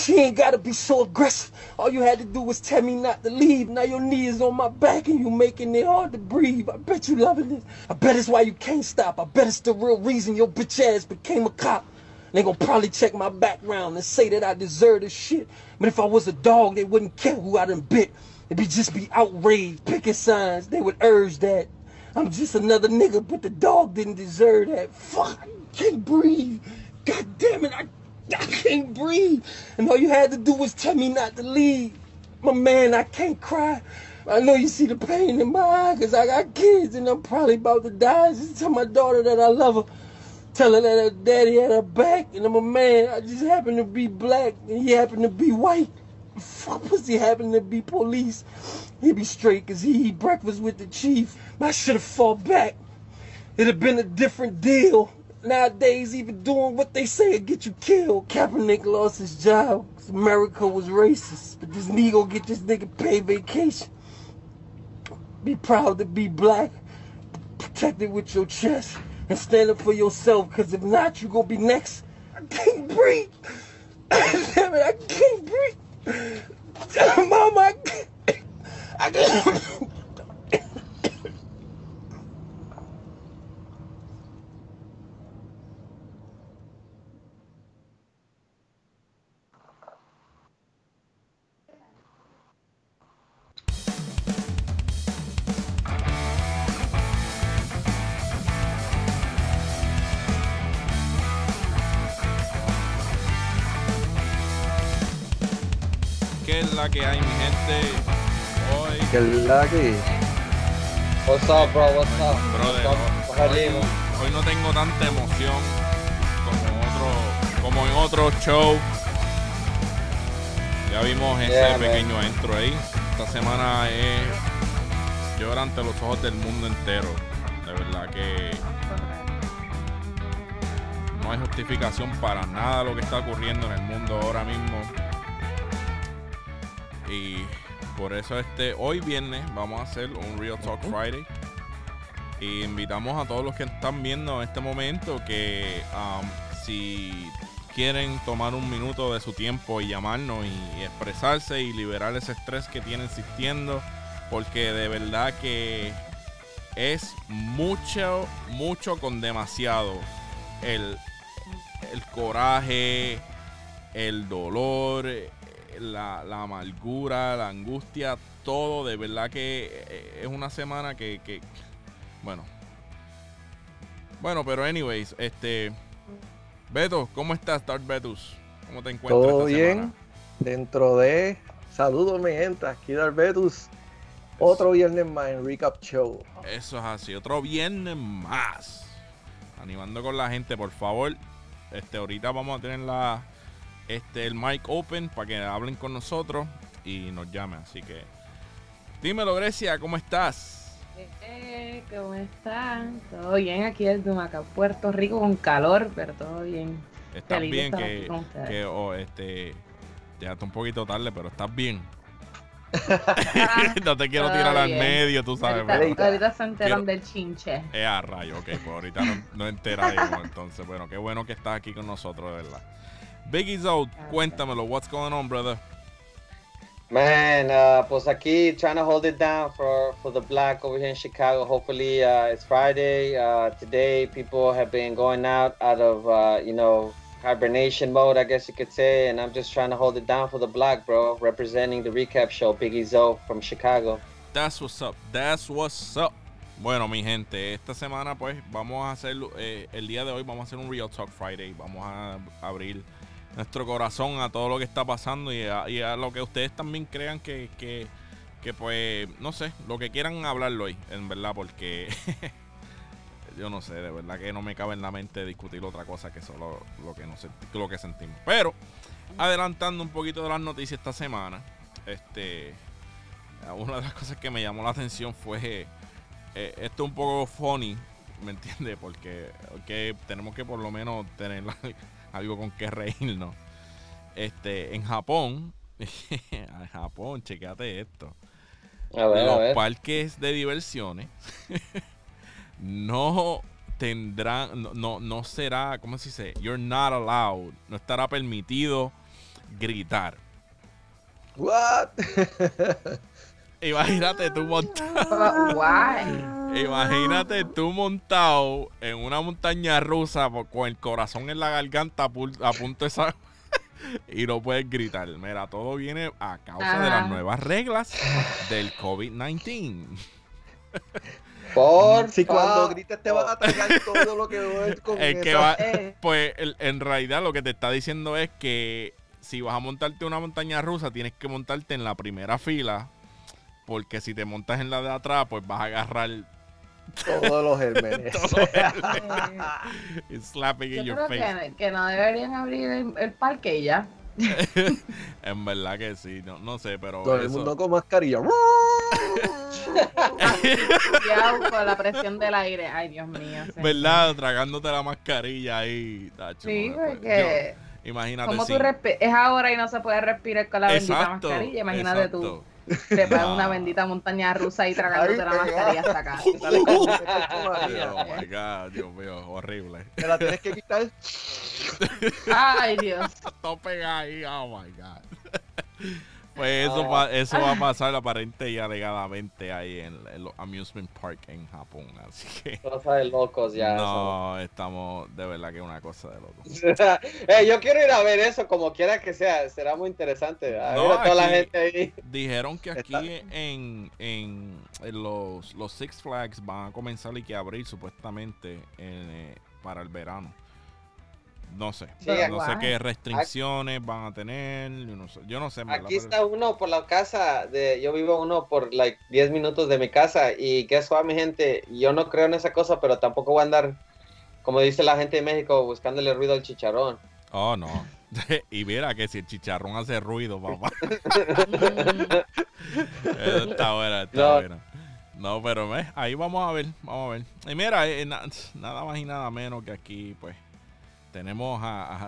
She ain't gotta be so aggressive. All you had to do was tell me not to leave. Now your knee is on my back and you making it hard to breathe. I bet you loving this. I bet it's why you can't stop. I bet it's the real reason your bitch ass became a cop. They gonna probably check my background and say that I deserve this shit. But if I was a dog, they wouldn't care who I done bit. They'd just be outraged, picking signs. They would urge that. I'm just another nigga, but the dog didn't deserve that. Fuck, I can't breathe. God damn it, I can't breathe. And all you had to do was tell me not to leave. My man, I can't cry. I know you see the pain in my eye because I got kids and I'm probably about to die. Just tell my daughter that I love her. Tell her that her daddy had her back and I'm a man. I just happen to be black and he happen to be white. Fuck, pussy happen to be police. He be straight because he eat breakfast with the chief. I should have fought back. It'd have been a different deal. Nowadays, even doing what they say will get you killed. Kaepernick lost his job because America was racist. But this nigga get this nigga paid vacation. Be proud to be black. Protect it with your chest. And stand up for yourself, because if not, you gonna be next. I can't breathe. Damn it, I can't breathe. Mama, I can't. ¿Qué es la que hay, mi gente? Hoy, ¿Qué es la que? What's up, bro? What's up? brother, hoy no tengo tanta emoción como en otro show. Ya vimos ese pequeño intro ahí. Esta semana es llorar ante los ojos del mundo entero. De verdad que no hay justificación para nada lo que está ocurriendo en el mundo ahora mismo. Y por eso hoy viernes vamos a hacer un Real Talk Friday. Y invitamos a todos los que están viendo en este momento que si quieren tomar un minuto de su tiempo y llamarnos y expresarse y liberar ese estrés que tienen sintiendo, porque de verdad que es mucho con demasiado el coraje, el dolor, la amargura, la angustia, todo. De verdad que es una semana que bueno, pero anyways, Beto, ¿cómo estás, Darth Betus? ¿Cómo te encuentras Todo esta bien, semana? dentro de saludos mi gente, aquí Darth Betus. Otro viernes más en Recap Show. Eso es así, otro viernes más. Animando con la gente, por favor. Ahorita vamos a tener el mic open para que hablen con nosotros y nos llamen. Así que dímelo, Grecia, ¿cómo estás? ¿Cómo están? Todo bien aquí desde Humacao, Puerto Rico, con calor, pero todo bien. ¿Estás Feliz de bien? estar aquí con ustedes. Ya está un poquito tarde, pero estás bien. No te quiero tirar al medio, tú sabes. Ahorita se enteran del chinche. A rayo, ok, pues ahorita no enteraremos. Entonces, bueno, qué bueno que estás aquí con nosotros, de verdad. Biggie Zoe, cuéntamelo, what's going on, brother? Man, pues aquí trying to hold it down for the black over here in Chicago. Hopefully, it's Friday. Today, people have been going out of hibernation mode, I guess you could say, and I'm just trying to hold it down for the black, bro. Representing the recap show, Biggie Zoe from Chicago. That's what's up. That's what's up. Bueno, mi gente, esta semana pues vamos a hacer, el día de hoy vamos a hacer un Real Talk Friday. Vamos a abrir nuestro corazón a todo lo que está pasando y a lo que ustedes también crean que pues, no sé, lo que quieran hablarlo hoy, en verdad, porque yo no sé, de verdad que no me cabe en la mente discutir otra cosa que solo lo que sentimos. Pero, adelantando un poquito de las noticias esta semana, una de las cosas que me llamó la atención fue, esto un poco funny, ¿me entiendes? Porque tenemos que por lo menos tener algo con que reírnos. En Japón, chequéate esto. Los parques de diversiones no tendrán, no será, ¿cómo se dice? You're not allowed. No estará permitido gritar. What? Imagínate tú montado. Why? Imagínate tú montado en una montaña rusa con el corazón en la garganta a punto de salir y no puedes gritar. Mira, todo viene a causa de las nuevas reglas del COVID-19. Si cuando grites te vas a tragar todo lo que ves con El que esa- va, pues en realidad lo que te está diciendo es que si vas a montarte una montaña rusa tienes que montarte en la primera fila, porque si te montas en la de atrás pues vas a agarrar todos los gérmenes. y slapping Yo in your creo face. que no deberían abrir el parque ya. En verdad que sí, no sé, pero Todo el eso- mundo con mascarilla. Ya con la presión del aire. Ay, Dios mío. señor. ¿verdad? Tragándote la mascarilla ahí, tacho, Sí, no puede- porque yo- imagínate como si tú es ahora y no se puede respirar con la bendita mascarilla. Imagínate exacto. tú, te pagas No. una bendita montaña rusa y tragándote Ay, la pega. mascarilla hasta acá. Sale como un efecto María. Oh my God, Dios mío, horrible. Te la tienes que quitar. Ay, Dios. Todo pega ahí, oh my God. Pues eso va a pasar aparente y alegadamente ahí en los amusement park en Japón, así que Cosa de locos ya. no, estamos de verdad que es una cosa de locos. eso. Yo quiero ir a ver eso, como quiera que sea. Será muy interesante. A No, ver a toda la aquí- gente ahí. Dijeron que aquí Está- en los Six Flags van a comenzar y que abrir supuestamente para el verano. No sé, Sí, no sé guay. qué restricciones van a tener, yo no sé. en verdad, Aquí pero- está uno por la casa yo vivo uno por 10 minutos de mi casa y guess what, mi gente, yo no creo en esa cosa, pero tampoco voy a andar, como dice la gente de México, buscándole ruido al chicharrón. Oh, no. Y mira que si el chicharrón hace ruido, papá. Eso está bueno, está No. bueno. No, pero ahí vamos a ver. Y mira, nada más y nada menos que aquí, pues, tenemos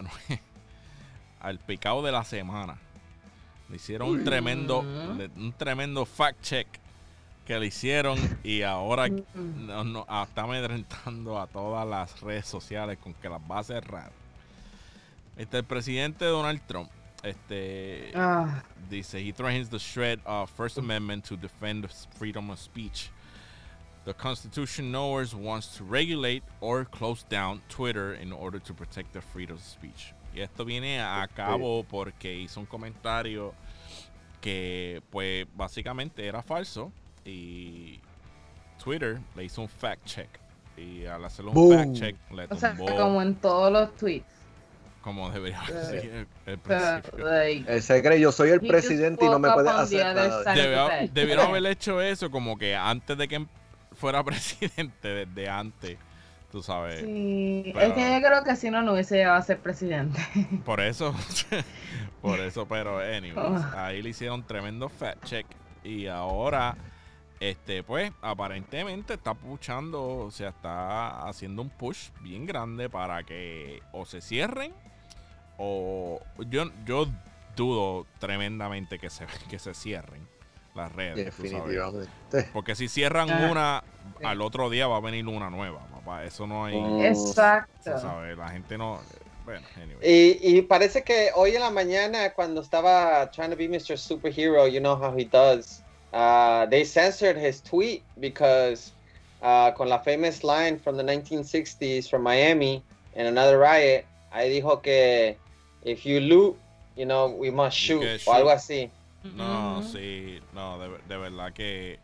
al picado de la semana. Le hicieron un tremendo fact check que le hicieron y ahora está amedrentando a todas las redes sociales con que las va a cerrar. El presidente Donald Trump Ah, dice, he threatens the shred of First Amendment to defend freedom of speech. The Constitution nowhere wants to regulate or close down Twitter in order to protect the freedom of speech. Y esto viene a cabo porque hizo un comentario que, pues, básicamente era falso y Twitter le hizo un fact check. Y al hacerle un Boom. fact check, le o sea, tumbó como en todos los tweets. como debería decir el Pero, principio. like, Él se cree, yo soy el he presidente y no just me woke puede up on hacer the other nada. side of the bed. Debieron haber hecho eso como que antes de que fuera presidente, desde antes, tú sabes. Sí, Pero- es que yo creo que si no hubiese llegado a ser presidente. Por eso, pero anyways, Oh. ahí le hicieron tremendo fact check y ahora, pues, aparentemente está pushando, o sea, está haciendo un push bien grande para que o se cierren o yo dudo tremendamente que se cierren las redes, tú sabes. Definitivamente. Porque si cierran Ah, una, sí. al otro día va a venir una nueva, papá. Eso no hay, Exacto. tú sabes, la gente no. Bueno, anyway. Y parece que hoy en la mañana, cuando estaba trying to be Mr. Superhero, you know how he does, they censored his tweet because con la famous line from the 1960s from Miami in another riot, ahí dijo que if you loot, you know, we must shoot, que o algo shoot. así. No, Ujú. sí, no, de verdad que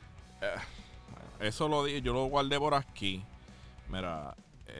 eso lo dije, yo lo guardé por aquí. Mira,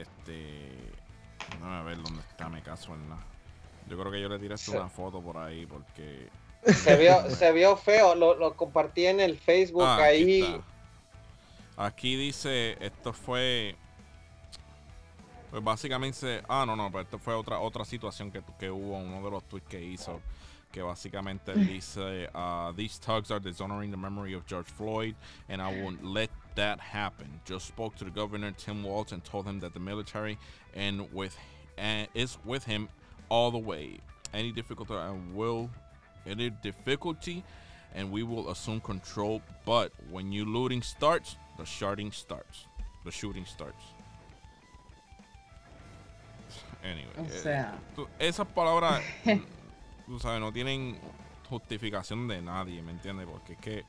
déjame ver dónde está mi caso en la. Yo creo que yo le tiré Sí. una foto por ahí porque Se vio feo, lo compartí en el Facebook aquí ahí. está. Aquí dice, esto fue pues básicamente, no, pero esto fue otra situación que hubo, uno de los tweets que hizo, que básicamente dice, these thugs are dishonoring the memory of George Floyd, and I won't let that happen. Just spoke to the governor, Tim Walz, and told him that the military is with him all the way. Any difficulty, and we will assume control. But when you looting starts, the shooting starts. Anyway, O sea. esas palabras tú sabes, no tienen justificación de nadie, ¿me entiendes? Porque es que,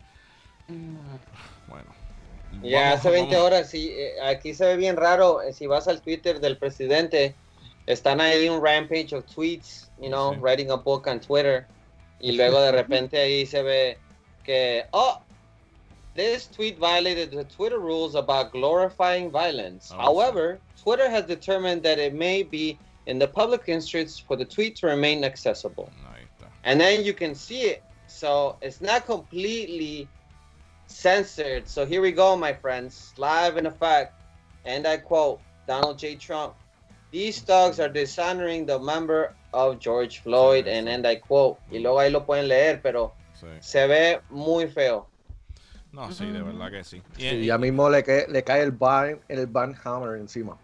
bueno. Ya vamos- hace 20 vamos- horas, sí, aquí se ve bien raro, si vas al Twitter del presidente, están ahí un rampage of tweets, you know, Sí. writing a book on Twitter, y luego de repente ahí se ve que, this tweet violated the Twitter rules about glorifying violence. Oh, However, Twitter has determined that it may be in the public interest for the tweet to remain accessible. Ahí está. And then you can see it. So it's not completely censored. So here we go, my friends. Live in effect. And I quote Donald J. Trump. These thugs are dishonoring the member of George Floyd. Sí, And sí. and I quote. Y luego ahí lo pueden leer, pero Sí. se ve muy feo. No, sí, de verdad que sí. Sí, ya mismo le cae el ban hammer encima.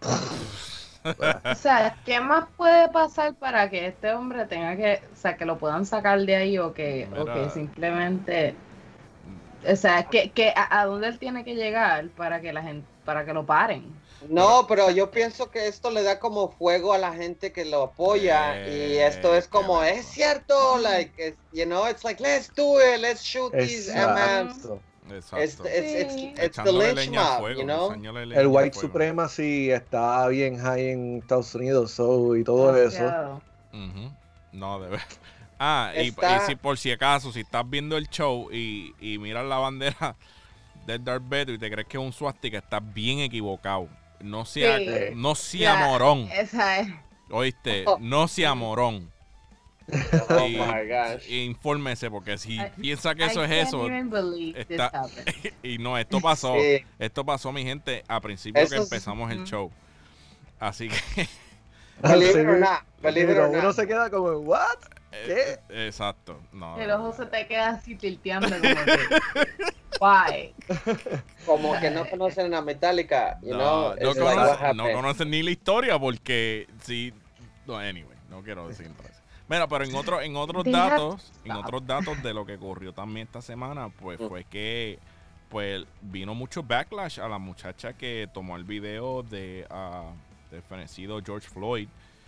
O sea, ¿qué más puede pasar para que este hombre tenga que, o sea, que lo puedan sacar de ahí o que Mira. simplemente, o sea, a dónde él tiene que llegar para que la gente, para que lo paren? No, pero yo pienso que esto le da como fuego a la gente que lo apoya y esto es como, qué es cierto, like, you know, it's like, let's do it, let's shoot these MMs. Exacto. Exacto. It's the Echándole lynch leña al mob, fuego, you know? echándole leña El al white fuego. supremacy está bien high en Estados Unidos y todo eso. Demasiado. Ujú. No, de verdad. Ah, y si por si acaso, si estás viendo el show y miras la bandera del Darth Vader y te crees que es un swastika, estás bien equivocado. No sea, Sí. no sea Ya, morón. Esa es. ¿Oíste? No sea morón. Oh Y- my gosh. y infórmese, porque si piensa que eso I es can't eso, even believe this está- happened. y no, esto pasó. Sí. Esto pasó, mi gente, a principio Eso que es- empezamos el show. Así que, Believe it or not, believe it or Uno not. se queda como, ¿what? ¿Qué? exacto. No, El ojo se te queda así tilteando como que, why? Como que no conocen a Metallica, you know? no, It's like, what no happened? conocen ni la historia porque sí. No, anyway, no quiero decir entonces. Mira, pero en otros They have datos, to en stop. otros datos de lo que ocurrió también esta semana, pues fue que pues vino mucho backlash a la muchacha que tomó el video de del fenecido George Floyd.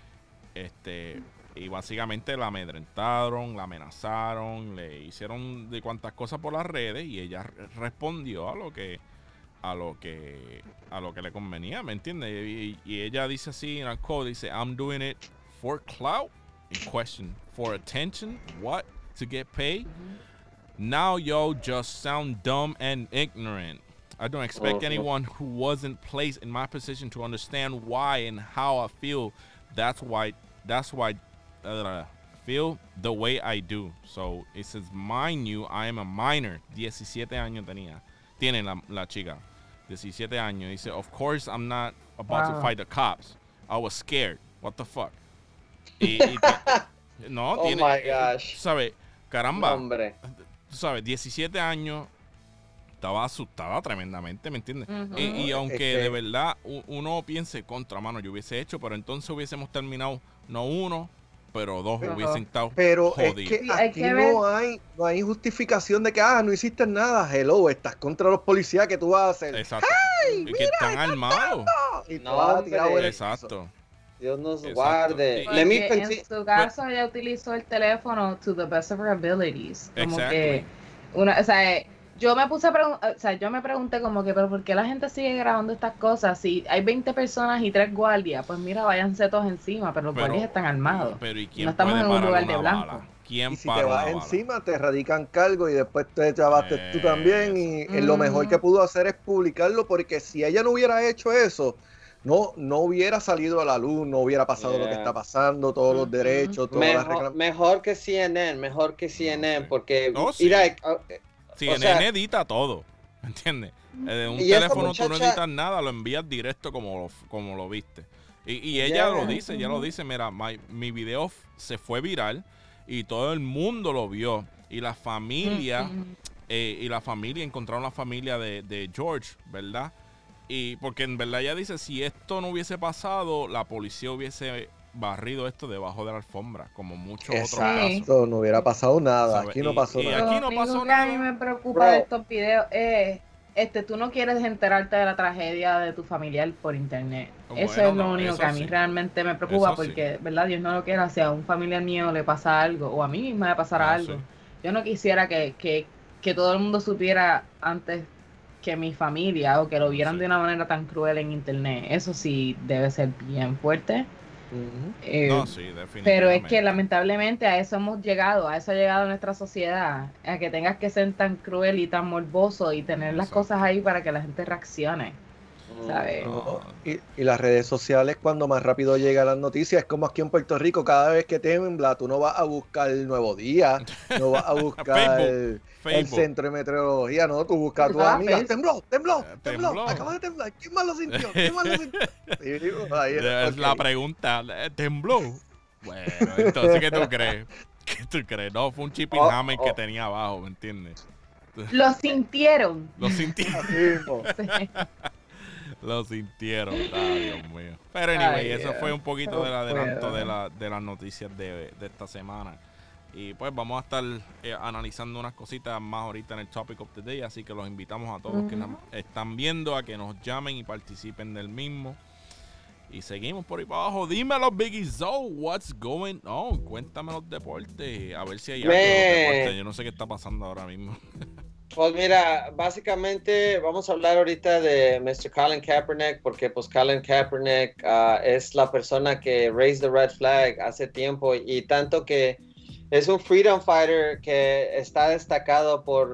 Y básicamente la amedrentaron, la amenazaron, le hicieron de cuantas cosas por las redes y ella respondió a lo que le convenía, ¿me entiendes? Y ella dice así en el code, dice, I'm doing it for clout, in question, for attention, what, to get paid? Now yo just sound dumb and ignorant. I don't expect anyone who wasn't placed in my position to understand why and how I feel. That's why feel the way I do. So it says, mind you, I am a minor. 17 años tiene la chica. 17 años. Dice, of course I'm not about to Wow. fight the cops. I was scared. What the fuck? No, Oh tiene, my gosh. ¿sabes? Caramba. Hombre. Tú sabes, 17 años, estaba asustada tremendamente, ¿me entiendes? Ujú. Y aunque Es que- de verdad uno piense, contra mano, yo hubiese hecho, pero entonces hubiésemos terminado, no uno, pero dos Ajá. hubiesen estado Pero es jodidos. que Sí, hay aquí que no hay justificación de que no hiciste nada. Hello, estás contra los policías, ¿qué tú vas a hacer? Exacto. Y que están armados. Y te No, vas a hombre. tirar en el piso. Exacto. Dios nos Exacto. guarde. Y- Let me Porque continue. en su caso ella utilizó el teléfono to the best of her abilities. Como Exactly. que o sea, yo me pregunté como que, pero ¿por qué la gente sigue grabando estas cosas? Si hay 20 personas y 3 guardias, pues mira, váyanse todos encima, pero los Pero- guardias están armados. Pero ¿y quién No estamos puede en un parar lugar una de blanco. bala? ¿Quién Y si para te una vas bala? encima, te radican cargo y después te chavaste tú también. Y lo mejor que Ujú. pudo hacer es publicarlo, porque si ella no hubiera hecho eso, no hubiera salido a la luz, no hubiera pasado lo que Yeah. está pasando, todos los Ujú. derechos, todas las Mejor que CNN, Sí. porque No, sí. mira, Sí, o en sea- edita todo, ¿me entiendes? De un Y esta teléfono tú no muchacha- editas nada, lo envías directo como lo viste. Y ella Yeah. ella lo dice, mira, mi video se fue viral y todo el mundo lo vio. Y la familia, encontraron la familia de George, ¿verdad? Y porque en verdad ella dice, si esto no hubiese pasado, la policía hubiese barrido esto debajo de la alfombra, como muchos otros casos. Exacto, no hubiera pasado nada. ¿Sabe? Aquí no Y- pasó y nada. aquí Lo no único pasó que a mí nada. me preocupa Bro. de estos videos es tú no quieres enterarte de la tragedia de tu familiar por internet. Bueno, Eso es lo no, único eso que a mí sí. realmente me preocupa, Eso sí. porque, ¿verdad? Dios no lo quiera, si a un familiar mío le pasa algo, o a mí misma le pasara algo. Sí. Yo no quisiera que todo el mundo supiera antes que mi familia, o que lo vieran Sí. de una manera tan cruel en internet. Eso sí debe ser bien fuerte. No, sí, definitivamente. Pero es que lamentablemente a eso hemos llegado, a eso ha llegado nuestra sociedad, a que tengas que ser tan cruel y tan morboso y tener las Exacto. cosas ahí para que la gente reaccione, ¿sabes? No, y las redes sociales, cuando más rápido llegan las noticias, es como aquí en Puerto Rico, cada vez que tembla, tú no vas a buscar el Nuevo Día, no vas a buscar el Centro de Meteorología, no, tú buscas a tus amigas, tembló, acaba de temblar, ¿quién más lo sintió? Ahí es la pregunta, ¿tembló? Bueno, entonces, ¿qué tú crees? ¿Qué tú crees? No, fue un chipping hammer que tenía abajo, ¿me entiendes? Lo sintieron. Lo sintieron. Sí. Lo sintieron, Dios mío. Pero anyway, eso fue un poquito del adelanto de las noticias de esta semana. Y pues vamos a estar analizando unas cositas más ahorita en el Topic of the Day. Así que los invitamos a todos los que están viendo a que nos llamen y participen del mismo. Y seguimos por ahí para abajo. Dímelo, Biggie Zoe, what's going on? Cuéntame los deportes. A ver si hay algo de los deportes. Yo no sé qué está pasando ahora mismo. Pues mira, básicamente vamos a hablar ahorita de Mr. Colin Kaepernick, porque pues Colin Kaepernick es la persona que raised the red flag hace tiempo, y tanto que es un freedom fighter que está destacado por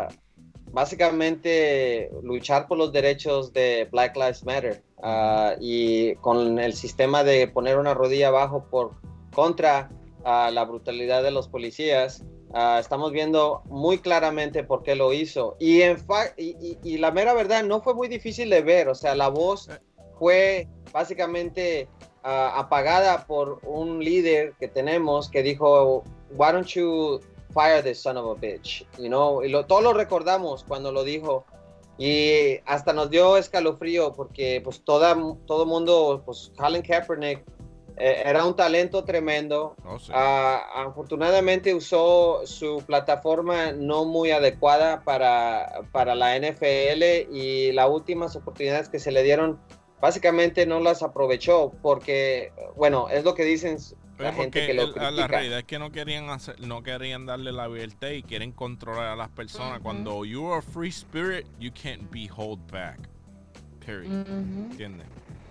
básicamente luchar por los derechos de Black Lives Matter, y con el sistema de poner una rodilla abajo contra la brutalidad de los policías. Estamos viendo muy claramente por qué lo hizo, y la mera verdad, no fue muy difícil de ver. O sea, la voz fue básicamente apagada por un líder que tenemos que dijo, why don't you fire this son of a bitch, you know, y todos lo recordamos cuando lo dijo, y hasta nos dio escalofrío, porque pues todo mundo, pues Colin Kaepernick era un talento tremendo. Sí. Afortunadamente usó su plataforma no muy adecuada para la NFL, y las últimas oportunidades que se le dieron básicamente no las aprovechó, porque, bueno, es lo que dicen la gente que lo critica. La realidad es que no querían darle la libertad y quieren controlar a las personas. Cuando you are free spirit, you can't be held back. Period. ¿Entiendes?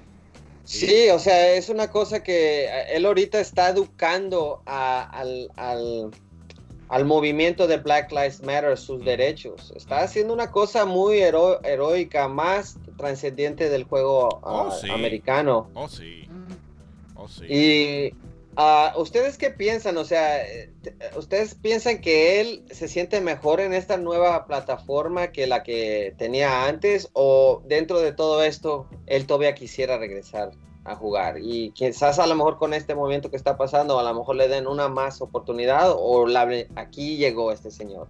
Sí, o sea, es una cosa que él ahorita está educando al movimiento de Black Lives Matter, sus derechos. Está haciendo una cosa muy heroica, más trascendiente del juego americano. Sí. Y ¿ustedes qué piensan? O sea, ¿ustedes piensan que él se siente mejor en esta nueva plataforma que la que tenía antes? ¿O dentro de todo esto, él todavía quisiera regresar a jugar? Y quizás a lo mejor con este movimiento que está pasando, a lo mejor le den una más oportunidad, o aquí llegó este señor.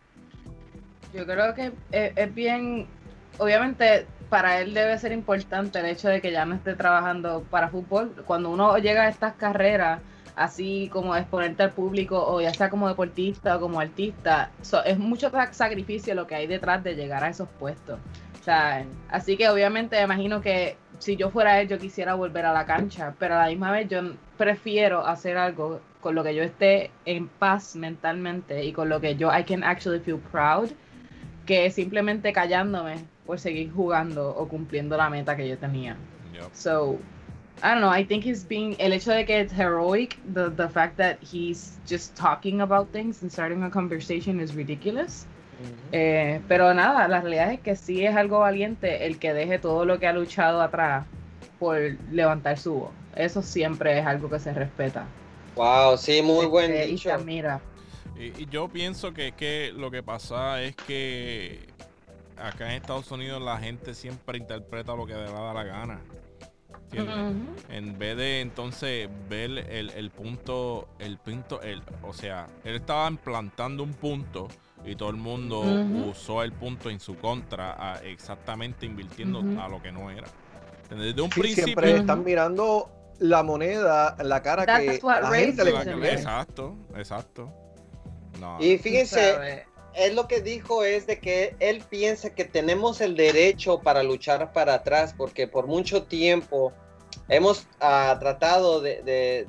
Yo creo que es bien, obviamente para él debe ser importante el hecho de que ya no esté trabajando para fútbol. Cuando uno llega a estas carreras, así como exponente al público, o ya sea como deportista o como artista, es mucho sacrificio lo que hay detrás de llegar a esos puestos. O sea, así que obviamente me imagino que si yo fuera él, yo quisiera volver a la cancha, pero a la misma vez yo prefiero hacer algo con lo que yo esté en paz mentalmente y con lo que I can actually feel proud, que simplemente callándome por seguir jugando o cumpliendo la meta que yo tenía. Yep. So, I don't know, I think el hecho de que es heroic, the fact that he's just talking about things and starting a conversation is ridiculous. Pero nada, la realidad es que sí es algo valiente el que deje todo lo que ha luchado atrás por levantar su voz. Eso siempre es algo que se respeta. Wow, sí, muy buen Y dicho. se admira. Y yo pienso que lo que pasa es que acá en Estados Unidos la gente siempre interpreta lo que le da la gana. ¿Entiendes? En vez de entonces ver el punto, o sea, él estaba implantando un punto y todo el mundo usó el punto en su contra, exactamente invirtiendo a lo que no era. Desde un principio siempre están mirando la moneda, la cara que la gente le va a cambiar. Exacto. No, y fíjense, él lo que dijo es de que él piensa que tenemos el derecho para luchar para atrás, porque por mucho tiempo hemos tratado de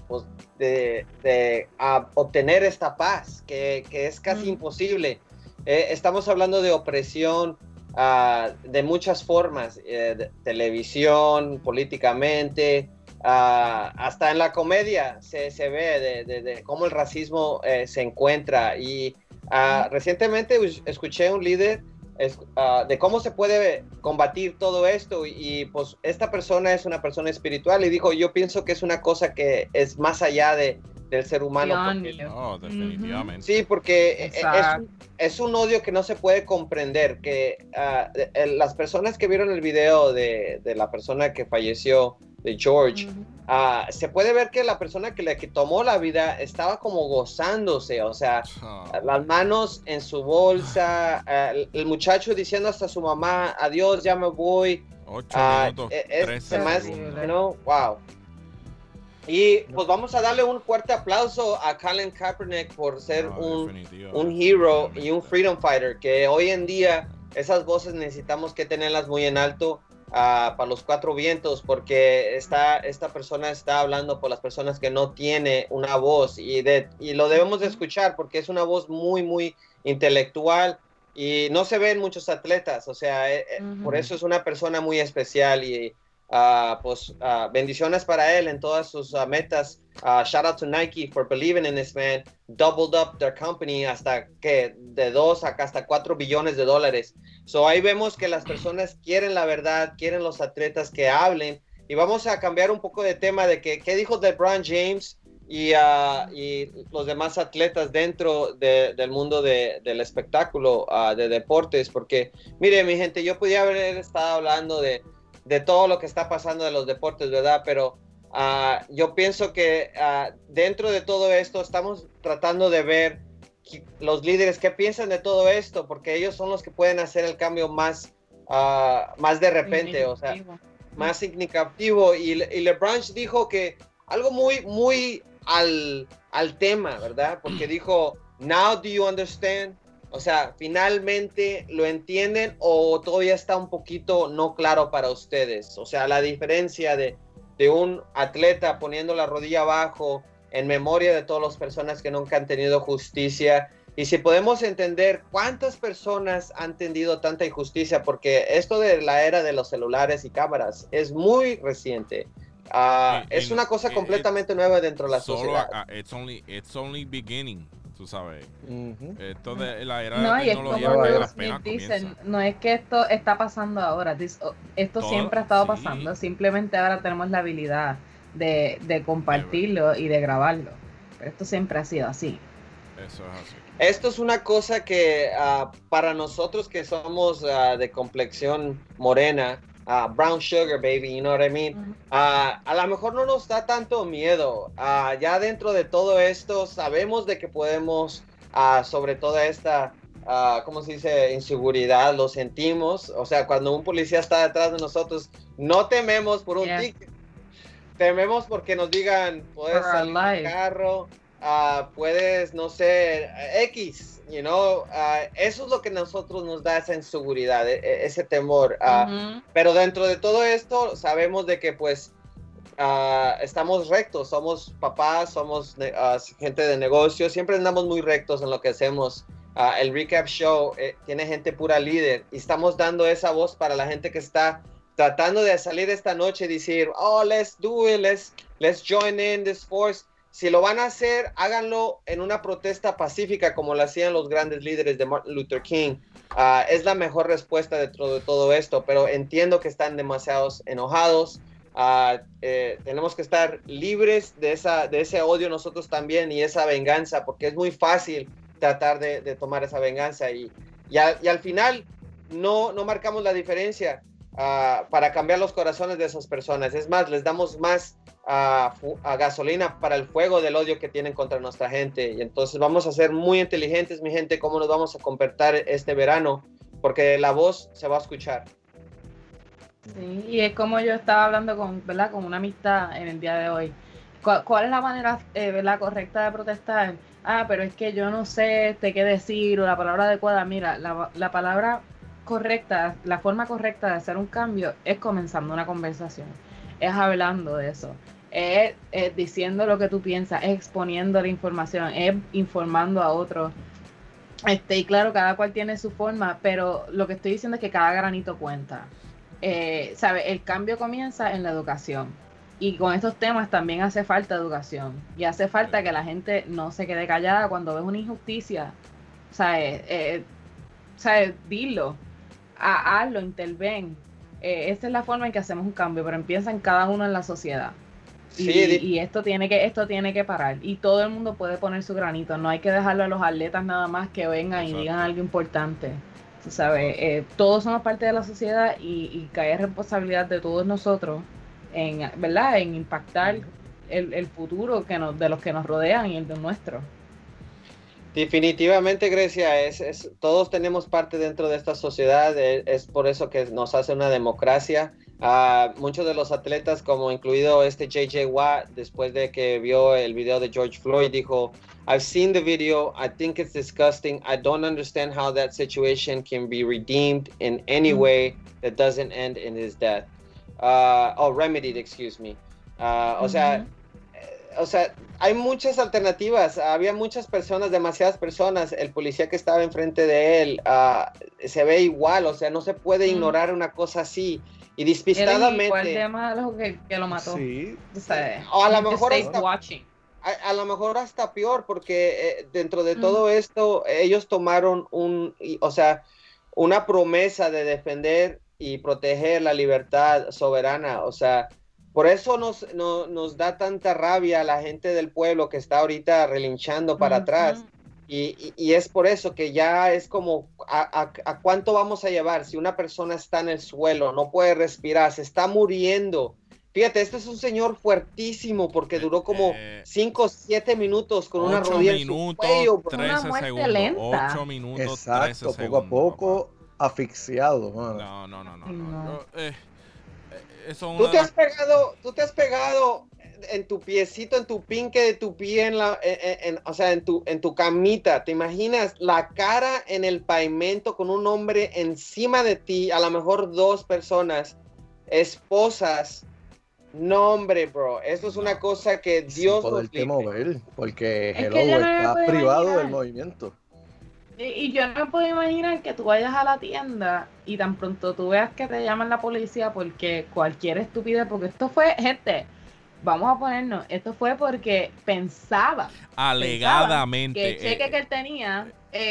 obtener esta paz, que es casi imposible. Estamos hablando de opresión de muchas formas, de televisión, políticamente, hasta en la comedia se ve de cómo el racismo se encuentra. Y recientemente escuché un líder de cómo se puede combatir todo esto, y pues esta persona es una persona espiritual y dijo, yo pienso que es una cosa que es más allá del ser humano. No, definitivamente. Sí, porque es un odio que no se puede comprender, que las personas que vieron el video de la persona que falleció, de George, se puede ver que la persona que tomó la vida estaba como gozándose, o sea, las manos en su bolsa, el muchacho diciendo hasta a su mamá, adiós, ya me voy. 8 minutos, 13 segundos. Wow. Y pues vamos a darle un fuerte aplauso a Colin Kaepernick por ser un hero y un freedom fighter, que hoy en día esas voces necesitamos que tenerlas muy en alto. Para los cuatro vientos, porque esta persona está hablando por las personas que no tienen una voz, y lo debemos de escuchar porque es una voz muy, muy intelectual y no se ven muchos atletas, o sea, por eso es una persona muy especial. Y bendiciones para él en todas sus metas. Shout out to Nike for believing in this man. Doubled up their company hasta que de 2 hasta 4 billones de dólares. So ahí vemos que las personas quieren la verdad, quieren los atletas que hablen. Y vamos a cambiar un poco de tema de qué dijo LeBron James y los demás atletas dentro del mundo del espectáculo, de deportes. Porque, mire, mi gente, yo podía haber estado hablando de todo lo que está pasando de los deportes, ¿verdad? Pero yo pienso que dentro de todo esto estamos tratando de ver los líderes qué piensan de todo esto, porque ellos son los que pueden hacer el cambio más de repente, o sea, más significativo. Y LeBron dijo que algo muy, muy al tema, ¿verdad? Porque dijo, now do you understand? O sea, ¿finalmente lo entienden o todavía está un poquito no claro para ustedes? O sea, la diferencia de un atleta poniendo la rodilla abajo en memoria de todas las personas que nunca han tenido justicia. Y si podemos entender cuántas personas han tenido tanta injusticia, porque esto de la era de los celulares y cámaras es muy reciente. Es una cosa completamente nueva dentro de la sociedad. It's only beginning. Tú sabes, esto de la era no, de la tecnología apenas dicen, no es que esto está pasando ahora, esto siempre ha estado pasando, simplemente ahora tenemos la habilidad de compartirlo y de grabarlo, pero esto siempre ha sido así. Eso es así. Esto es una cosa que para nosotros que somos de complexión morena, brown sugar, baby, you know what I mean? A lo mejor no nos da tanto miedo. Ya dentro de todo esto sabemos de que podemos, sobre toda esta, ¿cómo se dice? Inseguridad, lo sentimos. O sea, cuando un policía está detrás de nosotros, no tememos por un ticket. Tememos porque nos digan, puedes salir del carro, puedes, no sé, X. You know, eso es lo que a nosotros nos da esa inseguridad, ese temor. Pero dentro de todo esto sabemos de que pues estamos rectos, somos papás, somos gente de negocio, siempre andamos muy rectos en lo que hacemos. El Recap Show tiene gente pura líder y estamos dando esa voz para la gente que está tratando de salir esta noche y decir, oh, let's do it, let's join in this force. Si lo van a hacer, háganlo en una protesta pacífica como lo hacían los grandes líderes de Martin Luther King. Es la mejor respuesta dentro de todo esto, pero entiendo que están demasiados enojados. Tenemos que estar libres de ese odio nosotros también y esa venganza, porque es muy fácil tratar de tomar esa venganza y al final no marcamos la diferencia para cambiar los corazones de esas personas. Es más, les damos más a gasolina para el fuego del odio que tienen contra nuestra gente. Y entonces vamos a ser muy inteligentes, mi gente, cómo nos vamos a comportar este verano, porque la voz se va a escuchar. Sí, y es como yo estaba hablando con una amistad en el día de hoy. ¿Cuál es la manera, ¿verdad, correcta de protestar? pero es que yo no sé qué decir o la palabra adecuada. Mira, la palabra correcta, la forma correcta de hacer un cambio es comenzando una conversación, es hablando de eso, es diciendo lo que tú piensas, es exponiendo la información, es informando a otros. Y claro, cada cual tiene su forma, pero lo que estoy diciendo es que cada granito cuenta. ¿Sabe? El cambio comienza en la educación. Y con estos temas también hace falta educación. Y hace falta que la gente no se quede callada cuando ves una injusticia. ¿Sabes? Dilo. Hazlo, interven. Esa es la forma en que hacemos un cambio, pero empieza en cada uno en la sociedad. Y esto tiene que parar. Y todo el mundo puede poner su granito. No hay que dejarlo a los atletas nada más que vengan y digan algo importante. Tú sabes, todos somos parte de la sociedad y cae responsabilidad de todos nosotros en, ¿verdad? En impactar el futuro de los que nos rodean y el de nuestro. Definitivamente, Grecia, todos tenemos parte dentro de esta sociedad, es por eso que nos hace una democracia. Muchos de los atletas, como incluido J.J. Watt, después de que vio el video de George Floyd, dijo, I've seen the video, I think it's disgusting, I don't understand how that situation can be redeemed in any way that doesn't end in his death. Remedied, excuse me. O sea, hay muchas alternativas. Había muchas personas, demasiadas personas. El policía que estaba enfrente de él se ve igual. O sea, no se puede ignorar una cosa así. Y despistadamente. Igual de malo que lo mató. Sí. O sea, o a lo mejor hasta peor, porque dentro de todo esto, ellos tomaron una promesa de defender y proteger la libertad soberana. O sea, por eso nos da tanta rabia a la gente del pueblo que está ahorita relinchando para atrás. Y es por eso que ya es como, ¿a cuánto vamos a llevar? Si una persona está en el suelo, no puede respirar, se está muriendo. Fíjate, este es un señor fuertísimo porque duró como 5 o 7 minutos con una rodilla en su cuello. 13 una segundos. lenta. 8 minutos, Exacto, 13 poco segundos. a poco, papá. Asfixiado. No. Tú te has pegado en tu piecito, en tu pinque de tu pie, en tu camita. ¿Te imaginas la cara en el pavimento con un hombre encima de ti? A lo mejor 2 personas, esposas. No, hombre, bro. Esto es una cosa que Dios nos libre. Mover, porque está privado del movimiento. Y yo no me puedo imaginar que tú vayas a la tienda y tan pronto tú veas que te llaman la policía porque cualquier estupidez, porque esto fue, gente, vamos a ponernos, esto fue porque alegadamente que el cheque que él tenía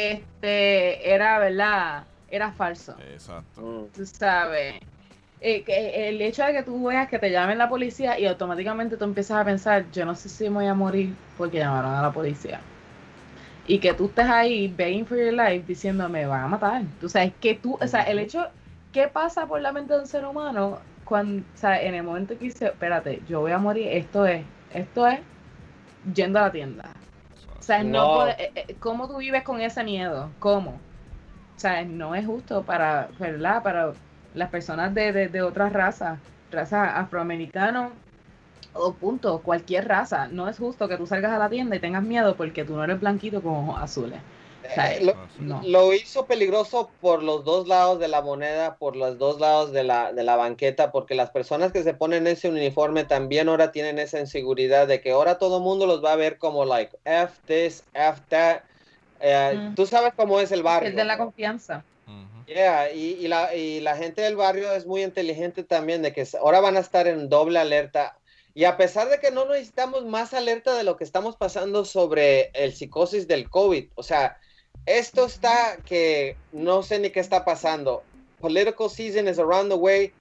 era, ¿verdad? Era falso. Exacto. Tú sabes, que el hecho de que tú veas que te llamen la policía y automáticamente tú empiezas a pensar, yo no sé si me voy a morir porque llamaron a la policía. Y que tú estés ahí begging for your life diciendo me van a matar. Tú sabes que el hecho, ¿qué pasa por la mente de un ser humano cuando, o sea, en el momento que dice, espérate, yo voy a morir, esto es yendo a la tienda? O sea, no ¿cómo tú vives con ese miedo? ¿Cómo? O sea, no es justo para las personas de otras razas afroamericanos, o punto, cualquier raza. No es justo que tú salgas a la tienda y tengas miedo porque tú no eres blanquito con ojos azules. O sea, lo hizo peligroso por los 2 lados de la moneda, por los 2 lados de la banqueta, porque las personas que se ponen ese uniforme también ahora tienen esa inseguridad de que ahora todo el mundo los va a ver como like, F this, F that. Tú sabes cómo es el barrio. Es de la confianza. Yeah, y la gente del barrio es muy inteligente también, de que ahora van a estar en doble alerta. Y a pesar de que no necesitamos más alerta de lo que estamos pasando sobre el psicosis del COVID, o sea, esto está que no sé ni qué está pasando. Political season is around the way.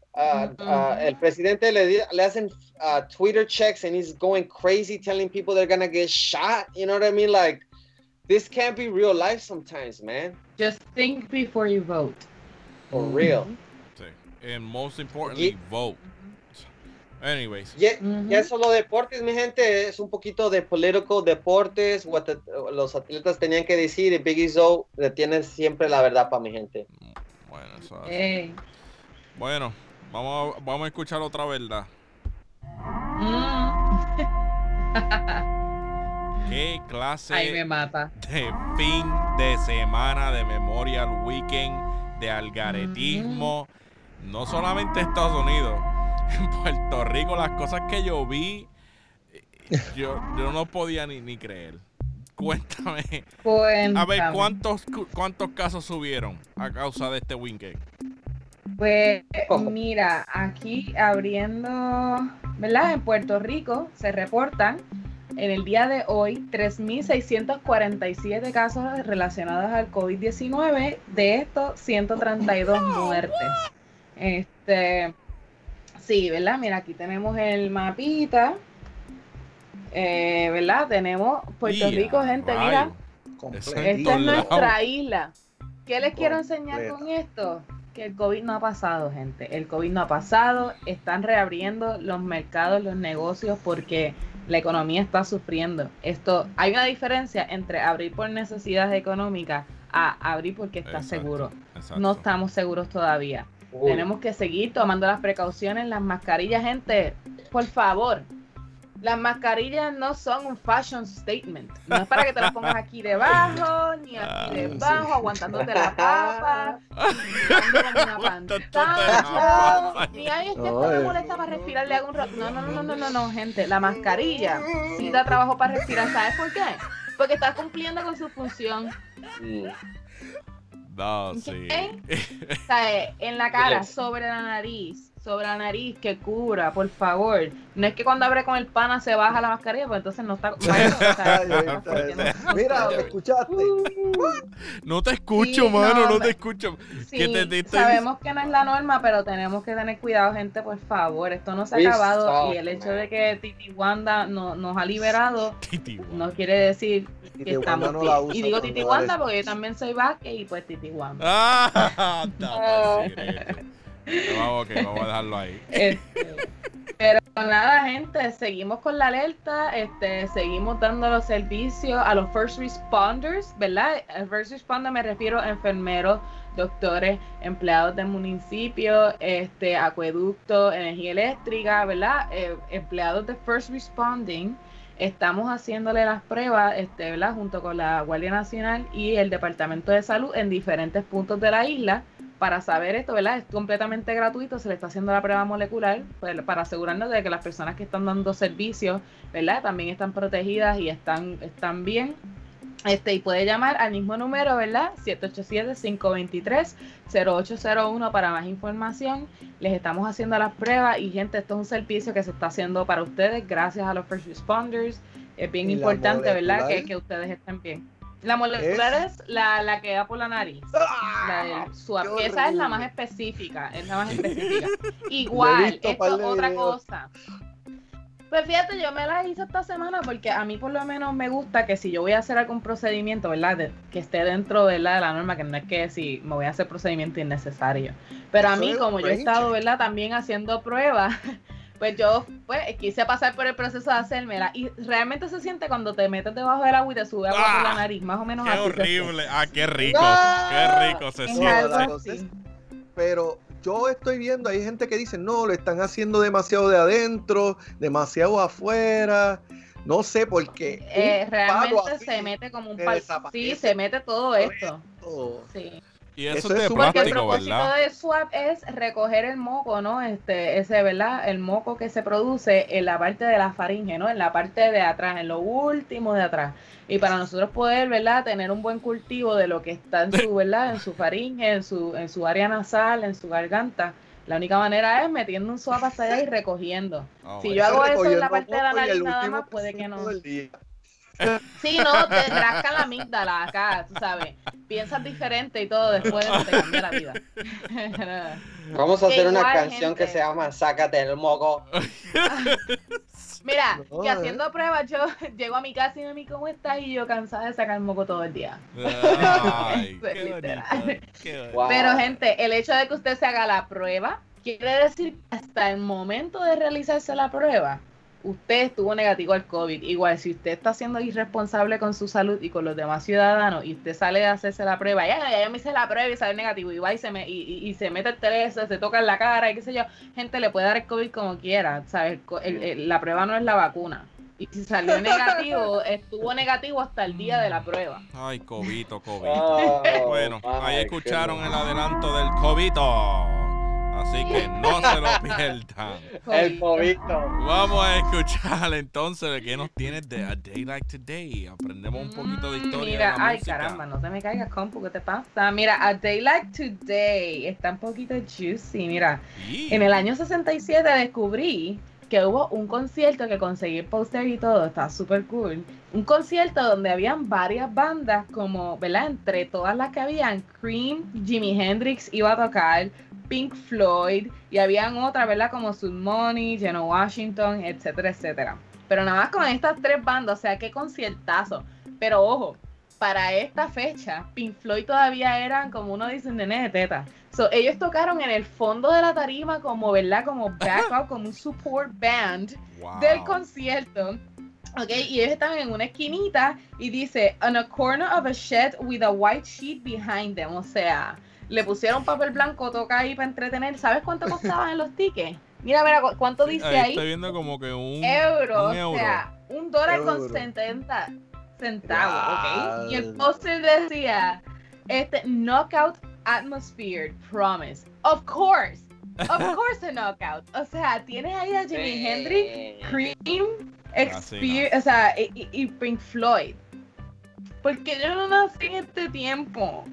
El presidente le hacen Twitter checks and he's going crazy telling people they're gonna get shot. You know what I mean? Like, this can't be real life sometimes, man. Just think before you vote. For real. Sí. And most importantly, vote. Anyways. Y eso lo deportes, mi gente, es un poquito de political deportes, los atletas tenían que decir, y Biggie Zoe tiene siempre la verdad para mi gente. Bueno, eso es así. Bueno, vamos a escuchar otra verdad. qué clase Ahí me mata. de fin de semana de Memorial Weekend, de algaretismo. No solamente en Estados Unidos, en Puerto Rico, las cosas que yo vi, yo no podía ni creer. Cuéntame. A ver, ¿cuántos casos subieron a causa de este weekend? Pues mira, aquí abriendo, ¿verdad? En Puerto Rico se reportan en el día de hoy 3.647 casos relacionados al COVID-19, de estos 132 muertes. Sí, ¿verdad? Mira, aquí tenemos el mapita, ¿verdad? Tenemos Puerto Rico, gente, mira. Esta es nuestra isla. ¿Qué les quiero enseñar con esto? Que el COVID no ha pasado, gente. El COVID no ha pasado. Están reabriendo los mercados, los negocios, porque la economía está sufriendo. Hay una diferencia entre abrir por necesidades económicas a abrir porque está seguro. Exacto. No estamos seguros todavía. Tenemos que seguir tomando las precauciones, las mascarillas, gente, por favor. Las mascarillas no son un fashion statement. No es para que te las pongas aquí debajo, ni aquí debajo, aguantándote la papa, ni una pantalla, ni ay, es que esto me molesta para respirar, le hago un No, gente. La mascarilla sí da trabajo para respirar. ¿Sabes por qué? Porque está cumpliendo con su función. No, sí. O sea, en la cara, sobre la nariz, que cubra, por favor. No es que cuando abre con el pana se baja la mascarilla, pues entonces no está. Mira, ¿me escuchaste? No te escucho, mano, no te escucho. Sí, sabemos que no es la norma, pero tenemos que tener cuidado, gente, por favor. Esto no se ha acabado y el hecho de que Titi Wanda nos ha liberado no quiere decir que estamos bien. Y digo Titi Wanda porque yo también soy Vázquez y pues Titi Wanda. Vamos a dejarlo ahí. Pero nada, gente, seguimos con la alerta, seguimos dando los servicios a los first responders, ¿verdad? El first responder me refiero a enfermeros, doctores, empleados del municipio, acueducto, energía eléctrica, ¿verdad? Empleados de first responding. Estamos haciéndole las pruebas, ¿verdad? Junto con la Guardia Nacional y el Departamento de Salud en diferentes puntos de la isla para saber esto, ¿verdad? Es completamente gratuito, se le está haciendo la prueba molecular para asegurarnos de que las personas que están dando servicios, ¿verdad? También están protegidas y están bien. Y puede llamar al mismo número, ¿verdad? 787-523-0801 para más información. Les estamos haciendo las pruebas y, gente, esto es un servicio que se está haciendo para ustedes gracias a los first responders. Es bien importante, ¿verdad? Que ustedes estén bien. La molecular es la que da por la nariz. La del swab. Esa es la más específica. Igual, esto es otra cosa. Pues fíjate, yo me la hice esta semana porque a mí por lo menos me gusta que si yo voy a hacer algún procedimiento, ¿verdad? Que esté dentro, ¿verdad? De la norma, que no es que si me voy a hacer procedimiento innecesario. Pero a mí, como yo he estado, ¿verdad? También haciendo pruebas, pues yo quise pasar por el proceso de hacérmela. Y realmente se siente cuando te metes debajo del agua y te sube agua por la nariz, más o menos así. ¡Qué horrible! ¡Qué rico! ¡Qué rico se siente! Pero yo estoy viendo, hay gente que dice, no, lo están haciendo demasiado de adentro, demasiado afuera. No sé por qué. Realmente se mete como un palo. Sí, se mete todo esto. Sí. Y eso es de plástico, el propósito del swab es recoger el moco, ¿no? ¿Verdad? El moco que se produce en la parte de la faringe, ¿no? En la parte de atrás, en lo último de atrás. Y para nosotros poder, ¿verdad? Tener un buen cultivo de lo que está en su, ¿verdad? En su faringe, en su área nasal, en su garganta. La única manera es metiendo un swab hasta allá y recogiendo. Si yo hago eso en la parte de la nariz nada más, puede que no. Sí, no, te rasca la amígdala acá, tú sabes. Piensas diferente y todo después te cambia la vida. Vamos a hacer una canción que se llama Sácate el moco. Mira, que haciendo pruebas yo llego a mi casa y me ¿cómo estás? Y yo cansada de sacar el moco todo el día. Ay, qué wow. Pero, gente, el hecho de que usted se haga la prueba quiere decir que hasta el momento de realizarse la prueba usted estuvo negativo al COVID. Igual, si usted está siendo irresponsable con su salud y con los demás ciudadanos y usted sale de hacerse la prueba, ya me hice la prueba y sale negativo, y va y se mete el teléfono, se toca en la cara y qué sé yo, gente, le puede dar el COVID como quiera, ¿sabes? La prueba no es la vacuna. Y si salió negativo, estuvo negativo hasta el día de la prueba. Ay, Cobito. Oh, Bueno, ahí escucharon el adelanto del Cobito. Así que no se lo pierdan. El Cobito. Vamos a escuchar entonces de qué nos tienes de A Day Like Today. Aprendemos un poquito de historia. Mira, de la ay, música. caramba, no te me caigas, compu, ¿qué te pasa? Mira, A Day Like Today está un poquito juicy. Mira, en el año 67 descubrí que hubo un concierto que conseguí el póster y todo, está súper cool. Un concierto donde habían varias bandas, como, ¿verdad? Entre todas las que habían, Cream, Jimi Hendrix iba a tocar, Pink Floyd, y habían otras, ¿verdad? Como Sud Money, Geno Washington, etcétera, etcétera. Pero nada más con estas 3 bandas, o sea, qué conciertazo. Pero ojo, para esta fecha, Pink Floyd todavía eran, como uno dice, nene de teta. So, ellos tocaron en el fondo de la tarima como, ¿verdad? Como backup, como un support band del concierto. Ok, y ellos estaban en una esquinita y dice, on a corner of a shed with a white sheet behind them. O sea, le pusieron papel blanco, toca ahí para entretener. ¿Sabes cuánto costaban en los tickets? Mira, cuánto dice ahí. Estoy viendo como que un euro. un euro. O sea, $1 con 70 centavos, ¿ok? Y el póster decía, knockout atmosphere promise. Of course a knockout. O sea, tienes ahí a Jimi Hendrix, Cream, o sea, y Pink Floyd. Porque yo no nací en este tiempo.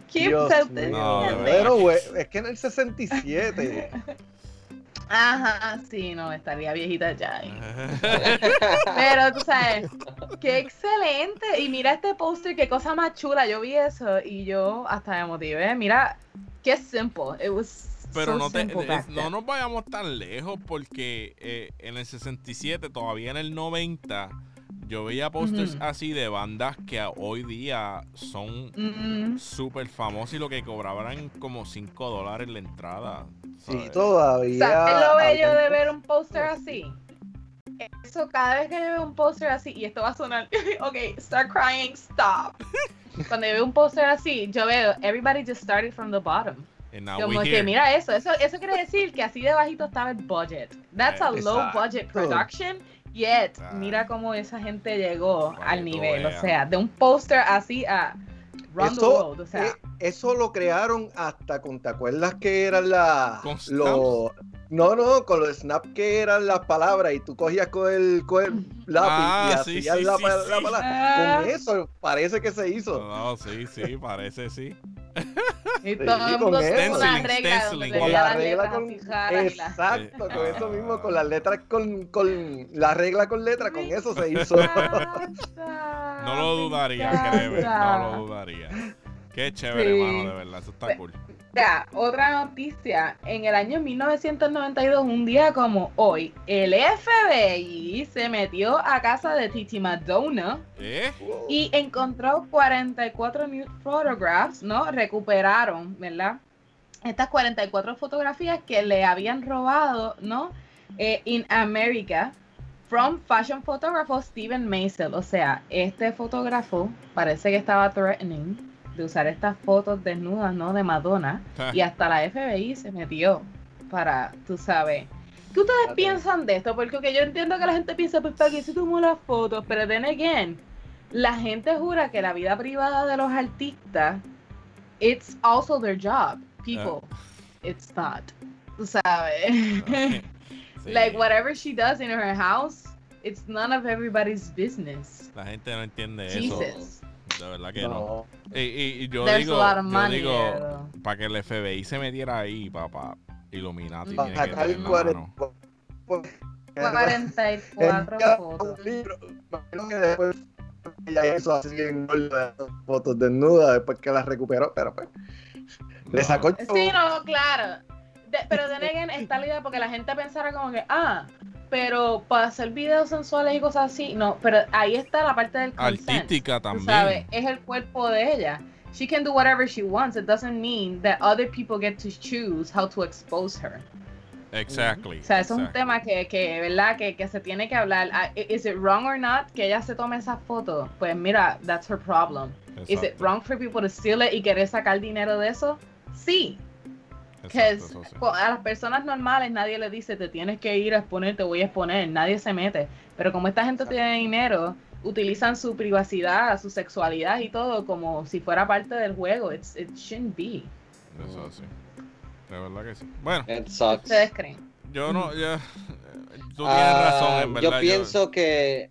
Pero güey, es que en el 67. Ajá, sí, no, estaría viejita ya. Pero tú sabes, qué excelente. Y mira este póster, qué cosa más chula. Yo vi eso y yo hasta me motivé. Mira, qué simple. It was pero so no, no nos vayamos tan lejos porque en el 67, todavía en el 90, yo veía pósters así de bandas que hoy día son súper famosas y lo que cobraban como $5 la entrada. ¿Sabes? Sí, todavía. ¿Sabes lo bello de ver un póster así? Eso, cada vez que yo veo un póster así, y esto va a sonar, ok, start crying, stop. Cuando yo veo un póster así, yo veo, everybody just started from the bottom. Como que mira eso quiere decir que así de bajito estaba el budget. That's a low budget production, yet mira cómo esa gente llegó al nivel, o sea, de un póster así a Run the World, o sea. Eso lo crearon hasta con, ¿te acuerdas que eran con los snap que eran las palabras y tú cogías con el lápiz y hacías la palabra? Con eso parece que se hizo. No, sí, parece sí. Y todo el mundo con la regla, con la regla exacto, con eso mismo, con las letras, con la regla con letra, con eso se hizo. No lo dudaría, créeme, no lo dudaría. Qué chévere, mano, de verdad, eso está cool. Ya, otra noticia, en el año 1992, un día como hoy, el FBI se metió a casa de Titi Madonna y encontró 44 nude photographs, ¿no? Recuperaron, ¿verdad? Estas 44 fotografías que le habían robado, ¿no? In America, from fashion photographer Steven Meisel. O sea, este fotógrafo parece que estaba threatening de usar estas fotos desnudas, ¿no? De Madonna. Y hasta la FBI se metió para, tú sabes. ¿Qué ustedes piensan de esto? Porque yo entiendo que la gente piensa, pues, ¿para qué se tomó las fotos? Pero then again, la gente jura que la vida privada de los artistas, it's also their job. People, it's not. Tú sabes. Sí. Like, whatever she does in her house, it's none of everybody's business. La gente no entiende Jesus. eso. De verdad que no. Y yo There's digo, a lot of money there, para que el FBI se metiera ahí, papá, Illuminati tiene que sacar tener la mano. 44 fotos. Imagino que después ella hizo así en fotos desnudas después que las recuperó, pero pues le sacó. Sí, no, claro. Pero de Negan está la idea porque la gente pensara como que, pero para hacer videos sensuales y cosas así, no, pero ahí está la parte del consent. Artística también. ¿Sabes? Es el cuerpo de ella. She can do whatever she wants. It doesn't mean that other people get to choose how to expose her. Exactly. O sea, eso es un tema que ¿verdad? Que se tiene que hablar. Is it wrong or not que ella se tome esa foto? Pues mira, that's her problem. Exacto. Is it wrong for people to steal it y querer sacar dinero de eso? Sí. Exacto, sí. A las personas normales nadie le dice te tienes que ir a exponer, te voy a exponer, nadie se mete. Pero como esta gente tiene dinero, utilizan su privacidad, su sexualidad y todo como si fuera parte del juego. It shouldn't be. Eso sí. De verdad que sí. Bueno. ¿Ustedes creen? Yo no, tú tienes razón, en verdad. Yo pienso que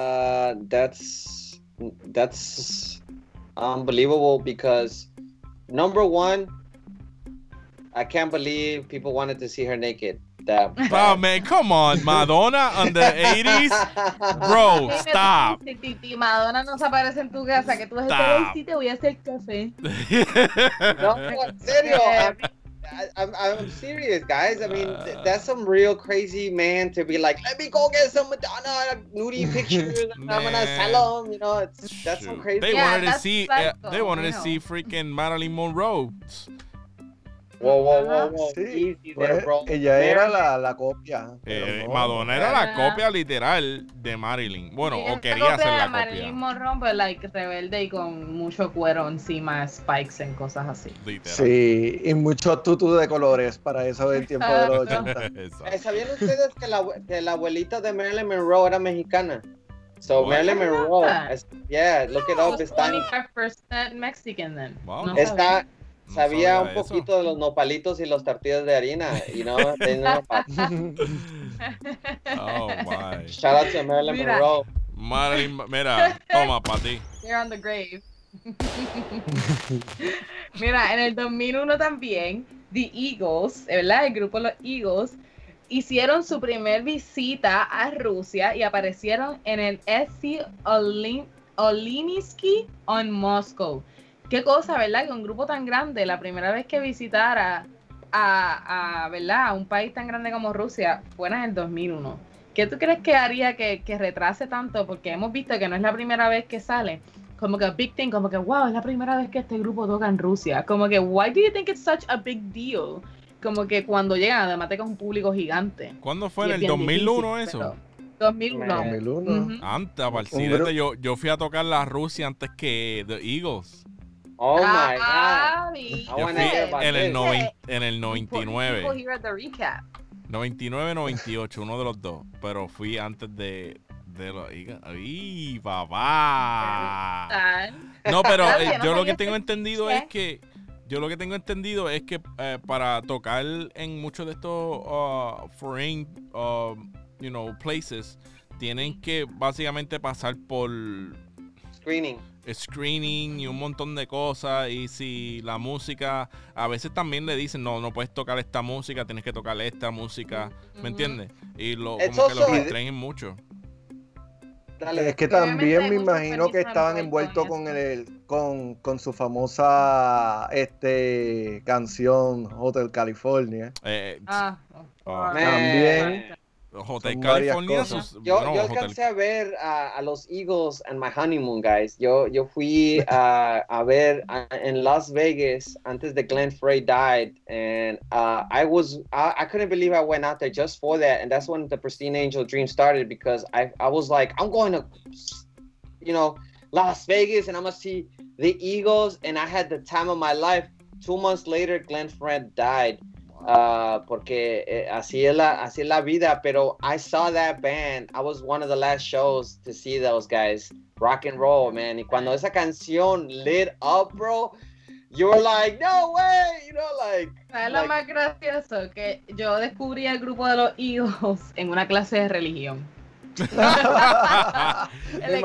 that's unbelievable because number one, I can't believe people wanted to see her naked. Oh man, come on, Madonna on the 80s, bro, stop. Si Madonna no se aparece en tu casa, que tú vas a decir, sí, te voy a hacer café. No, en serio. I'm serious, guys. I mean, that's some real crazy man to be like, let me go get some Madonna nudie pictures. And I'm gonna sell them. You know, that's some crazy. They wanted to see. They wanted to see freaking Marilyn Monroe. Whoa. Sí, Easy pues, there, bro. ella era la copia. No, Madonna era la copia literal de Marilyn. Bueno, o quería ser la copia. Marilyn Monroe, pero like rebelde y con mucho cuero encima, spikes en cosas así. Literal. Sí, y muchos tutus de colores para eso del tiempo de los 80. ¿Sabían ustedes que la abuelita de Marilyn Monroe era mexicana? So Marilyn Monroe, yeah, look it up. Está 25% Mexican then. Wow. No está sabía un eso. poquito de los nopalitos y los tortillas de harina, you know. Oh my. Shout out to Marilyn Monroe. Marilyn, mira, toma para ti. You're on the grave. Mira, en el 2001 también, The Eagles, ¿verdad? El grupo Los Eagles hicieron su primer visita a Rusia y aparecieron en el SC Olinsky en Moscow. Qué cosa, ¿verdad? Que un grupo tan grande, la primera vez que visitara ¿verdad? A un país tan grande como Rusia, fuera en el 2001. ¿Qué tú crees que haría que retrase tanto? Porque hemos visto que no es la primera vez que sale. Como que big thing, como que wow, es la primera vez que este grupo toca en Rusia. Como que why do you think it's such a big deal? Como que cuando llegan, además te con un público gigante. ¿Cuándo fue? ¿En el 2001 difícil, eso? 2001. Antes, Barcirete, yo fui a tocar la Rusia antes que The Eagles. Oh my God. Yo fui en el 99. 99-98, uno de los dos. Pero fui antes de los Eagles. ¡Ay, papá! No, pero yo lo que tengo entendido es que para tocar en muchos de estos foreign places tienen que básicamente pasar por screening y un montón de cosas. Y si la música, a veces también le dicen no puedes tocar esta música, tienes que tocar esta música, ¿me entiendes? Y como que los restringen mucho. Es que también me imagino que estaban envueltos con su famosa canción Hotel California. También Hotel California. Yo alcancé a ver a los Eagles en my honeymoon, guys. Yo fui a ver en Las Vegas antes de Glenn Frey died, and I couldn't believe I went out there just for that, and that's when the Pristine Angel dream started, because I was like, I'm going to Las Vegas and I'm gonna see the Eagles, and I had the time of my life. 2 months later, Glenn Frey died. Porque así es la vida, pero I saw that band. I was one of the last shows to see those guys rock and roll, man. Y cuando esa canción lit up, bro, you were like, no way, ¿Sabes lo más gracioso? Que yo descubrí el grupo de los Eagles en una clase de religión. La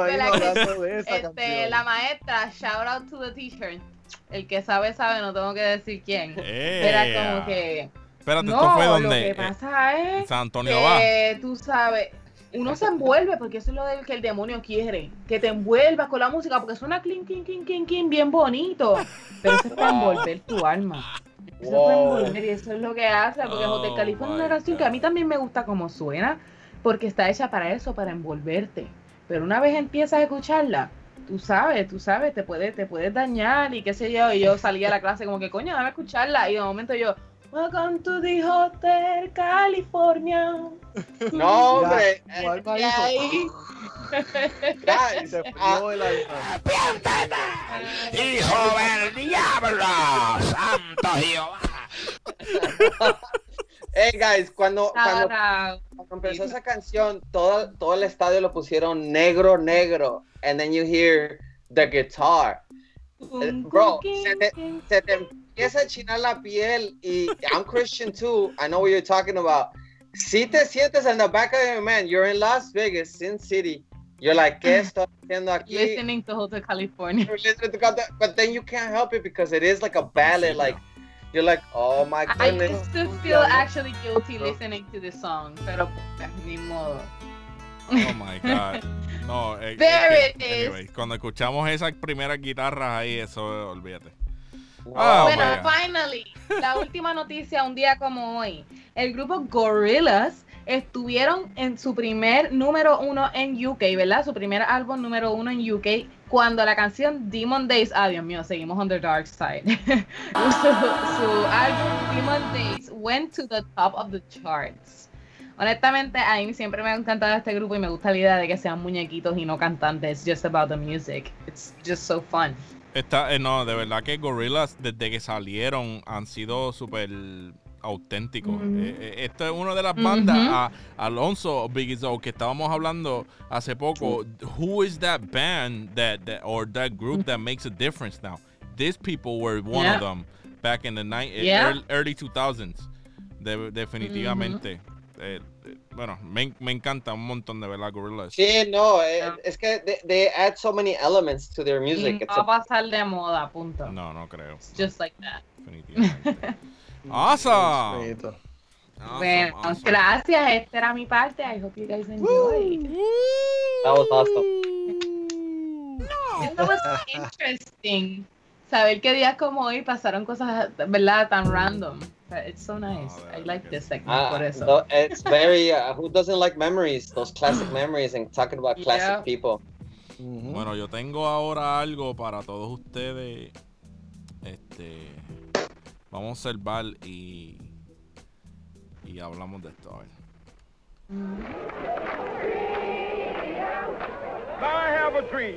maestra, shout out to the teacher. El que sabe, no tengo que decir quién. Era como que... Espérate, ¿esto fue donde? Lo que pasa es San Antonio que tú sabes, uno se envuelve porque eso es lo que el demonio quiere. Que te envuelvas con la música porque suena clink, clink, clink, clink, clink, bien bonito. Pero eso es para envolver tu alma. Eso es para envolver, y eso es lo que hace. Porque Hotel California es una canción que a mí también me gusta como suena. Porque está hecha para eso, para envolverte. Pero una vez empiezas a escucharla, tú sabes, te puedes dañar y qué sé yo. Y yo salí a la clase como que, coño, dame a escucharla. Y de momento yo, welcome to the Hotel California. No, hombre. ¡Hijo del diablo! ¡Santo Jehová! Hey guys, cuando empezó esa canción, todo el estadio lo pusieron negro, and then you hear the guitar. Bro, se te empieza a chinar la piel, y I'm Christian too, I know what you're talking about. Si te sientes in the back of your mind, you're in Las Vegas, Sin City, you're like, ¿qué estoy haciendo aquí? Listening to Hotel California. But then you can't help it because it is like a ballad, like, you're like, oh my goodness. I used to feel actually guilty listening to this song, pero ni modo. Oh my God. No, There it is. Anyway, cuando escuchamos esas primeras guitarras ahí, eso, olvídate. Bueno, finally, la última noticia, un día como hoy. El grupo Gorillaz estuvieron en su primer número 1 en UK, ¿verdad? Su primer álbum número 1 en UK, cuando la canción Demon Days, Dios mío, seguimos on the dark side. su álbum Demon Days went to the top of the charts. Honestamente, a mí siempre me ha encantado este grupo y me gusta la idea de que sean muñequitos y no cantantes. Just about the music. It's just so fun. No, de verdad que Gorillaz, desde que salieron, han sido súper auténticos. Esto es una de las bandas, Alonso, Biggie Zoe, que estábamos hablando hace poco. Who is that band or that group that makes a difference now? These people were one of them back in the early 2000s. Definitivamente. Bueno, me encanta un montón de verdad Gorillaz. Sí, no, es que they add so many elements to their music. No va a pasar de moda, punto. No creo. It's just like that. Definitivamente. Awesome. Bueno, gracias. Esta era mi parte. I hope you guys enjoyed. That was awesome. It was interesting. Saber que días como hoy pasaron cosas, ¿verdad? Tan random. It's so nice. I like this segment por eso. It's very, who doesn't like memories? Those classic memories and talking about classic people. Bueno, yo tengo ahora algo para todos ustedes. Vamos a observar y hablamos de esto. A ver. I have a dream.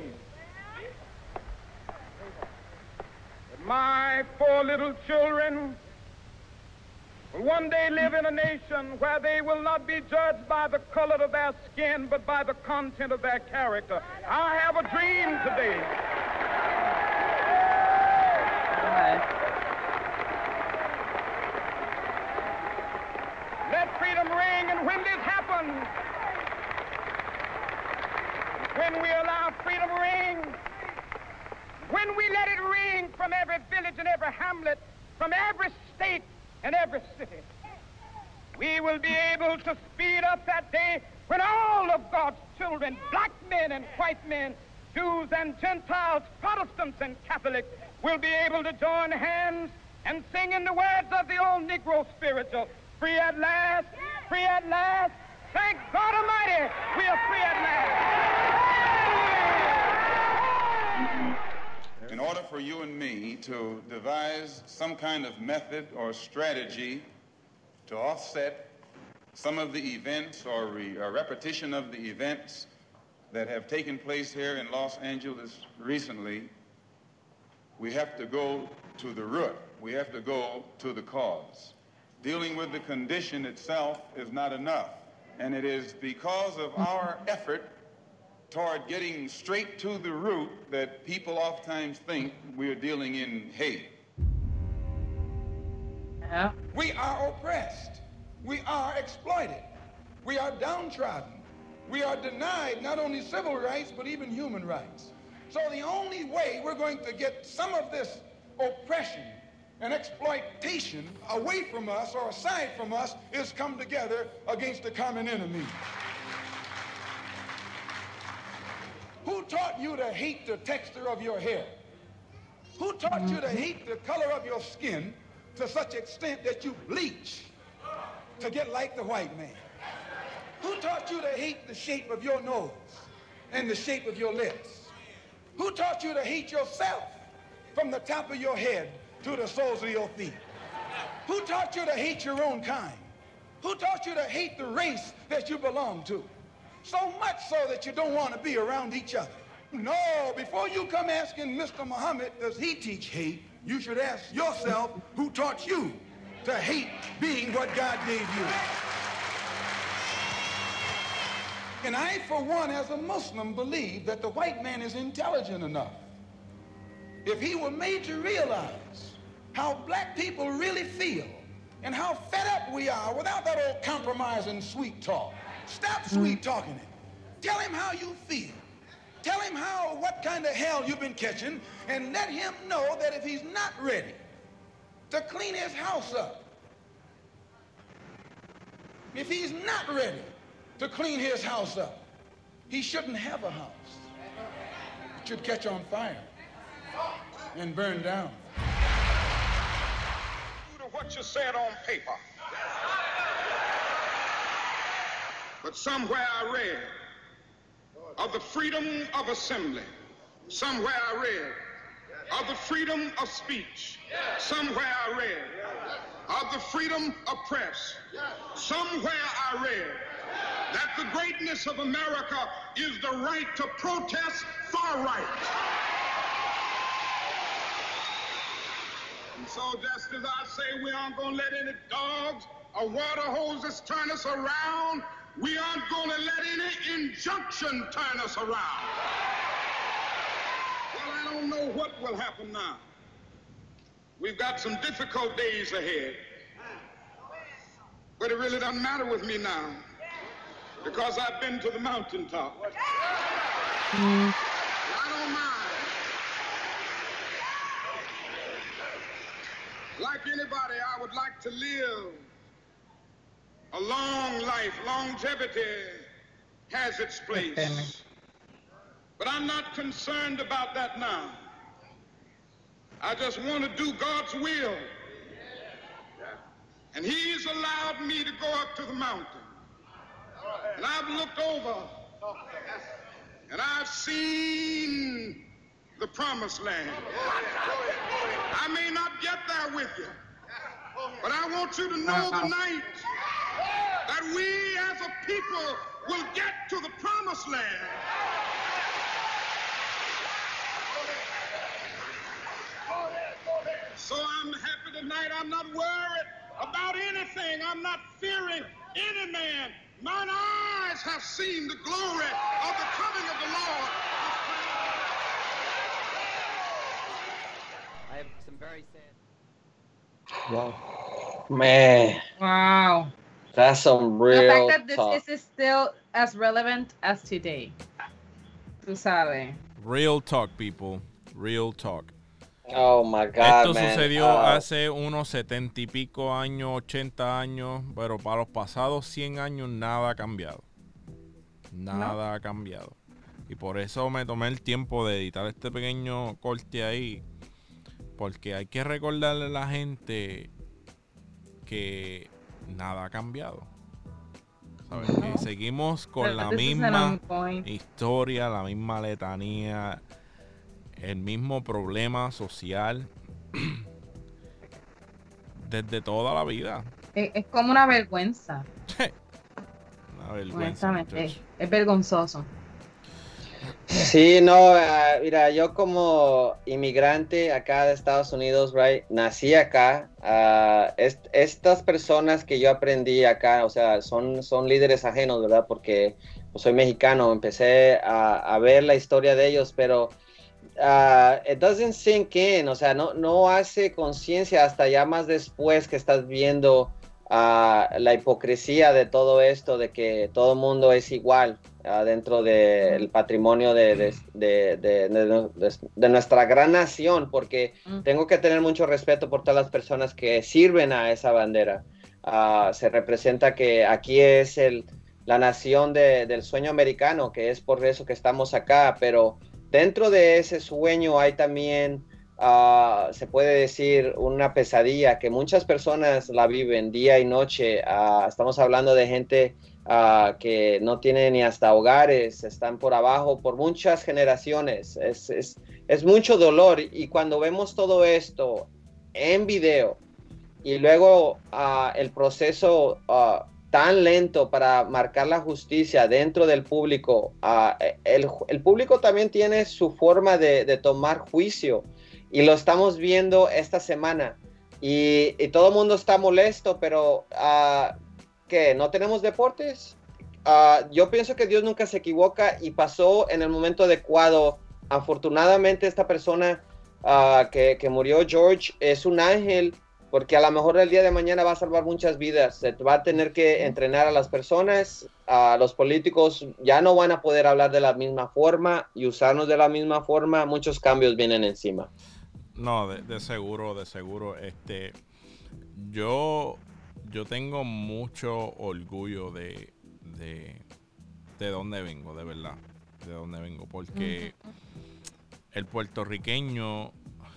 My 4 little children will one day live in a nation where they will not be judged by the color of their skin, but by the content of their character. I have a dream today. Let freedom ring, and when this happens, when we allow freedom to ring, when we let it ring from every village and every hamlet, from every state and every city, we will be able to speed up that day when all of God's children, black men and white men, Jews and Gentiles, Protestants and Catholics, will be able to join hands and sing in the words of the old Negro spiritual, free at last, thank God Almighty, we are free at last. In order for you and me to devise some kind of method or strategy to offset some of the events or a repetition of the events that have taken place here in Los Angeles recently, we have to go to the root. We have to go to the cause. Dealing with the condition itself is not enough. And it is because of our effort toward getting straight to the root that people oftentimes think we're dealing in hate. Yeah. We are oppressed. We are exploited. We are downtrodden. We are denied not only civil rights, but even human rights. So the only way we're going to get some of this oppression and exploitation away from us or aside from us is come together against the common enemy. Who taught you to hate the texture of your hair? Who taught you to hate the color of your skin to such extent that you bleach to get like the white man? Who taught you to hate the shape of your nose and the shape of your lips? Who taught you to hate yourself from the top of your head to the soles of your feet? Who taught you to hate your own kind? Who taught you to hate the race that you belong to? So much so that you don't want to be around each other. No, before you come asking Mr. Muhammad, does he teach hate, you should ask yourself, who taught you to hate being what God gave you. And I, for one, as a Muslim, believe that the white man is intelligent enough. If he were made to realize how black people really feel and how fed up we are without that old compromise and sweet talk. Stop sweet talking it. Tell him how you feel. Tell him what kind of hell you've been catching, and let him know that if he's not ready to clean his house up, if he's not ready to clean his house up, he shouldn't have a house. It should catch on fire and burn down. To what you said on paper, but somewhere I read of the freedom of assembly. Somewhere I read of the freedom of speech. Somewhere I read of the freedom of press. Somewhere I read that the greatness of America is the right to protest far right. And so just as I say we aren't going to let any dogs or water hoses turn us around, we aren't going to let any injunction turn us around. Well, I don't know what will happen now. We've got some difficult days ahead. But it really doesn't matter with me now, because I've been to the mountaintop. I don't mind. Like anybody, I would like to live a long life. Longevity has its place. But I'm not concerned about that now. I just want to do God's will. And He's allowed me to go up to the mountain. And I've looked over and I've seen the promised land. I may not get there with you, but I want you to know tonight that we as a people will get to the promised land. So I'm happy tonight. I'm not worried about anything. I'm not fearing any man. Mine eyes have seen the glory of the coming of the Lord. I have some very sad. Wow. Man. Wow. That's some real The fact that talk. this is still as relevant as today. Tú sabes. Real talk, people. Real talk. Oh my God, Esto man. sucedió hace unos 70 y pico años, 80 años, pero para los pasados 100 años nada ha cambiado. Nada ha cambiado. Y por eso me tomé el tiempo de editar este pequeño corte ahí, porque hay que recordarle a la gente que nada ha cambiado. ¿Sabes? Que seguimos con la misma historia, la misma letanía, el mismo problema social desde toda la vida. Es como una vergüenza. Una vergüenza. Es vergonzoso. Sí, no, mira, yo como inmigrante acá de Estados Unidos, right, nací acá. Estas personas que yo aprendí acá, o sea, son líderes ajenos, ¿verdad? Porque pues, soy mexicano, empecé a ver la historia de ellos, pero it doesn't sink in, o sea, no hace conciencia hasta ya más después que estás viendo la hipocresía de todo esto, de que todo el mundo es igual dentro del patrimonio de nuestra gran nación, porque tengo que tener mucho respeto por todas las personas que sirven a esa bandera. Se representa que aquí es la nación del sueño americano, que es por eso que estamos acá, pero dentro de ese sueño hay también, se puede decir, una pesadilla que muchas personas la viven día y noche. Estamos hablando de gente que no tiene ni hasta hogares, están por abajo por muchas generaciones. Es mucho dolor, y cuando vemos todo esto en video y luego el proceso tan lento para marcar la justicia dentro del público, el público también tiene su forma de tomar juicio, y lo estamos viendo esta semana. y todo el mundo está molesto, pero ¿qué? ¿No tenemos deportes? Yo pienso que Dios nunca se equivoca y pasó en el momento adecuado. Afortunadamente esta persona que murió, George, es un ángel, porque a lo mejor el día de mañana va a salvar muchas vidas. Se va a tener que entrenar a las personas, los políticos ya no van a poder hablar de la misma forma y usarnos de la misma forma. Muchos cambios vienen encima. No, de seguro, de seguro. Yo tengo mucho orgullo de dónde vengo, de verdad, de dónde vengo, porque el puertorriqueño,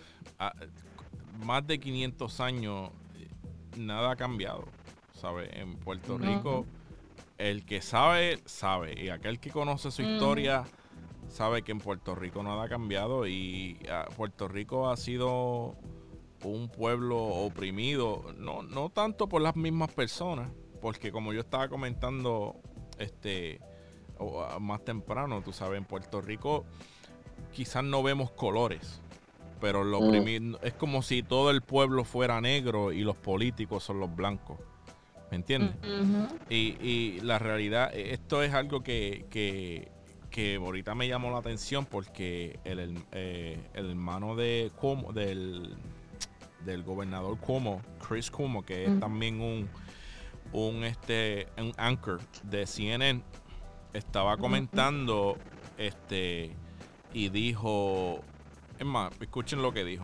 más de 500 años, nada ha cambiado, ¿sabes? En Puerto Rico, el que sabe, sabe, y aquel que conoce su historia, sabe que en Puerto Rico nada ha cambiado, y Puerto Rico ha sido un pueblo oprimido, no tanto por las mismas personas, porque como yo estaba comentando más temprano, tú sabes, en Puerto Rico quizás no vemos colores, pero lo oprimido es como si todo el pueblo fuera negro y los políticos son los blancos, ¿me entiendes? Y la realidad, esto es algo que ahorita me llamó la atención, porque el hermano de Cuomo, del gobernador Cuomo, Chris Cuomo, que es también un anchor de CNN, estaba comentando y dijo, es más, escuchen lo que dijo.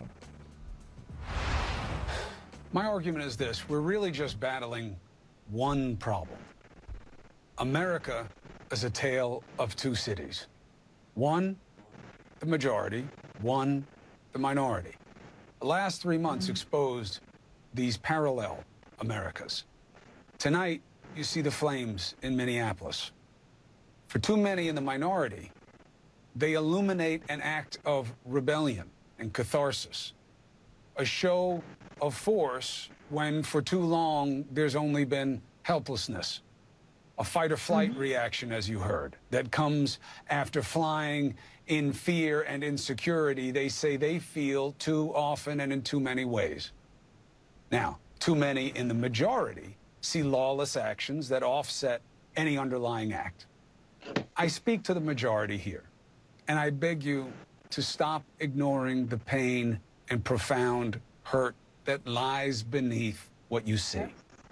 My argument is this: we're really just battling one problem. America is a tale of two cities. One, the majority; one, the minority. The last 3 months exposed these parallel Americas. Tonight, you see the flames in Minneapolis. For too many in the minority, they illuminate an act of rebellion and catharsis, a show of force when for too long there's only been helplessness, a fight-or-flight reaction, as you heard, that comes after flying in fear and insecurity they say they feel too often and in too many ways. Now, too many in the majority see lawless actions that offset any underlying act. I speak to the majority here, and I beg you to stop ignoring the pain and profound hurt that lies beneath what you see.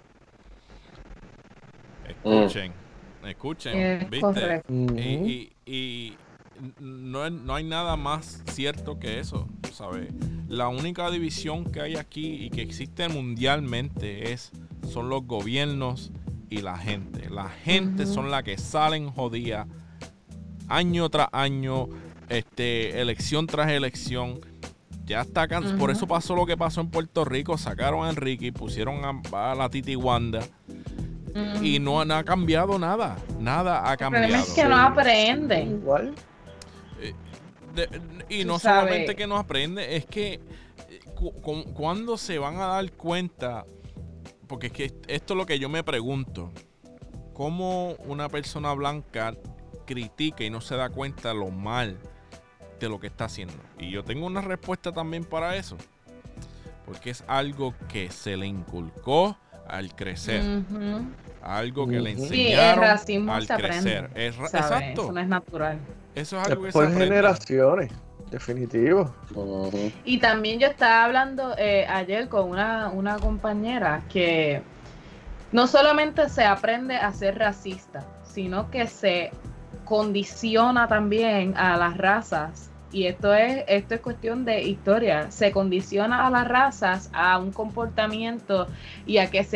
Escuchen, ¿viste? Y no hay nada más cierto que eso, ¿sabes? La única división que hay aquí y que existe mundialmente son los gobiernos y la gente. La gente son las que salen jodidas año tras año, elección tras elección. Ya está cansado. Por eso pasó lo que pasó en Puerto Rico. Sacaron a Enrique, pusieron a la Titi Wanda. Y no ha cambiado nada. Nada ha cambiado. El problema es que no aprenden. Igual. Y no solamente que no aprende, es que cuando se van a dar cuenta, porque es que esto es lo que yo me pregunto, ¿cómo una persona blanca critica y no se da cuenta lo mal de lo que está haciendo? Y yo tengo una respuesta también para eso, porque es algo que se le inculcó al crecer, algo que le enseñaron al crecer. Exacto. Eso no es natural. Eso es algo que por se aprende. generaciones, definitivo. Y también yo estaba hablando ayer con una compañera que no solamente se aprende a ser racista, sino que se condiciona también a las razas. Y esto es cuestión de historia. Se condiciona a las razas a un comportamiento y a que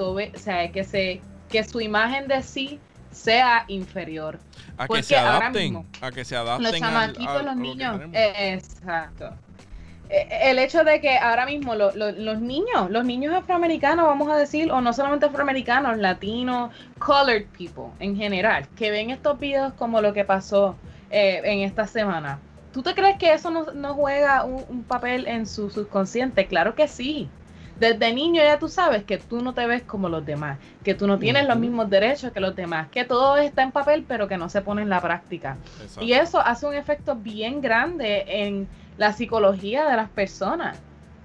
que su imagen de sí sea inferior. Que se adapten. A que se adapten. Los chamaquitos, los niños. Exacto. El hecho de que ahora mismo los niños afroamericanos, vamos a decir, o no solamente afroamericanos, latinos, colored people en general, que ven estos videos como lo que pasó en esta semana. ¿Tú te crees que eso no juega un papel en su subconsciente? Claro que sí. Desde niño ya tú sabes que tú no te ves como los demás, que tú no tienes los mismos derechos que los demás, que todo está en papel pero que no se pone en la práctica. Exacto. Y eso hace un efecto bien grande en la psicología de las personas.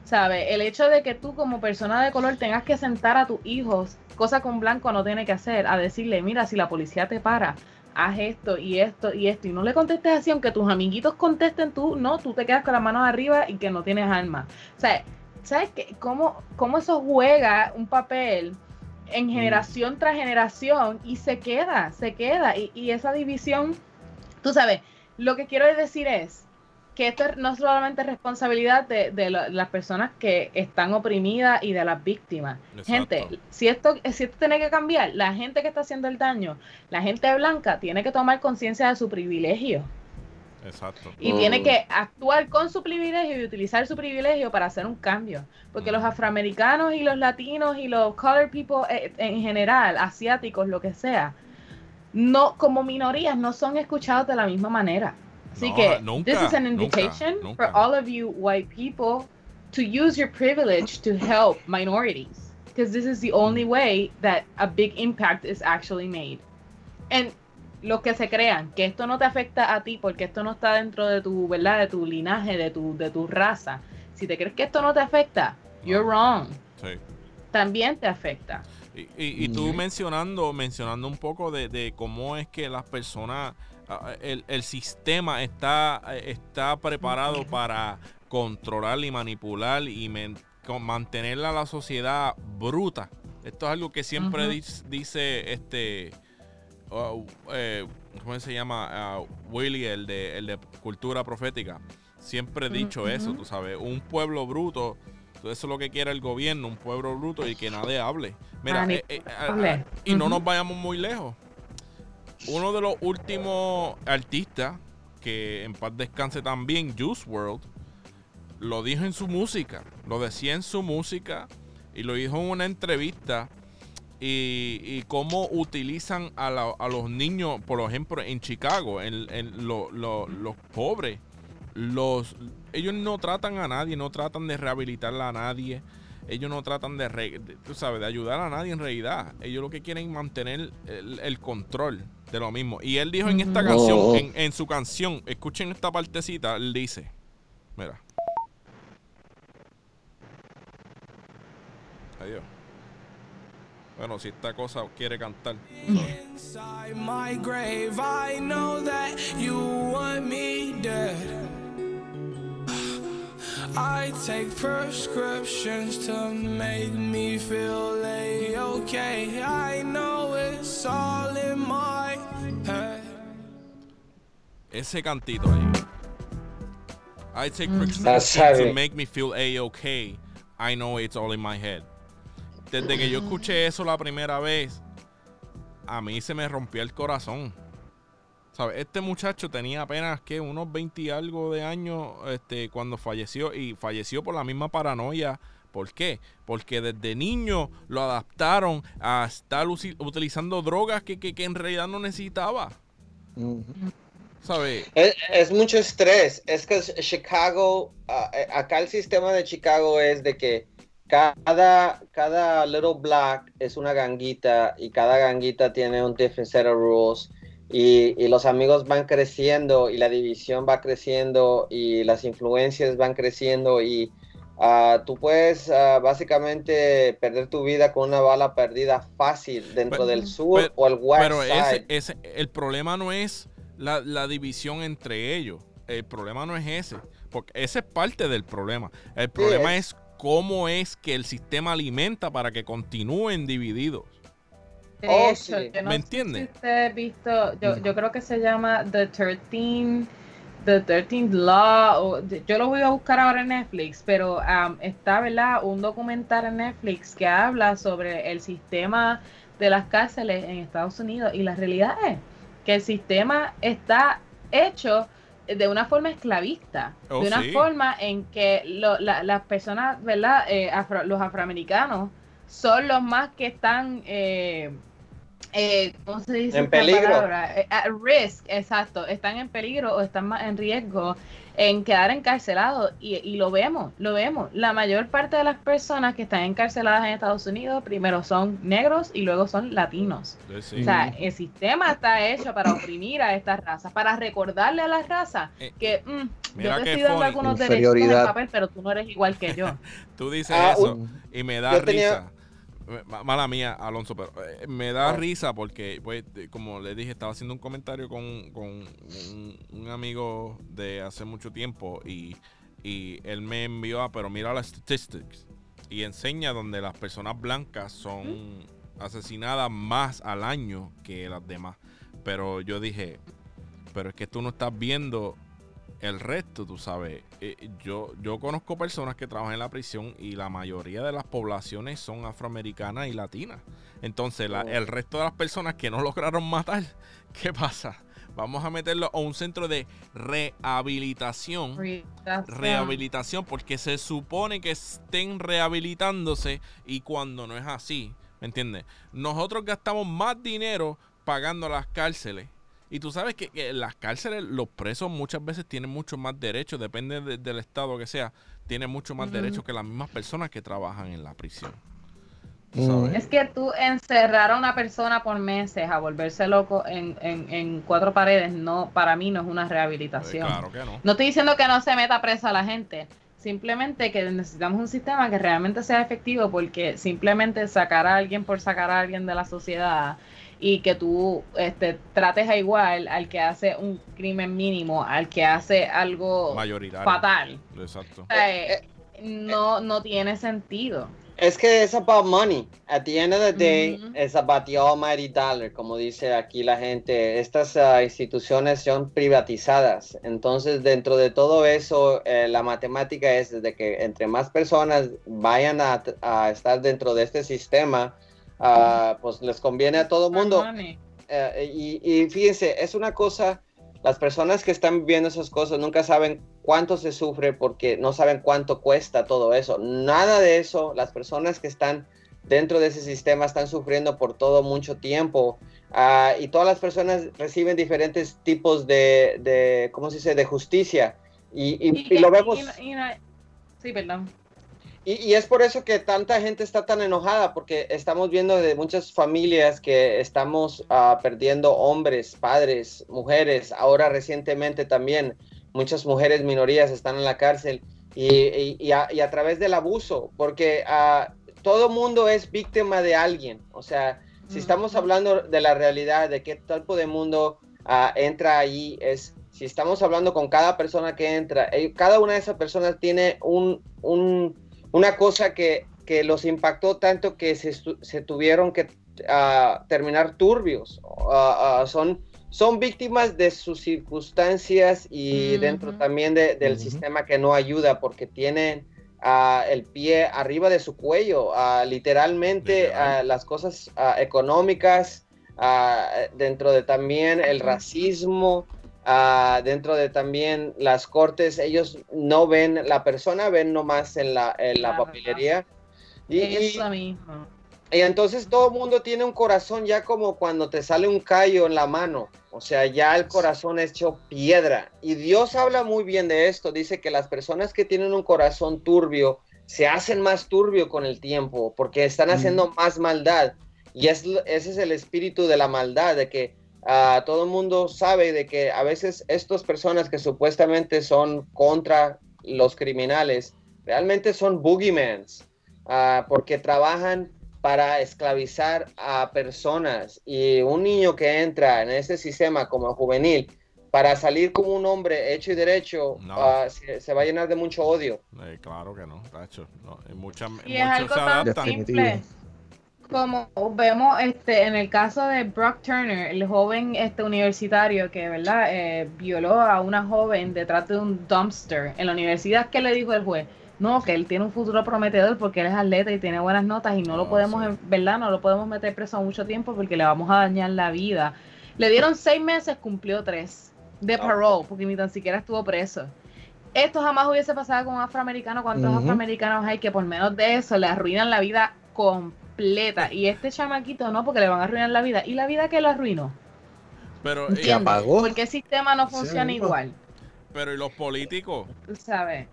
¿sabes? El hecho de que tú como persona de color tengas que sentar a tus hijos, cosa que un blanco no tiene que hacer, a decirle, mira, si la policía te para, haz esto y esto y esto, y no le contestes así, aunque tus amiguitos contesten, tú te quedas con las manos arriba y que no tienes armas. O sea, ¿sabes qué? ¿Cómo eso juega un papel en generación tras generación y se queda? Y esa división, tú sabes, lo que quiero decir es que esto no es solamente responsabilidad de las personas que están oprimidas y de las víctimas. Exacto. Gente, si esto tiene que cambiar, la gente que está haciendo el daño, la gente blanca tiene que tomar conciencia de su privilegio. Exacto. Y tiene que actuar con su privilegio y utilizar su privilegio para hacer un cambio. Porque los afroamericanos y los latinos y los colored people en general, asiáticos, lo que sea, no, como minorías no son escuchados de la misma manera. Así que this is an invitation for all of you white people to use your privilege to help minorities, because this is the only way that a big impact is actually made. And los que se crean que esto no te afecta a ti porque esto no está dentro de tu, ¿verdad?, de tu linaje, de tu raza. Si te crees que esto no te afecta, you're wrong. Sí. También te afecta. Y tú mencionando un poco de cómo es que las personas, el sistema está preparado para controlar y manipular y mantener a la sociedad bruta. Esto es algo que siempre dice ¿cómo se llama? Willy, el de Cultura Profética. Siempre he dicho eso, tú sabes, un pueblo bruto. Eso es lo que quiere el gobierno, un pueblo bruto y que nadie hable. Mira, y no nos vayamos muy lejos. Uno de los últimos artistas, que en paz descanse también, Juice WRLD, lo dijo en su música, lo decía en su música y lo dijo en una entrevista. Y cómo utilizan a los niños, por ejemplo, en Chicago, los pobres. Ellos no tratan a nadie, no tratan de rehabilitar a nadie. Ellos no tratan de ayudar a nadie en realidad. Ellos lo que quieren es mantener el control de lo mismo. Y él dijo en esta canción, en su canción, escuchen esta partecita, él dice, mira. Adiós. Bueno, si esta cosa quiere cantar. Inside my grave, I know that you want me dead. I take prescriptions to make me feel okay. I know it's all in my head. Ese cantito ahí. I take prescriptions to make me feel okay. I know it's all in my head. Desde que yo escuché eso la primera vez, a mí se me rompió el corazón. ¿Sabes? Este muchacho tenía apenas unos 20 y algo de años cuando falleció, y falleció por la misma paranoia. ¿Por qué? Porque desde niño lo adaptaron a estar utilizando drogas que en realidad no necesitaba. ¿Sabes? Es mucho estrés. Es que Chicago, acá el sistema de Chicago es de que cada little black es una ganguita y cada ganguita tiene un different set of rules y los amigos van creciendo y la división va creciendo y las influencias van creciendo y tú puedes básicamente perder tu vida con una bala perdida fácil dentro del sur o el west side. Pero el problema no es la división entre ellos. El problema no es ese, porque ese es parte del problema. El problema es cómo es que el sistema alimenta para que continúen divididos. De hecho, yo no ¿me sé entiendes? Si usted ha visto, yo creo que se llama The 13th Law, yo lo voy a buscar ahora en Netflix, pero está, ¿verdad?, un documental en Netflix que habla sobre el sistema de las cárceles en Estados Unidos, y la realidad es que el sistema está hecho de una forma esclavista, de una forma en que las personas, ¿verdad?, los afroamericanos son los más que están ¿cómo se dice? En peligro. At risk, exacto, están en peligro o están más en riesgo, en quedar encarcelados y lo vemos. La mayor parte de las personas que están encarceladas en Estados Unidos primero son negros y luego son latinos. Sí. O sea, el sistema está hecho para oprimir a estas razas, para recordarle a las razas que yo te estoy dando algunos derechos en el papel, pero tú no eres igual que yo. Tú dices eso y me da risa. Mala mía, Alonso, pero me da risa porque, pues, como le dije, estaba haciendo un comentario con un amigo de hace mucho tiempo y él me envió pero mira las statistics y enseña donde las personas blancas son asesinadas más al año que las demás. Pero yo dije, pero es que tú no estás viendo el resto, tú sabes. Yo conozco personas que trabajan en la prisión y la mayoría de las poblaciones son afroamericanas y latinas. Entonces, el resto de las personas que no lograron matar, ¿qué pasa? Vamos a meterlo a un centro de rehabilitación. Rehabilitación, porque se supone que estén rehabilitándose y cuando no es así, ¿me entiendes? Nosotros gastamos más dinero pagando las cárceles. Y tú sabes que en las cárceles los presos muchas veces tienen mucho más derechos, depende del estado que sea, tienen mucho más derechos que las mismas personas que trabajan en la prisión. ¿Sabes? Es que tú encerrar a una persona por meses a volverse loco en cuatro paredes, no, para mí no es una rehabilitación. Claro que no. No estoy diciendo que no se meta presa a la gente, simplemente que necesitamos un sistema que realmente sea efectivo, porque simplemente sacar a alguien por sacar a alguien de la sociedad y que tú trates a igual al que hace un crimen mínimo, al que hace algo fatal. Exacto. No tiene sentido. Es que es about money. At the end of the day, it's about the almighty dollar, como dice aquí la gente. Estas instituciones son privatizadas. Entonces, dentro de todo eso, la matemática es de que entre más personas vayan a estar dentro de este sistema, pues les conviene a todo el mundo. Y fíjense, es una cosa, las personas que están viviendo esas cosas nunca saben cuánto se sufre porque no saben cuánto cuesta todo eso. Nada de eso, las personas que están dentro de ese sistema están sufriendo por todo mucho tiempo. Y todas las personas reciben diferentes tipos de ¿cómo se dice?, de justicia. Y lo vemos. Sí, perdón. Y es por eso que tanta gente está tan enojada, porque estamos viendo de muchas familias que estamos perdiendo hombres, padres, mujeres. Ahora recientemente también muchas mujeres minorías están en la cárcel y a través del abuso, porque todo mundo es víctima de alguien. O sea, si estamos hablando de la realidad, de qué tipo de mundo entra ahí, si estamos hablando con cada persona que entra, cada una de esas personas tiene una cosa que los impactó tanto que se tuvieron que terminar turbios. Son víctimas de sus circunstancias y dentro también del sistema que no ayuda, porque tienen el pie arriba de su cuello, literalmente las cosas económicas, dentro de también el racismo, dentro de también las cortes. Ellos no ven la persona, ven nomás en la papelería. Eso mismo. Y entonces todo el mundo tiene un corazón ya como cuando te sale un callo en la mano. O sea, ya el corazón es hecho piedra. Y Dios habla muy bien de esto. Dice que las personas que tienen un corazón turbio se hacen más turbio con el tiempo porque están haciendo más maldad. Y ese es el espíritu de la maldad, de que todo el mundo sabe de que a veces estas personas que supuestamente son contra los criminales realmente son boogeymans, porque trabajan para esclavizar a personas. Y un niño que entra en ese sistema como juvenil para salir como un hombre hecho y derecho, se va a llenar de mucho odio. Claro que no, Tacho. No, y es algo tan simple como vemos en el caso de Brock Turner, el joven universitario que, ¿verdad?, violó a una joven detrás de un dumpster en la universidad. ¿Qué le dijo el juez? No, que él tiene un futuro prometedor porque él es atleta y tiene buenas notas y no lo podemos, ¿verdad?, no lo podemos meter preso mucho tiempo porque le vamos a dañar la vida. Le dieron 6 meses, cumplió 3 de parole porque ni tan siquiera estuvo preso. Esto jamás hubiese pasado con un afroamericano. ¿Cuántos afroamericanos hay que por menos de eso le arruinan la vida completa? Y este chamaquito no, porque le van a arruinar la vida. ¿Y la vida que lo arruinó? Pero ¿qué apagó? Porque el sistema no funciona igual. Pero ¿y los políticos? Tú sabes.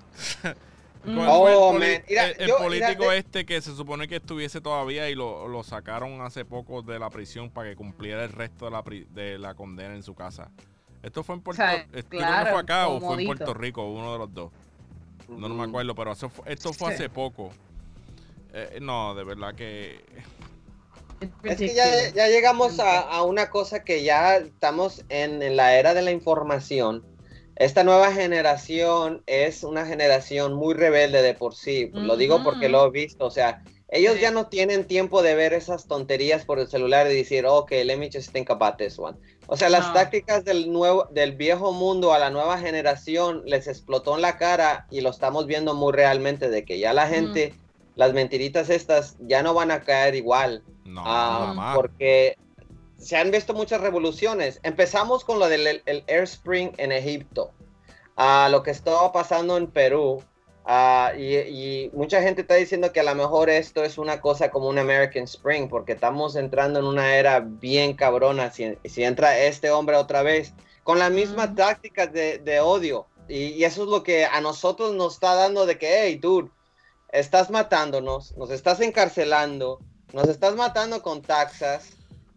El político este que se supone que estuviese todavía y lo sacaron hace poco de la prisión para que cumpliera el resto de la condena en su casa. ¿Esto fue en Puerto Rico? Creo que fue acá o fue en Puerto Rico, uno de los dos. No me acuerdo, pero esto fue hace poco. No, de verdad que... Es que ya llegamos a una cosa que ya estamos en la era de la información. Esta nueva generación es una generación muy rebelde de por sí. Lo digo porque lo he visto. O sea, ellos ya no tienen tiempo de ver esas tonterías por el celular y decir, okay, let me just think about this one. O sea, las tácticas del viejo mundo a la nueva generación les explotó en la cara y lo estamos viendo muy realmente de que ya la gente, las mentiritas estas ya no van a caer igual. Porque se han visto muchas revoluciones. Empezamos con lo del el Air Spring en Egipto, lo que estaba pasando en Perú, y mucha gente está diciendo que a lo mejor esto es una cosa como un American Spring, porque estamos entrando en una era bien cabrona si entra este hombre otra vez con las mismas tácticas de odio, y eso es lo que a nosotros nos está dando de que, hey, dude, estás matándonos, nos estás encarcelando, nos estás matando con taxas.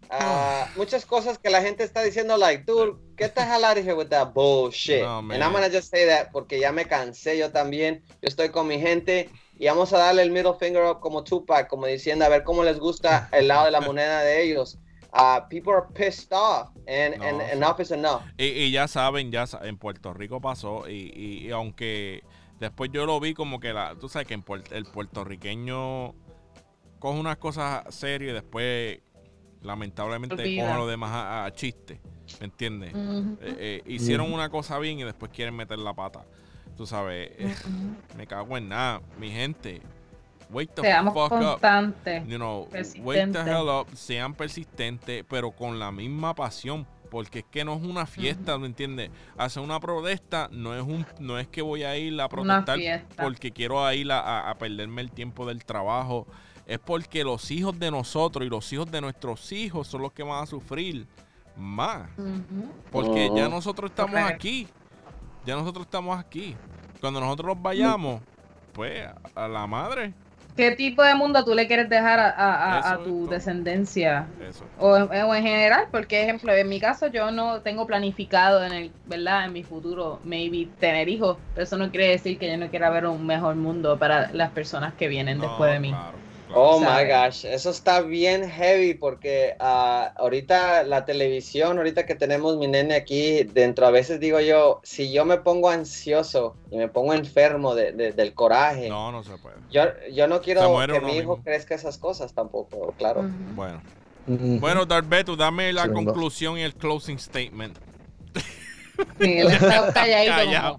Muchas cosas que la gente está diciendo, like, dude, get the hell out of here with that bullshit. And I'm gonna just say that porque ya me cansé yo también. Yo estoy con mi gente y vamos a darle el middle finger up como Tupac, como diciendo a ver cómo les gusta el lado de la moneda de ellos. People are pissed off and enough is enough. Y ya saben, en Puerto Rico pasó y aunque después yo lo vi como que tú sabes que el puertorriqueño coge unas cosas serias y después lamentablemente cogen lo demás a chiste, ¿me entiendes? Hicieron una cosa bien y después quieren meter la pata, tú sabes. Me cago en nada, mi gente. Wake the fuck constantes, up, you know, wake the hell up, sean persistentes, pero con la misma pasión, porque es que no es una fiesta, ¿me entiendes? Hacer una protesta no es que voy a ir a protestar porque quiero ir a perderme el tiempo del trabajo. Es porque los hijos de nosotros y los hijos de nuestros hijos son los que van a sufrir más. Porque ya nosotros estamos aquí. Ya nosotros estamos aquí. Cuando nosotros nos vayamos, pues, a la madre. ¿Qué tipo de mundo tú le quieres dejar a tu descendencia? O en general, porque, ejemplo, en mi caso yo no tengo planificado ¿verdad? En mi futuro, maybe, tener hijos. Pero eso no quiere decir que yo no quiera ver un mejor mundo para las personas que vienen después de mí. Claro. Oh my gosh, eso está bien heavy porque ahorita la televisión, ahorita que tenemos mi nene aquí dentro, a veces digo yo, si yo me pongo ansioso y me pongo enfermo del coraje, no se puede. Yo no quiero que mi hijo crezca esas cosas tampoco, claro. Bueno, Darbeto, dame la conclusión y el closing statement. Sí, él está calladito.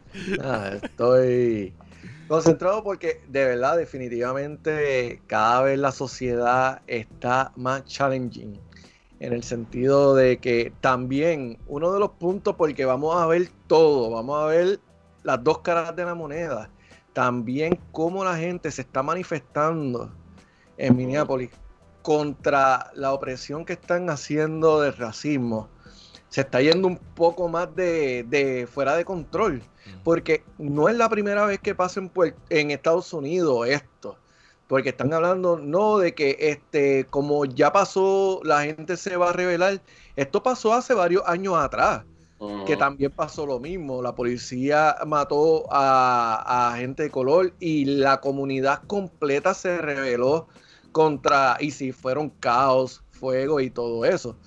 Estoy concentrado porque de verdad, definitivamente, cada vez la sociedad está más challenging, en el sentido de que también uno de los puntos, porque vamos a ver todo, vamos a ver las dos caras de la moneda, también cómo la gente se está manifestando en Minneapolis contra la opresión que están haciendo del racismo. Se está yendo un poco más de fuera de control, porque no es la primera vez que pasa en Estados Unidos esto, porque están hablando no de que como ya pasó, la gente se va a rebelar. Esto pasó hace varios años atrás, que también pasó lo mismo. La policía mató a gente de color y la comunidad completa se rebeló contra, y si fueron caos, fuego y todo eso.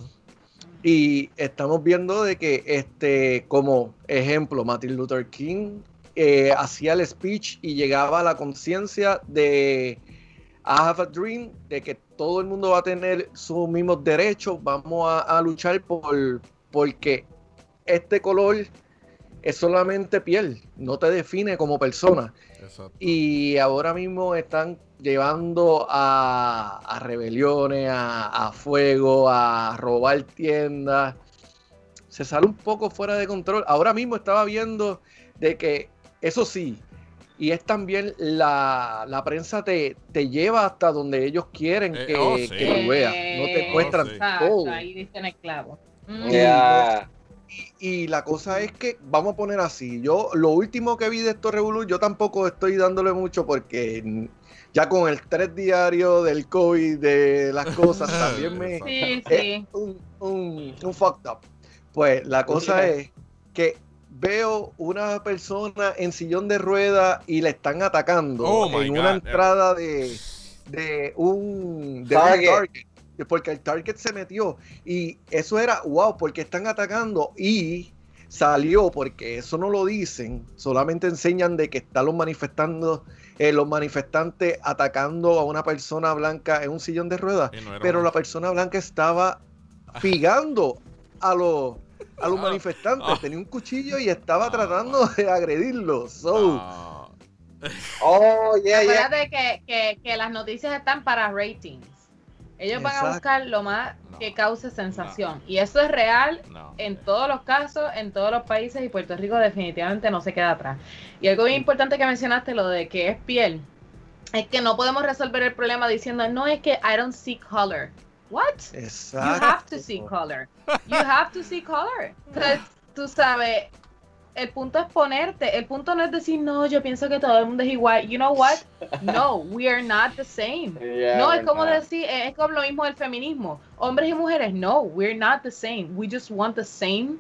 Y estamos viendo de que, como ejemplo, Martin Luther King hacía el speech y llegaba a la conciencia de I have a dream, de que todo el mundo va a tener sus mismos derechos, vamos a luchar porque este color es solamente piel, no te define como persona. Exacto. Y ahora mismo están llevando a rebeliones, a fuego, a robar tiendas. Se sale un poco fuera de control. Ahora mismo estaba viendo de que, eso sí, y es también la prensa te lleva hasta donde ellos quieren que lo veas. No te muestran todo. Ahí dicen el clavo. Y la cosa es que, vamos a poner así, yo lo último que vi de estos revolú, yo tampoco estoy dándole mucho porque ya con el 3 diario del COVID, de las cosas, también me es un fucked up. Pues la cosa es que veo una persona en sillón de ruedas y le están atacando en una entrada de un Target. Porque el Target se metió y eso era wow, porque están atacando y salió, porque eso no lo dicen, solamente enseñan de que están los manifestantes atacando a una persona blanca en un sillón de ruedas, pero la persona blanca estaba pigando a los manifestantes, tenía un cuchillo y estaba tratando de agredirlos. Acuérdate que las noticias están para ratings. Ellos van a buscar lo más que cause sensación. Y eso es real en todos los casos, en todos los países, y Puerto Rico definitivamente no se queda atrás. Y algo bien importante que mencionaste, lo de que es piel, es que no podemos resolver el problema diciendo, no, es que I don't see color. What? Exacto. You have to see color. You have to see color. Entonces, tú sabes, el punto es ponerte. El punto no es decir, no, yo pienso que todo el mundo es igual. You know what? No, we are not the same. No, es como decir, es como lo mismo del feminismo. Hombres y mujeres, no, we're not the same. We just want the same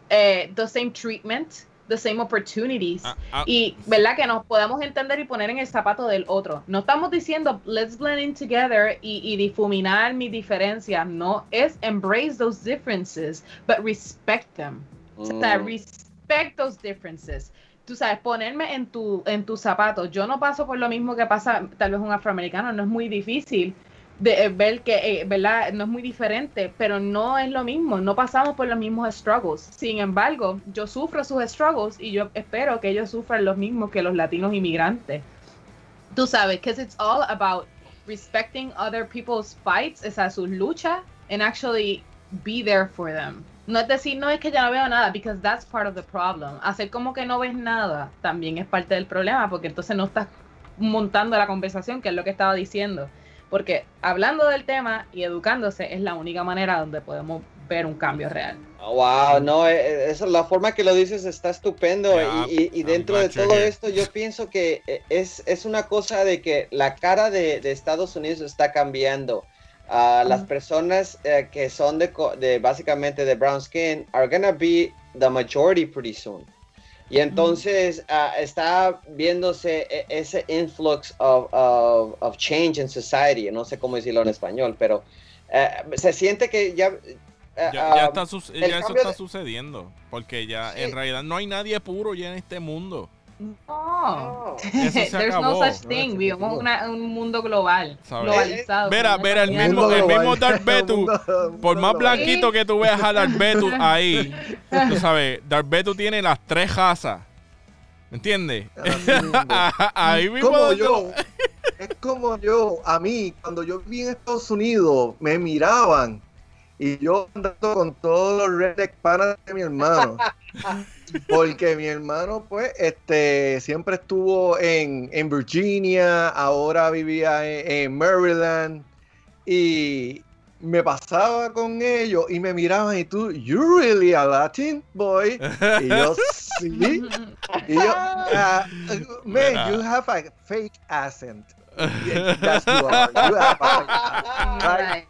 treatment, the same opportunities. Y, ¿verdad? Que nos podamos entender y poner en el zapato del otro. No estamos diciendo, let's blend in together y difuminar mis diferencias. No, es embrace those differences, but respect them. O sea, respect those differences. Tú sabes, ponerme en tu zapato. Yo no paso por lo mismo que pasa tal vez un afroamericano. No es muy difícil de ver que, ¿verdad? No es muy diferente, pero no es lo mismo. No pasamos por los mismos struggles. Sin embargo, yo sufro sus struggles y yo espero que ellos sufran los mismos que los latinos inmigrantes. Tú sabes, because it's all about respecting other people's fights, esa sus luchas, and actually be there for them. No es decir, no, es que ya no veo nada, because that's part of the problem. Hacer como que no ves nada también es parte del problema, porque entonces no estás montando la conversación, que es lo que estaba diciendo. Porque hablando del tema y educándose es la única manera donde podemos ver un cambio real. Wow, no, eso, la forma que lo dices está estupendo. Y dentro de todo esto yo pienso que es una cosa de que la cara de Estados Unidos está cambiando. Las personas que son de básicamente de brown skin are gonna be the majority pretty soon. Y entonces está viéndose ese influx of change in society. No sé cómo decirlo en español, pero se siente que ya eso está sucediendo, porque ya en realidad no hay nadie puro ya en este mundo. No, there's no such thing. Vivimos un mundo globalizado. Mira, el mismo Darth Vader, por más blanquito que tú veas a Darth Vader ahí, tú sabes, Darth Vader tiene las 3 razas, ¿entiendes? Ahí mismo. Es como yo, a mí, cuando yo viví en Estados Unidos, me miraban y yo andando con todos los redneck panas de mi hermano. Porque mi hermano, pues, siempre estuvo en Virginia, ahora vivía en Maryland, y me pasaba con ellos y me miraban y tú, "You really a Latin boy?" Y yo, sí. Y yo, "Man, you have a fake accent." Yes, you are. You have a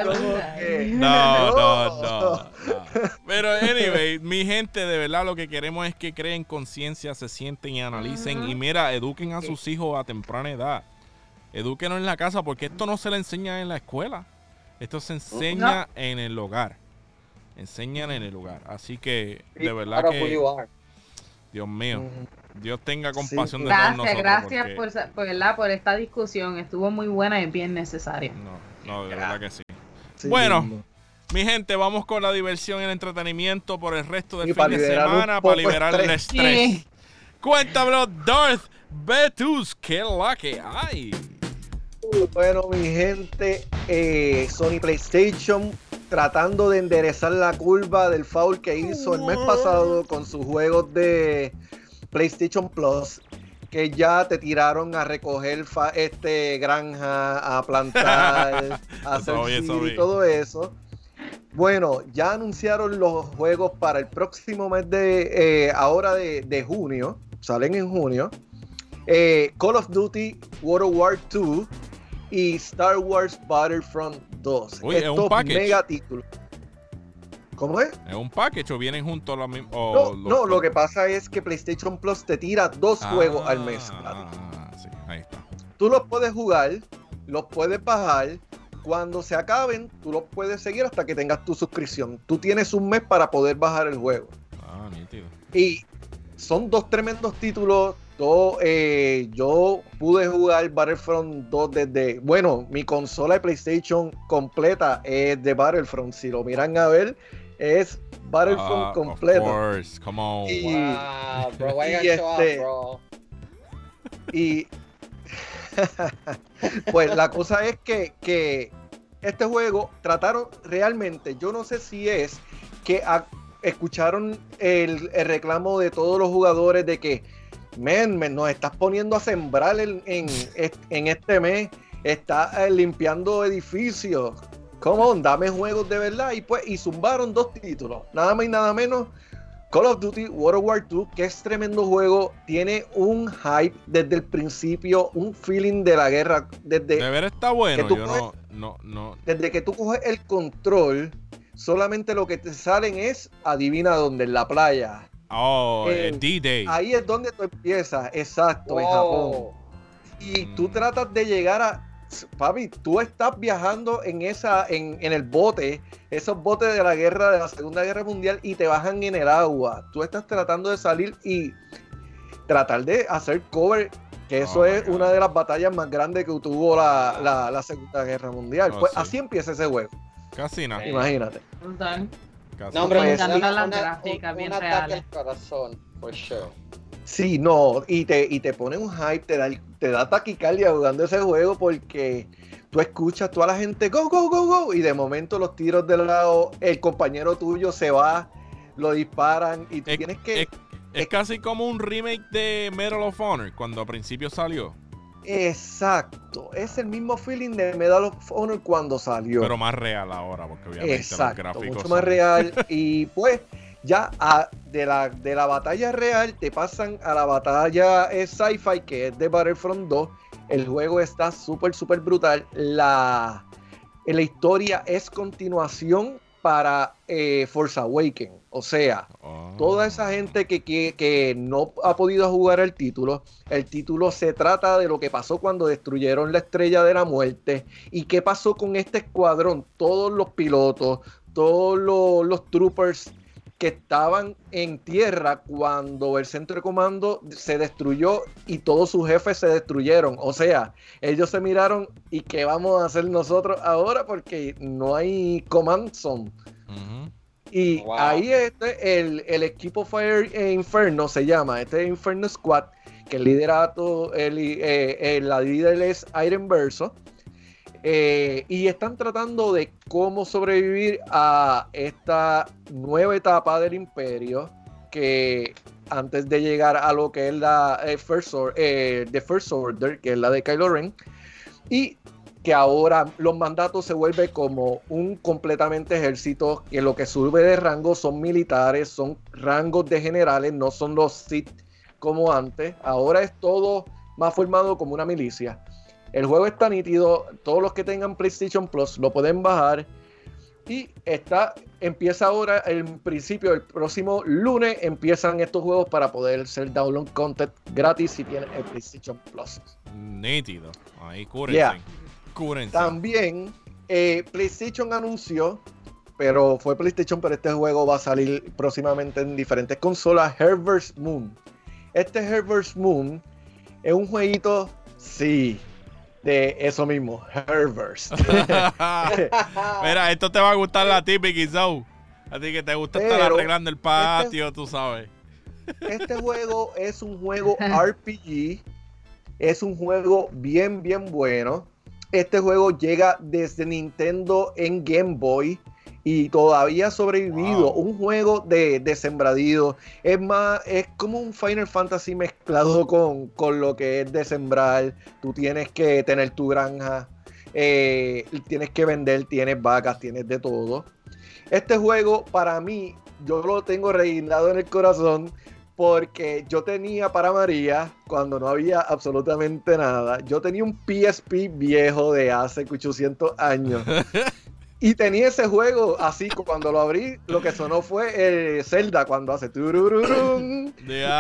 No. Pero anyway, mi gente, de verdad lo que queremos es que creen conciencia, se sienten y analicen. Y mira, eduquen a sus hijos a temprana edad. Edúquenlos en la casa, porque esto no se le enseña en la escuela. Esto se enseña en el hogar. Enseñan en el hogar. Así que, de verdad que... Dios mío. Dios tenga compasión de todos nosotros. Gracias por esta discusión. Estuvo muy buena y bien necesaria. No, de verdad que sí. Bueno, mi gente, vamos con la diversión y el entretenimiento por el resto del fin de semana para liberar el estrés. Sí. Cuéntamelo, Darth Betus, ¿qué es la que hay? Bueno, mi gente, Sony PlayStation tratando de enderezar la curva del foul que hizo el mes pasado con sus juegos de PlayStation Plus, que ya te tiraron a recoger granja, a plantar, a hacer y todo eso. Bueno, ya anunciaron los juegos para el próximo mes de junio. Salen en junio. Call of Duty World War II y Star Wars Battlefront 2. Uy, es un package. Mega títulos. ¿Cómo es? ¿Es un package o vienen juntos los mismos? No, lo que pasa es que PlayStation Plus te tira 2 juegos al mes. Sí, ahí está. Tú los puedes jugar, los puedes bajar. Cuando se acaben, tú los puedes seguir hasta que tengas tu suscripción. Tú tienes un mes para poder bajar el juego. Nítido. Y son 2 tremendos títulos. Yo pude jugar Battlefront 2 desde... Bueno, mi consola de PlayStation completa es de Battlefront. Si lo miran a ver, es Battlefront completo. Of course, come on. Wow, bro, why you gotta show off, bro? Y pues la cosa es que este juego trataron realmente, yo no sé si es que escucharon el reclamo de todos los jugadores de que nos estás poniendo a sembrar en este mes, estás limpiando edificios, come on, dame juegos de verdad. Y zumbaron 2 títulos, nada más y nada menos. Call of Duty World War II, que es tremendo juego, tiene un hype desde el principio, un feeling de la guerra. De ver está bueno, yo no. Desde que tú coges el control, solamente lo que te salen es, adivina dónde, en la playa. D-Day. Ahí es donde tú empiezas, exacto, en Japón. Y tú tratas de llegar a... Papi, tú estás viajando en el bote, esos botes de la Segunda Guerra Mundial, y te bajan en el agua. Tú estás tratando de salir y tratar de hacer cover, que eso es una de las batallas más grandes que tuvo la Segunda Guerra Mundial. Pues sí. Así empieza ese juego. Casi nada. Imagínate. No, hombre, me encanta la gráfica, bien ataque al corazón, for sure. Sí, no, y te pone un hype, te da taquicardia jugando ese juego, porque tú escuchas toda la gente go, go, go, go, y de momento los tiros del lado, el compañero tuyo se va, lo disparan, y tú tienes que... Es casi como un remake de Medal of Honor, cuando al principio salió. Exacto, es el mismo feeling de Medal of Honor cuando salió. Pero más real ahora, porque obviamente exacto, los gráficos mucho más real, y pues... Ya de la batalla real te pasan a la batalla sci-fi, que es de Battlefront 2. El juego está súper brutal. La historia es continuación para Force Awakens. O sea, toda esa gente que no ha podido jugar el título se trata de lo que pasó cuando destruyeron la Estrella de la Muerte y qué pasó con este escuadrón, todos los pilotos, todos los troopers que estaban en tierra cuando el centro de comando se destruyó y todos sus jefes se destruyeron. O sea, ellos se miraron y ¿qué vamos a hacer nosotros ahora? Porque no hay command zone. Y ahí el equipo Fire Inferno se llama, Inferno Squad, que el liderato, la líder es Iron Verso. Y están tratando de cómo sobrevivir a esta nueva etapa del Imperio, que antes de llegar a lo que es la First Order, que es la de Kylo Ren, y que ahora los mandatos se vuelven como un completamente ejército, que lo que sube de rango son militares, son rangos de generales, no son los Sith como antes. Ahora es todo más formado como una milicia. El juego está nítido, todos los que tengan PlayStation Plus lo pueden bajar, y empieza ahora, en principio, el próximo lunes empiezan estos juegos para poder ser download content gratis si tienen el PlayStation Plus. Nítido, ahí cúrense. También PlayStation anunció, pero fue PlayStation, pero este juego va a salir próximamente en diferentes consolas, Harvest Moon. Harvest Moon es un jueguito, sí, de eso mismo, Harvest. Mira, esto te va a gustar la típica, Izou. A ti que te gusta estar arreglando el patio, tú sabes. Este juego es un juego RPG. Es un juego bien bueno. Este juego llega desde Nintendo en Game Boy y todavía ha sobrevivido. Wow. Un juego de sembradío. Es como un Final Fantasy mezclado con lo que es de sembrar. Tú tienes que tener tu granja, tienes que vender, tienes vacas, tienes de todo. Este juego, para mí, yo lo tengo reguindado en el corazón porque yo tenía para María, cuando no había absolutamente nada, yo tenía un PSP viejo de hace 800 años. Y tenía ese juego así, cuando lo abrí, lo que sonó fue Zelda, cuando hace turururun.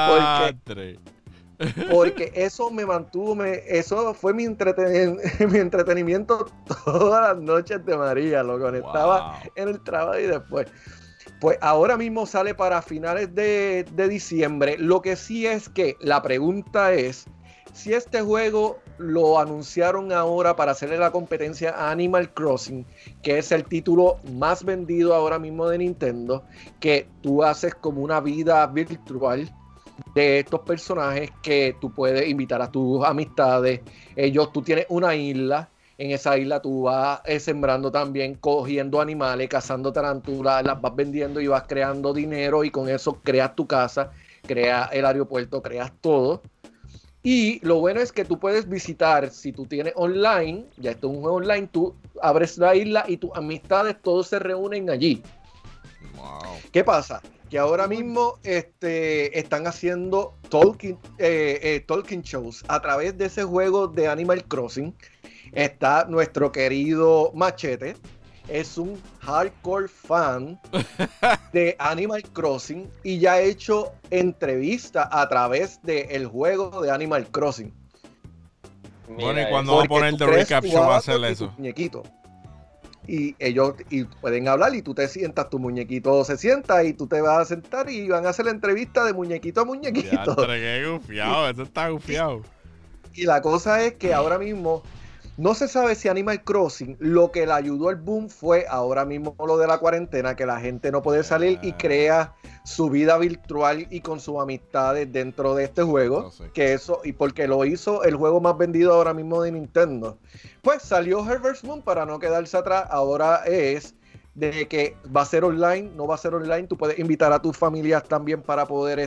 Porque eso me mantuvo, eso fue mi entretenimiento todas las noches de María. Lo conectaba en el trabajo y después. Pues ahora mismo sale para finales de diciembre. Lo que sí es que la pregunta es si este juego lo anunciaron ahora para hacerle la competencia a Animal Crossing, que es el título más vendido ahora mismo de Nintendo, que tú haces como una vida virtual de estos personajes que tú puedes invitar a tus amistades. Tú tienes una isla. En esa isla tú vas sembrando también, cogiendo animales, cazando tarántulas, las vas vendiendo y vas creando dinero y con eso creas tu casa, creas el aeropuerto, creas todo. Y lo bueno es que tú puedes visitar, si tú tienes online, ya esto es un juego online, tú abres la isla y tus amistades todos se reúnen allí. Wow. ¿Qué pasa? Que ahora mismo están haciendo talking shows a través de ese juego de Animal Crossing. Está nuestro querido Machete, es un hardcore fan de Animal Crossing y ya ha hecho entrevistas a través del juego de Animal Crossing. Bueno, ¿y cuando va a poner The Recap Show va a hacer eso? Muñequito. Y ellos pueden hablar y tú te sientas, tu muñequito se sienta y tú te vas a sentar y van a hacer la entrevista de muñequito a muñequito. Ya, qué gufiado, eso está gufiado. Y la cosa es que ahora mismo no se sabe si Animal Crossing, lo que le ayudó al boom fue ahora mismo lo de la cuarentena, que la gente no puede salir y crea su vida virtual y con sus amistades dentro de este juego, que eso, y porque lo hizo el juego más vendido ahora mismo de Nintendo. Pues salió Harvest Moon para no quedarse atrás, ahora es de que va a ser online, no va a ser online, tú puedes invitar a tus familias también para poder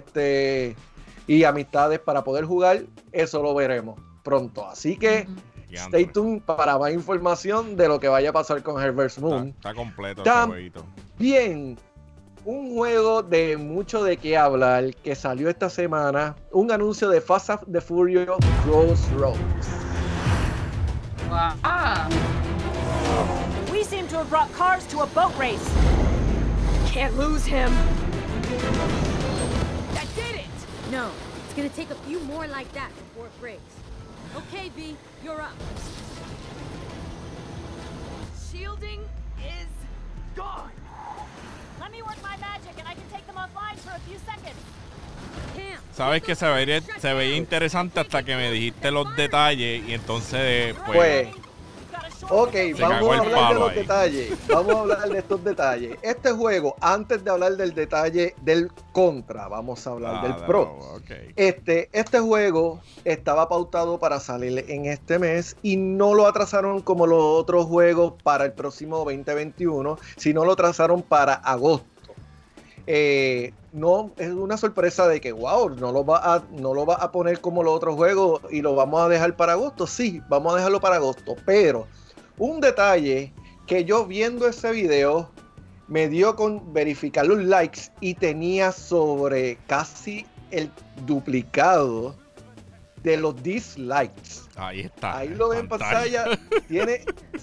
y amistades para poder jugar, eso lo veremos pronto, así que stay tuned para más información de lo que vaya a pasar con Harvest Moon. Está completo este jueguito. Bien, un juego de mucho de qué hablar que salió esta semana, un anuncio de Fast and the Furious Crossroads. Wow. We seem to have brought cars to a boat race. Can't lose him. That did it! No, it's gonna take a few more like that before it breaks. Okay, V, you're up. Shielding is gone. Let me work my magic and I can take them offline for a few seconds. Sabes que se veía interesante hasta que me dijiste los detalles y entonces pues ok, vamos a hablar de los detalles. Vamos a hablar de estos detalles. Este juego, antes de hablar del detalle del contra, vamos a hablar del pro. Okay. Este juego estaba pautado para salir en este mes y no lo atrasaron como los otros juegos para el próximo 2021, sino lo atrasaron para agosto. No es una sorpresa de que wow, no lo va a poner como los otros juegos y lo vamos a dejar para agosto. Sí, vamos a dejarlo para agosto, pero un detalle que yo viendo ese video me dio con verificar los likes y tenía sobre casi el duplicado de los dislikes. Ahí está. Ahí lo ven en pantalla. Tiene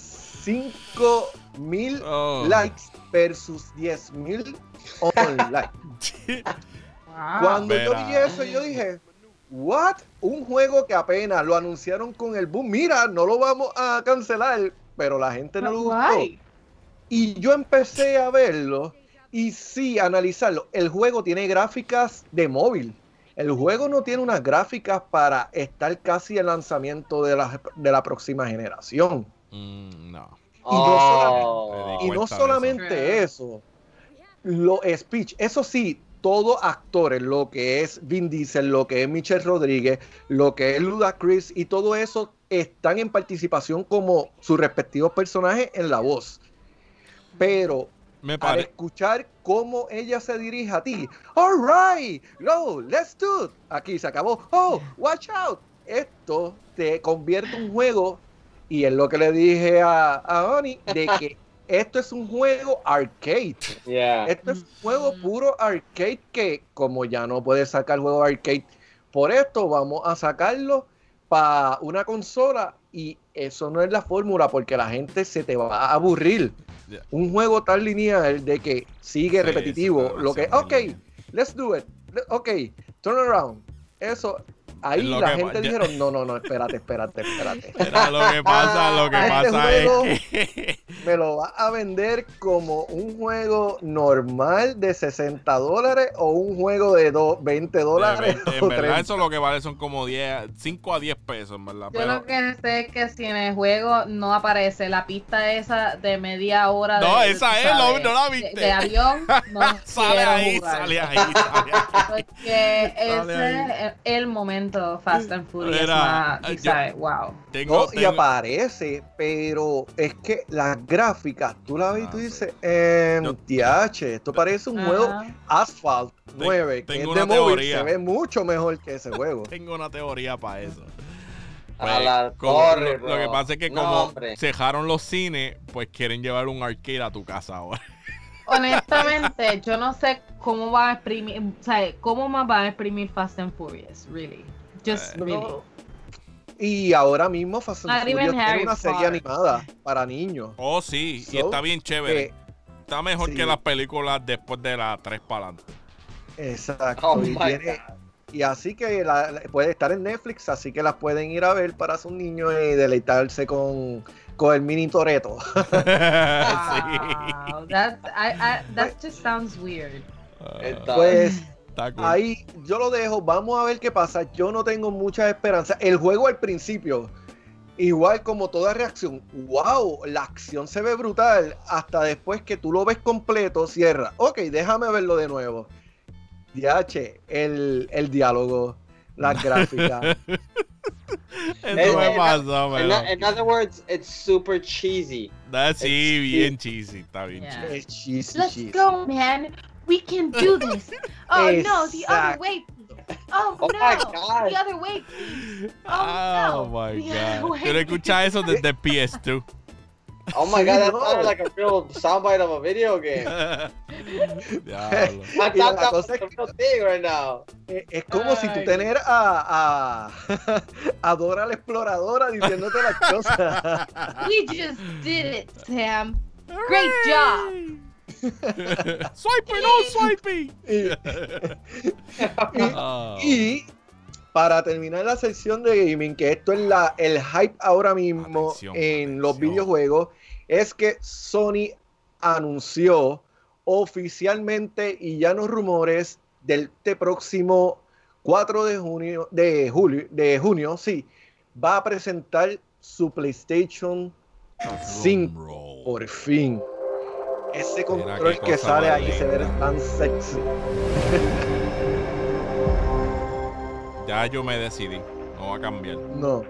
5,000 likes versus 10,000 online. Cuando yo vi eso, yo dije, what? Un juego que apenas lo anunciaron con el boom. Mira, no lo vamos a cancelar, pero la gente no lo gustó. Y yo empecé a verlo y sí, analizarlo. El juego tiene gráficas de móvil. El juego no tiene unas gráficas para estar casi el lanzamiento de la próxima generación. No. Y no solamente eso. Los speech, eso sí, todos actores, lo que es Vin Diesel, lo que es Michelle Rodríguez, lo que es Ludacris y todo eso están en participación como sus respectivos personajes en la voz. Pero al escuchar cómo ella se dirige a ti, all right, no, let's do it. Aquí se acabó. Oh, watch out. Esto te convierte en un juego, y es lo que le dije a Oni, de que esto es un juego arcade. Yeah. Esto es un juego puro arcade que, como ya no puedes sacar juego arcade por esto, vamos a sacarlo para una consola y eso no es la fórmula porque la gente se te va a aburrir. Yeah. Un juego tan lineal de que sigue repetitivo, lo que, ok, let's do it, ok, turn around. Eso, ahí la gente dijeron, no, espérate. Era lo que pasa es que me lo va a vender como un juego normal de $60 o un juego de $20. En verdad eso lo que vale son como 5 a 10 pesos, en verdad. Yo lo que sé es que si en el juego no aparece la pista esa de media hora no, de, esa es, no la viste. de avión, no sale ahí. Porque ese es el momento Fast and Furious más, wow. Y aparece, pero es que las gráficas, tú la ves y tú dices, TH, esto parece un juego Asphalt 9, que es de móvil, se ve mucho mejor que ese juego. Tengo una teoría para eso. Lo que pasa es que como cejaron los cines, pues quieren llevar un arcade a tu casa ahora. Honestamente, yo no sé cómo van a exprimir, o sea, cómo más van a exprimir Fast and Furious, really. Just really. Y ahora mismo Fast and Furious tiene una serie animada para niños. Oh, sí, y está bien chévere. Está mejor que las películas después de las 3 para adelante. Exacto. Y así que puede estar en Netflix, así que las pueden ir a ver para sus niños y deleitarse con el mini Toretto. Wow, that just sounds weird. Pues ahí yo lo dejo, vamos a ver qué pasa. Yo no tengo mucha esperanza. El juego al principio, igual como toda reacción, wow, la acción se ve brutal. Hasta después que tú lo ves completo, cierra. Ok, déjame verlo de nuevo. DH, el diálogo, las gráficas. In other words, it's super cheesy. Sí, bien cheesy. Está bien cheesy. Let's go, man. We can do this. Oh no, the other way. Oh no, my God. The other way, please. Oh my God. Pero escucha eso desde PS2. Oh my God, that sounded like a real soundbite of a video game. La cosa es que right now. Es como si tú tener a Dora la exploradora diciéndote las cosas. We just did it, Sam. Great job. Swipe, no swipey. Y para terminar la sección de gaming, que esto es el hype ahora mismo en los videojuegos, es que Sony anunció oficialmente y ya no rumores del próximo 4 de junio, sí, va a presentar su PlayStation 5 por fin. Ese control que sale ahí se ve tan sexy. Ya yo me decidí, no va a cambiar. No.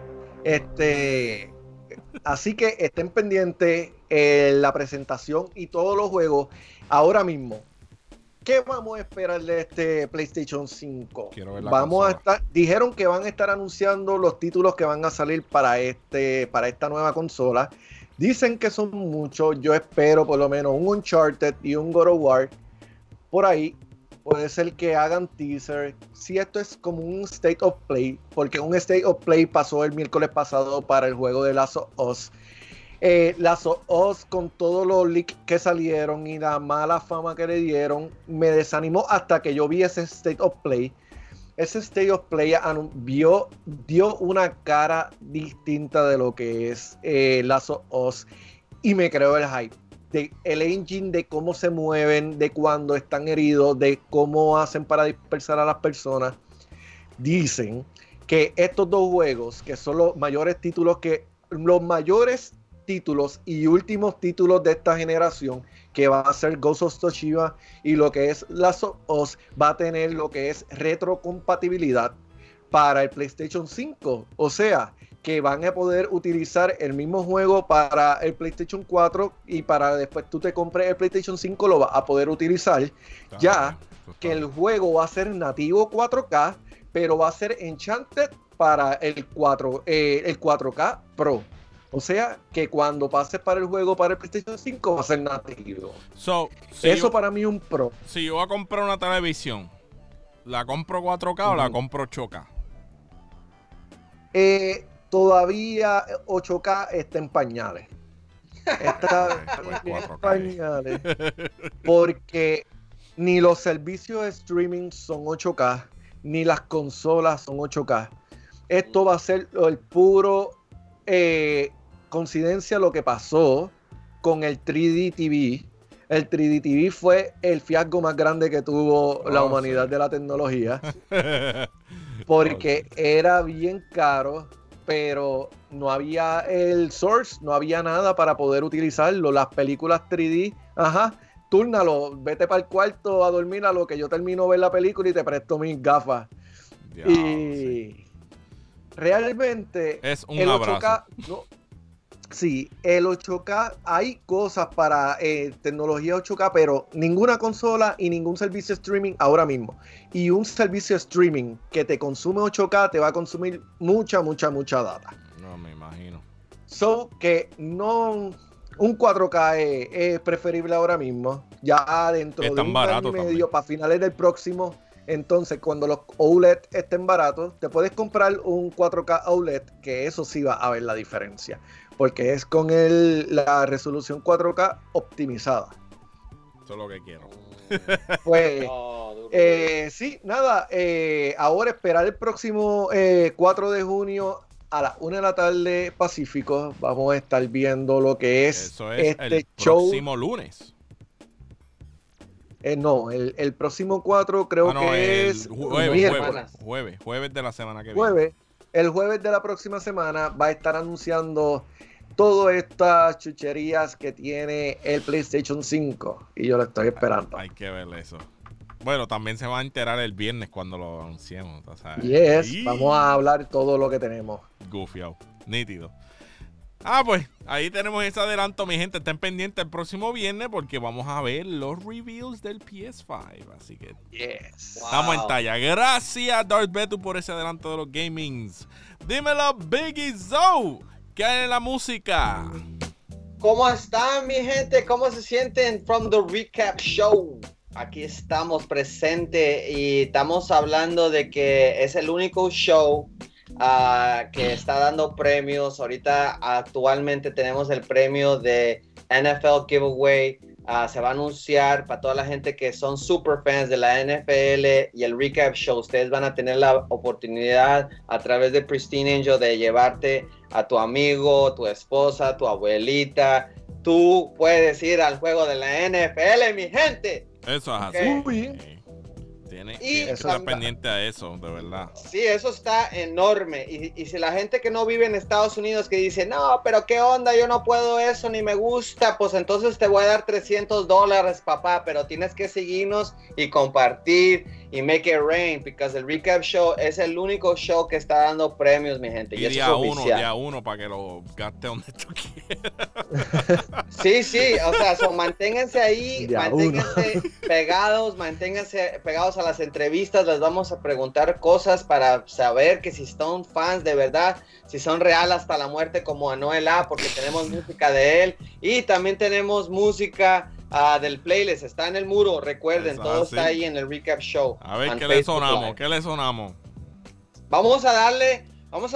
Así que estén pendientes la presentación y todos los juegos ahora mismo. ¿Qué vamos a esperar de este PlayStation 5? Dijeron que van a estar anunciando los títulos que van a salir para esta nueva consola. Dicen que son muchos. Yo espero por lo menos un Uncharted y un God of War. Por ahí puede ser que hagan teaser. Si esto es como un State of Play, porque un State of Play pasó el miércoles pasado para el juego de Last of Us. Last of Us, con todos los leaks que salieron y la mala fama que le dieron, me desanimó hasta que yo vi ese State of Play. Ese State of Play dio una cara distinta de lo que es Last of Us y me creó el hype. El engine, de cómo se mueven, de cuando están heridos, de cómo hacen para dispersar a las personas. Dicen que estos dos juegos, que son los mayores títulos y últimos títulos de esta generación, que va a ser Ghost of Tsushima y lo que es Last of Us, va a tener lo que es retrocompatibilidad para el PlayStation 5. O sea, que van a poder utilizar el mismo juego para el PlayStation 4 y para después tú te compres el PlayStation 5 lo vas a poder utilizar. Ya que el juego va a ser nativo 4K, pero va a ser Enchanted para el 4K Pro. O sea, que cuando pases para el juego para el PlayStation 5 va a ser nativo. Eso para mí es un pro. Si yo voy a comprar una televisión, ¿la compro 4K o la compro 8K? Todavía 8K está en pañales. Está en pañales. Porque ni los servicios de streaming son 8K, ni las consolas son 8K. Esto va a ser el puro coincidencia lo que pasó con el 3D TV. El 3D TV fue el fiasco más grande que tuvo la humanidad de la tecnología. Porque era bien caro, pero no había el source, no había nada para poder utilizarlo. Las películas 3D, túrnalo, vete para el cuarto a dormir a lo que yo termino de ver la película y te presto mis gafas. Realmente es un el abrazo. 8K, sí, el 8K, hay cosas para tecnología 8K, pero ninguna consola y ningún servicio de streaming ahora mismo. Y un servicio de streaming que te consume 8K te va a consumir mucha data. No, me imagino. Que no, un 4K es preferible ahora mismo. Ya dentro de un año y medio, para finales del próximo. Entonces, cuando los OLED estén baratos, te puedes comprar un 4K OLED, que eso sí va a ver la diferencia. Porque es con la resolución 4K optimizada. Eso es lo que quiero. Pues, sí, nada. Ahora esperar el próximo 4 de junio a las 1 de la tarde Pacífico. Vamos a estar viendo lo que es, eso es este el show. Próximo lunes. No, el próximo 4 creo que es jueves de la semana que viene. El jueves de la próxima semana va a estar anunciando todas estas chucherías que tiene el PlayStation 5 y yo lo estoy esperando. Hay que ver eso. Bueno, también se va a enterar el viernes cuando lo anunciemos. Vamos a hablar todo lo que tenemos. Gufiado, nítido. Pues ahí tenemos ese adelanto, mi gente. Estén pendientes el próximo viernes porque vamos a ver los reviews del PS5. Así que estamos en talla. Gracias, Darth Betu, por ese adelanto de los gamings. Dímelo, Biggie Zoe. ¿Qué hay en la música? ¿Cómo están, mi gente? ¿Cómo se sienten? From the Recap Show. Aquí estamos presentes y estamos hablando de que es el único show que está dando premios. Ahorita actualmente tenemos el premio de NFL Giveaway. Se va a anunciar para toda la gente que son super fans de la NFL y el Recap Show. Ustedes van a tener la oportunidad a través de Pristine Angel de llevarte a tu amigo, tu esposa, tu abuelita. Tú puedes ir al juego de la NFL, mi gente. Eso es así. Tiene que estar pendiente a eso, de verdad. Sí, eso está enorme. Y si la gente que no vive en Estados Unidos que dice, no, pero qué onda, yo no puedo eso, ni me gusta, pues entonces te voy a dar $300, papá, pero tienes que seguirnos y compartir y make it rain, because el Recap Show es el único show que está dando premios, mi gente. Y día uno para que lo gaste donde tú quieras. Sí, o sea, manténganse ahí, manténganse pegados a las entrevistas. Les vamos a preguntar cosas para saber que si son fans de verdad, si son real hasta la muerte como Anuel A, porque tenemos música de él y también tenemos música del playlist. Está en el muro, recuerden, todo está ahí en el Recap Show. A ver, ¿qué le sonamos? Vamos a darle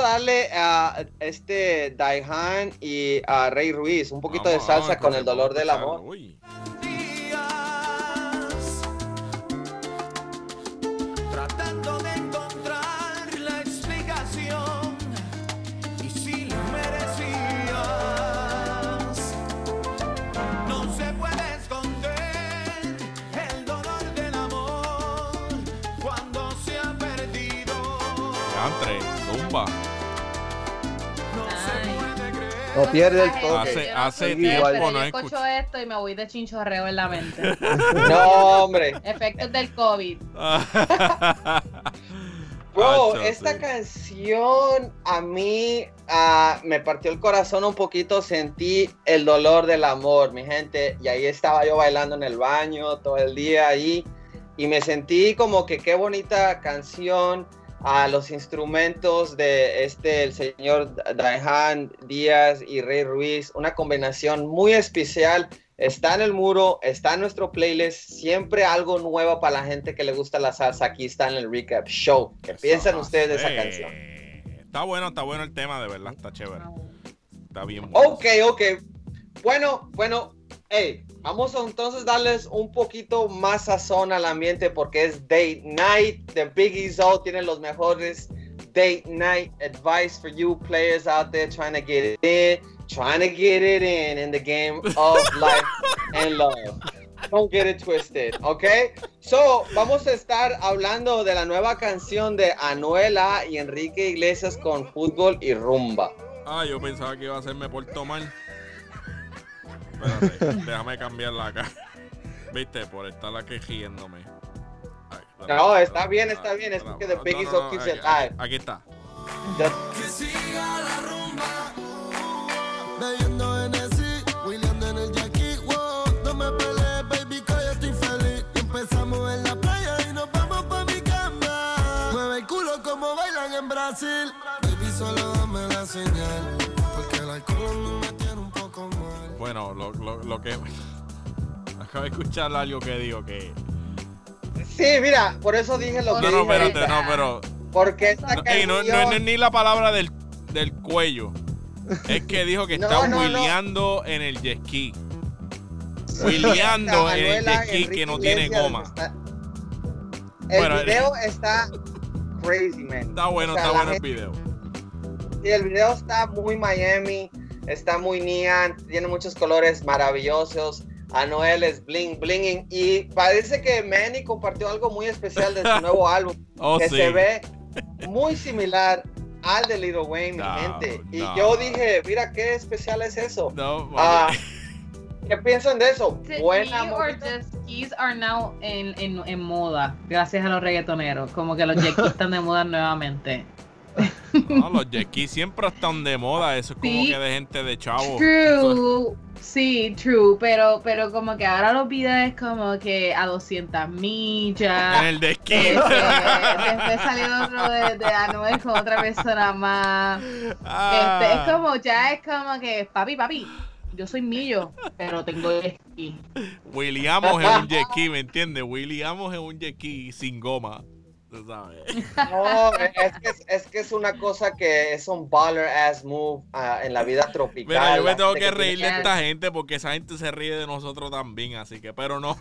a Daihan y a Rey Ruiz un poquito de salsa con El Dolor del Amor. Uy. Tratando de encontrar la explicación y si lo merecías, no se puede esconder el dolor del amor cuando se ha perdido. Andre, zumba. No pierde el toque. Hace tiempo no escucho esto y me voy de chinchorreo en la mente. No, hombre. Efectos del COVID. Bro, esta canción a mí me partió el corazón un poquito. Sentí el dolor del amor, mi gente. Y ahí estaba yo bailando en el baño todo el día ahí. Y me sentí como que qué bonita canción. a los instrumentos de el señor Daihan Díaz y Rey Ruiz, una combinación muy especial. Está en el muro, está en nuestro playlist, siempre algo nuevo para la gente que le gusta la salsa. Aquí está en el Recap Show. ¿Qué piensan ustedes de esa canción? Está bueno el tema, de verdad, está chévere. Está bien bueno. Ok. Bueno, hey, vamos a entonces darles un poquito más sazón al ambiente porque es Date Night. The Biggie Zone tiene los mejores Date Night advice for you players out there trying to get it in the game of life and love. Don't get it twisted, okay? So, vamos a estar hablando de la nueva canción de Anuela y Enrique Iglesias con Fútbol y Rumba. Yo pensaba que iba a hacerme Puerto Mal. Espérate, déjame cambiarla acá. ¿Viste? Por estar aquí riéndome. No, está bien. Es porque The Biggie Zone keeps it live. Aquí está. Que siga la rumba. Bebiendo en el William en el Jackie. Wow, no me pelees, baby, que yo estoy feliz. Y empezamos en la playa y nos vamos pa' mi cama. Mueve el culo como bailan en Brasil. Baby, solo dame la señal. Porque el alcohol me tiene un poco mal. Bueno, lo que... Acabo de escuchar algo que digo que... Sí, mira, por eso dije lo que No, dije. espérate, no, pero... Porque esta canción... No es ni la palabra del cuello. Es que dijo que está wheeleando en el jet ski. Wheeleando en el jet ski que no tiene goma. El video está crazy, man. Está bueno, está bueno el video. Sí, el video está muy Miami, está muy neon, tiene muchos colores maravillosos. Anuel es blinging y parece que Manny compartió algo muy especial de su nuevo álbum que se ve muy similar al de Lil Wayne, mi gente. Y yo dije, mira qué especial es eso. ¿Qué piensan de eso? Buena jet skis are now en moda, gracias a los reggaetoneros. Como que los jet skis están de moda nuevamente. No, los jet skis siempre están de moda. Eso es como que de gente de chavo. True. Sí, true, pero como que ahora los videos como que a 200 millas. En el de esquí. Después salió otro de Anuel con otra persona más. Es como que, papi, yo soy millo, pero tengo esquí. Wheeleamos en un jet ski, ¿me entiendes? Wheeleamos en un jet ski sin goma. ¿Tú sabes? No, es que es una cosa que es un baller ass move en la vida tropical. Mira, yo me tengo que reír de esta gente porque esa gente se ríe de nosotros también, así que, pero no.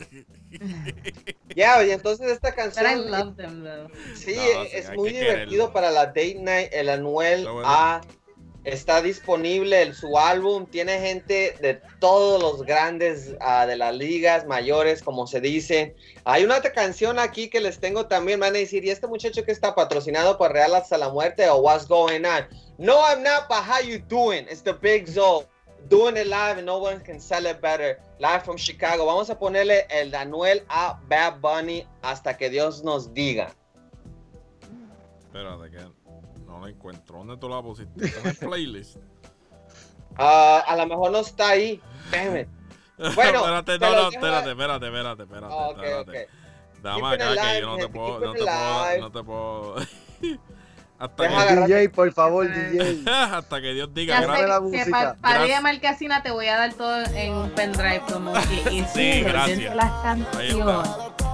Y entonces esta canción. But I love them, though. Sí, es muy divertido para la date night. El Anuel está disponible en su álbum. Tiene gente de todos los grandes de las ligas mayores, como se dice. Hay una canción aquí que les tengo también. Van a decir, ¿y este muchacho que está patrocinado por Real hasta la muerte o what's going on? No, I'm not, but how you doing? It's the Big Zo. Doing it live and no one can sell it better. Live from Chicago. Vamos a ponerle el Anuel a Bad Bunny hasta que Dios nos diga. Espérate, que no la encuentro. ¿Dónde tú la pusiste? ¿Está en el playlist? A lo mejor no está ahí. Damn it. Bueno, espérate. Okay. Dame acá que yo no te puedo. Hasta que DJ, por favor, DJ. Hasta que Dios diga. La música. Para ir a Marcasina te voy a dar todo en un pendrive como que sí, gracias. Las canciones.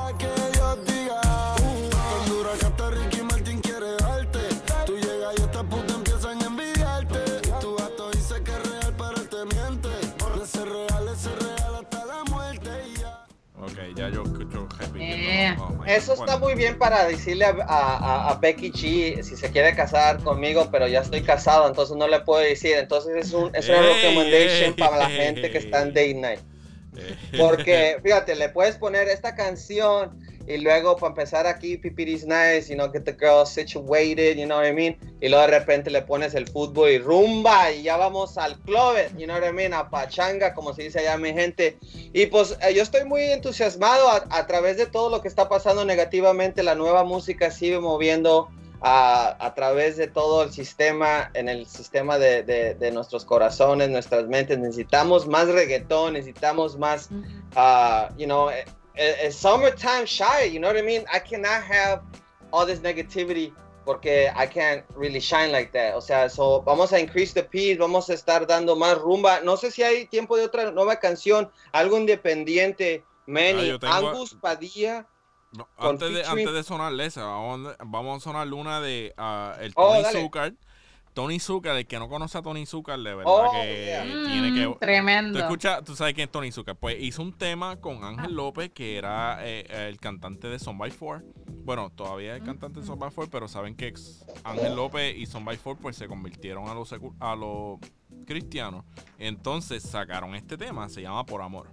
Ya yo escucho Eso está muy bien para decirle a Becky G si se quiere casar conmigo, pero ya estoy casado, entonces no le puedo decir. Entonces es una recommendation para la gente que está en date night. Porque, fíjate, le puedes poner esta canción y luego para empezar aquí, Pipiri's nice, get the girl situated, you know what I mean? Y luego de repente le pones el fútbol y rumba y ya vamos al club, you know what I mean? A pachanga, como se dice allá mi gente. Y pues yo estoy muy entusiasmado a través de todo lo que está pasando negativamente. La nueva música sigue moviendo a través de todo el sistema, en el sistema de nuestros corazones, nuestras mentes. Necesitamos más reggaetón, necesitamos más, it's summertime shy, you know what I mean? I cannot have all this negativity porque I can't really shine like that. O sea, vamos a increase the pace, vamos a estar dando más rumba. No sé si hay tiempo de otra nueva canción, algo independiente. Manny, Angus Padilla. No, antes de sonarle esa, vamos a sonarle una de el Tony Zucker. Tony Zucker, el que no conoce a Tony Zucker, de verdad tiene que... Tremendo. Tú sabes quién es Tony Zucker. Pues hizo un tema con Ángel López, que era el cantante de Son by Four. Bueno, todavía es el cantante de Son by Four, pero saben que Ángel López y Son by Four pues se convirtieron a los cristianos. Entonces sacaron este tema, se llama Por Amor.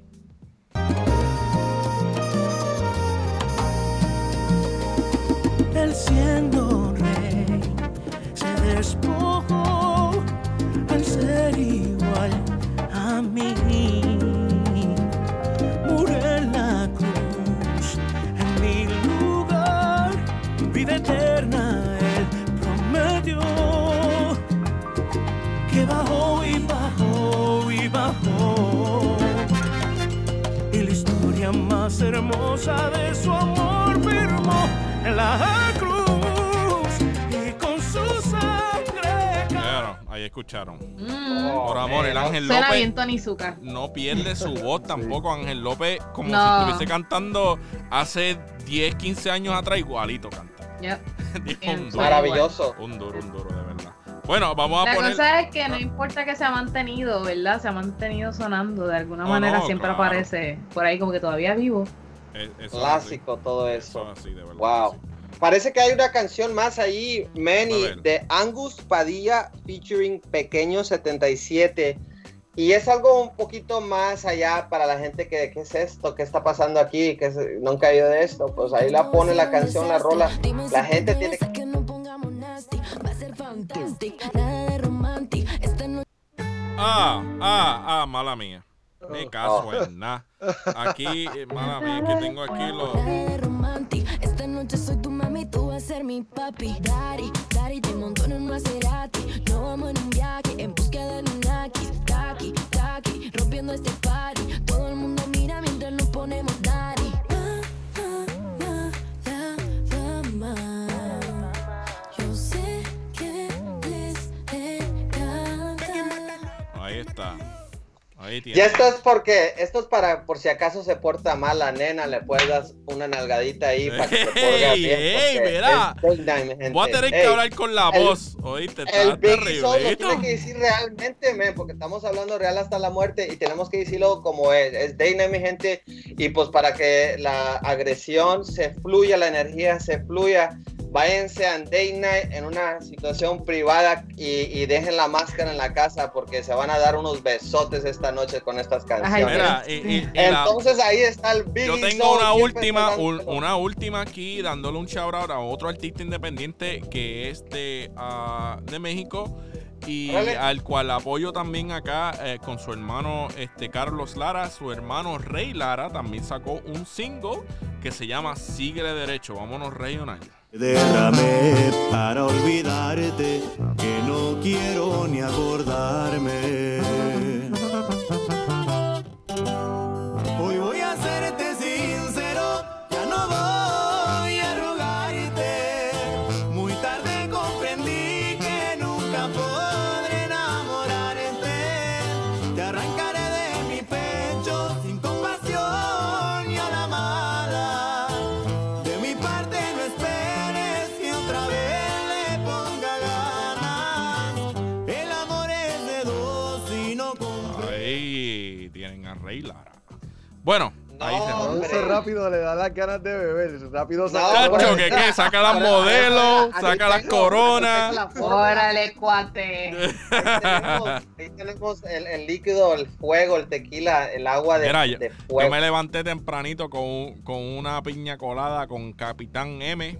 Él siendo rey se despojó al ser igual a mí. Murió en la cruz en mi lugar, vida eterna él prometió. Que bajó y bajó y bajó, y la historia más hermosa de su amor firmó en la cruz y con su sangre. Claro, ahí escucharon. Por amor, el Ángel Suena López bien Tony Zucker. no pierde su voz tampoco. Ángel López, como si estuviese cantando hace 10, 15 años atrás, igualito canta. Yep. Maravilloso. Un duro, de verdad. Bueno, vamos a La poner... cosa es que no importa que se ha mantenido, ¿verdad? Se ha mantenido sonando de alguna manera, siempre aparece por ahí como que todavía vivo. Clásico todo eso. Así, de verdad, wow. Parece que hay una canción más ahí, Manny, de Angus Padilla featuring Pequeño 77. Y es algo un poquito más allá para la gente que, ¿qué es esto? ¿Qué está pasando aquí? ¿Qué nunca he oído de esto? Pues ahí la pone la canción, la rola. La gente tiene que... mala mía. Me caso en nada. Aquí, mala mía, que tengo aquí los... Esta noche soy tu mami, tú vas a ser mi papi. Dari, te monto en un Maserati. Nos vamos en un viaje en búsqueda de Nunaki. Kaki, rompiendo este party. Todo el mundo mira mientras nos ponemos Dari. Yo sé que les encanta. Ahí está. Y esto es para, por si acaso se porta mal la nena, le puedes dar una nalgadita ahí para que se ponga bien. Mira, voy a tener que hablar con la voz, oíste, el Biggie Soul lo tiene que decir realmente, porque estamos hablando real hasta la muerte y tenemos que decirlo como es Day Night, mi gente, y pues para que la agresión se fluya, la energía se fluya, váyanse a Day Night en una situación privada y dejen la máscara en la casa porque se van a dar unos besotes esta noche con estas canciones. Mira, entonces ahí está el Biggie Soul. Yo tengo una última aquí, dándole un shout out a otro artista independiente que es de México y al cual apoyo también acá con su hermano Carlos Lara. Su hermano Rey Lara también sacó un single que se llama Síguele Derecho. Vámonos, Regional. Derramé para olvidarte, que no quiero ni acordarme. Hoy voy a serte sincero, ya no voy a rogarte. Muy tarde comprendí que nunca podré enamorarte. Te arrancaré de mi pecho sin compasión y a la mala. De mi parte no esperes que otra vez le ponga ganas. El amor es de dos y no comprende. Ahí tienen a Rey Lara. Bueno, ahí se rápido le da las ganas de beber. Rápido saca. ¿Qué? Saca las modelos, saca las coronas. Órale, cuate. Ahí tenemos el líquido, el fuego, el tequila, el agua de fuego. Yo me levanté tempranito con una piña colada con Capitán M.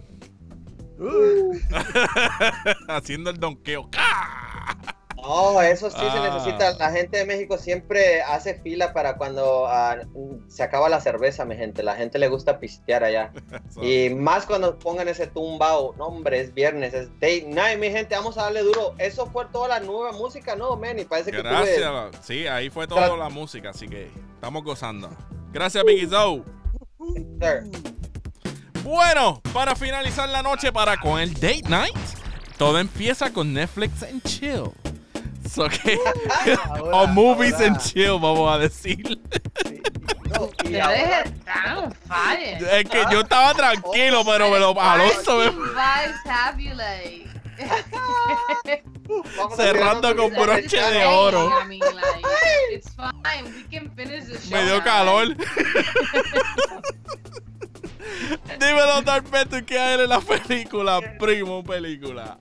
Haciendo el donqueo. No, eso sí se necesita. La gente de México siempre hace fila para cuando se acaba la cerveza, mi gente. La gente le gusta pistear allá. Y más cuando pongan ese tumbao. No, hombre, es viernes, es Day Night, mi gente. Vamos a darle duro. Eso fue toda la nueva música, ¿no, Manny? Parece que gracias. Sí, ahí fue toda la música, así que estamos gozando. Gracias, Biggie Soul. Bueno, para finalizar la noche con el date night, todo empieza con Netflix and chill. So que, o movies and chill, vamos a decir. Es que yo estaba tranquilo, pero me lo Alonso me... cerrando con broche de oro. Me dio calor. Dímelo, Darpeto, ¿qué hay en la película? Primo película.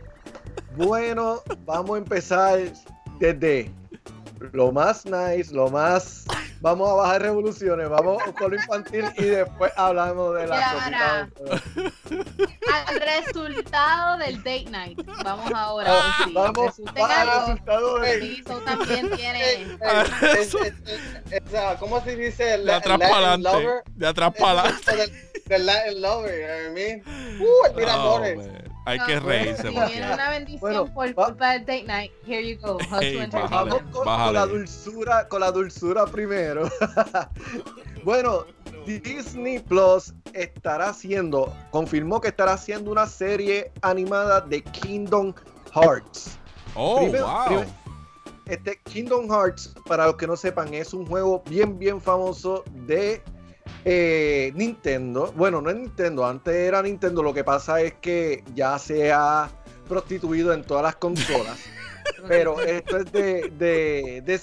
Bueno, vamos a empezar desde lo más nice, vamos a bajar revoluciones, vamos con lo infantil y después hablamos de la al resultado del date night. Vamos ahora. Vamos al resultado del también tiene. ¿Cómo se dice? De atrás para adelante. De atrás para adelante. Del Latin lover, I mean. El tira amores. Hay que reírse. Si viene una bendición por culpa del date night, here you go. Vamos con la dulzura primero. Bueno, Disney Plus confirmó que estará haciendo una serie animada de Kingdom Hearts. Wow. Kingdom Hearts, para los que no sepan, es un juego bien famoso de Nintendo. Bueno, no es Nintendo, antes era Nintendo. Lo que pasa es que ya se ha prostituido en todas las consolas. Pero esto es de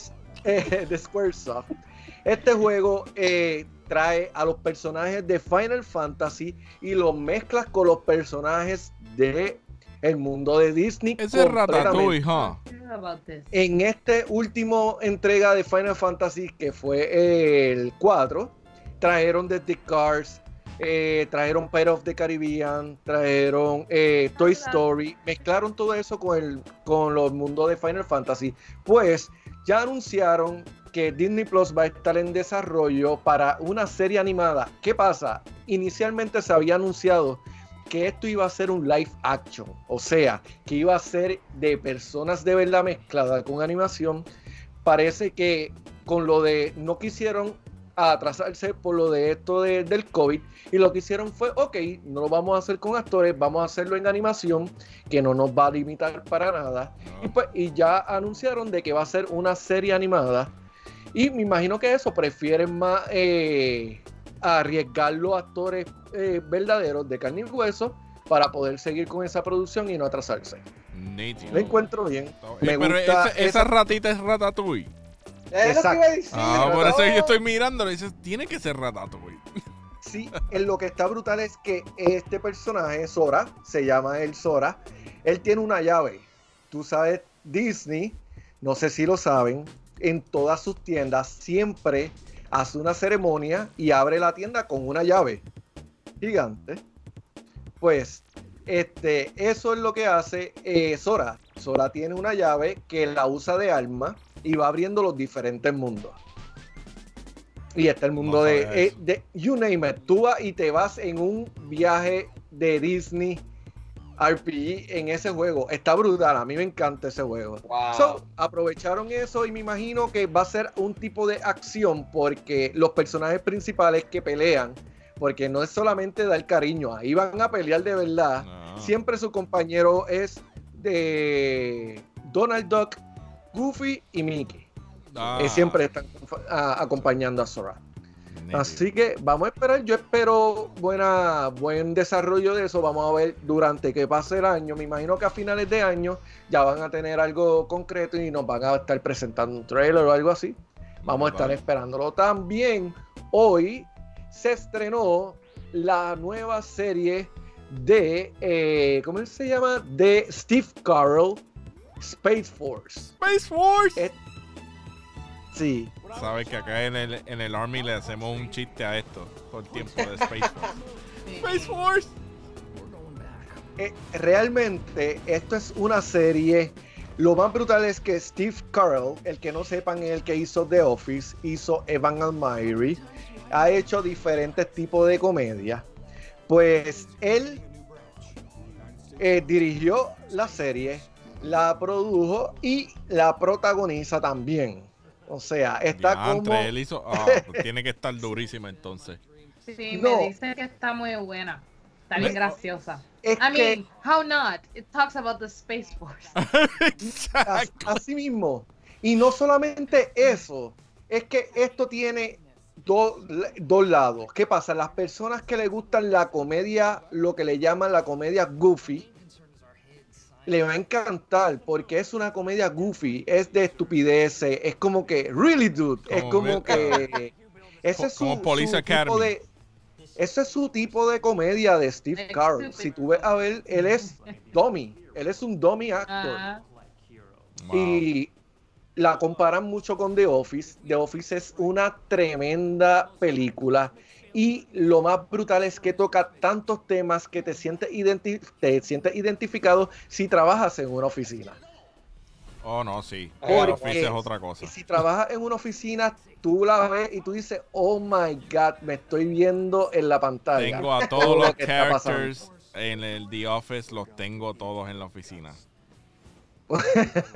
Squaresoft. Este juego trae a los personajes de Final Fantasy y los mezclas con los personajes de el mundo de Disney. Ese es Ratatouille, huh? En este último entrega de Final Fantasy, que fue el 4, trajeron desde Cars, trajeron Pirates of the Caribbean, trajeron Toy Story, mezclaron todo eso con los mundos de Final Fantasy. Pues ya anunciaron que Disney Plus va a estar en desarrollo para una serie animada. ¿Qué pasa? Inicialmente se había anunciado que esto iba a ser un live action, o sea, que iba a ser de personas de verdad mezclada con animación. Parece que con lo de no quisieron atrasarse por lo de esto del COVID, y lo que hicieron fue, ok, no lo vamos a hacer con actores, vamos a hacerlo en animación, que no nos va a limitar para nada. Y ya anunciaron de que va a ser una serie animada, y me imagino que eso prefieren más arriesgar los actores verdaderos de carne y hueso para poder seguir con esa producción y no atrasarse. Lo encuentro bien. Me gusta esa ratita es Ratatouille. Es lo que iba a decir. Por eso yo estoy mirándolo y dices, tiene que ser Ratatouille. Sí, lo que está brutal es que este personaje, Sora, se llama él Sora, él tiene una llave. Tú sabes, Disney, no sé si lo saben, en todas sus tiendas siempre hace una ceremonia y abre la tienda con una llave gigante. Pues eso es lo que hace Sora. Sora tiene una llave que la usa de arma y va abriendo los diferentes mundos. Y está el mundo de you name it. Tú vas y te vas en un viaje de Disney RPG en ese juego. Está brutal, a mí me encanta ese juego. Wow. So, aprovecharon eso y me imagino que va a ser un tipo de acción, porque los personajes principales que pelean, porque no es solamente dar cariño, ahí van a pelear de verdad. Siempre su compañero es de Donald Duck, Goofy y Mickey. Siempre están acompañando a Sora. Así que vamos a esperar. Yo espero buen desarrollo de eso. Vamos a ver durante que pase el año. Me imagino que a finales de año ya van a tener algo concreto y nos van a estar presentando un trailer o algo así. Vamos a estar esperándolo. También hoy se estrenó la nueva serie de ¿cómo se llama? De Steve Carell, Space Force. Space Force. Sí. Sabes que acá en el Army le hacemos un chiste a esto todo el tiempo de Space Force. Space Force. Realmente esto es una serie. Lo más brutal es que Steve Carell, el que no sepan, es el que hizo The Office, hizo Evan Almighty, ha hecho diferentes tipos de comedia. Pues él dirigió la serie, la produjo y la protagoniza también. O sea, está como... Él hizo... pues tiene que estar durísima entonces. Sí, No. me dicen que está muy buena. Está bien graciosa. Es I que- mean, how not? It talks about the Space Force. Así mismo. Y no solamente eso, es que esto tiene dos lados. ¿Qué pasa? Las personas que le gustan la comedia, lo que le llaman la comedia goofy, le va a encantar porque es una comedia goofy, es de estupideces, es como que, really dude, es como que ese es como Police su tipo Academy. de, ese es su tipo de comedia de Steve Carell. Si tú ves a ver, él es dummy, él es un dummy actor. Y la comparan mucho con The Office. The Office es una tremenda película. Y lo más brutal es que toca tantos temas que te sientes identificado si trabajas en una oficina. Oh, no, sí. Porque El Office es otra cosa. si trabajas en una oficina, tú la ves y tú dices, oh my God, me estoy viendo en la pantalla. Tengo a todo todos lo los que está pasando. characters en el The Office, los tengo todos en la oficina. Pues,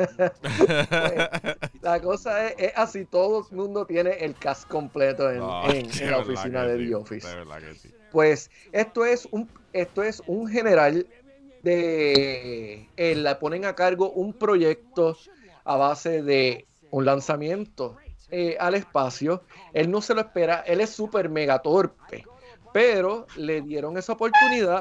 la cosa es así, todo el mundo tiene el cast completo en la oficina de The Office. De verdad que sí. Pues esto es un general de la ponen a cargo un proyecto a base de un lanzamiento al espacio. Él no se lo espera, él es súper mega torpe, pero le dieron esa oportunidad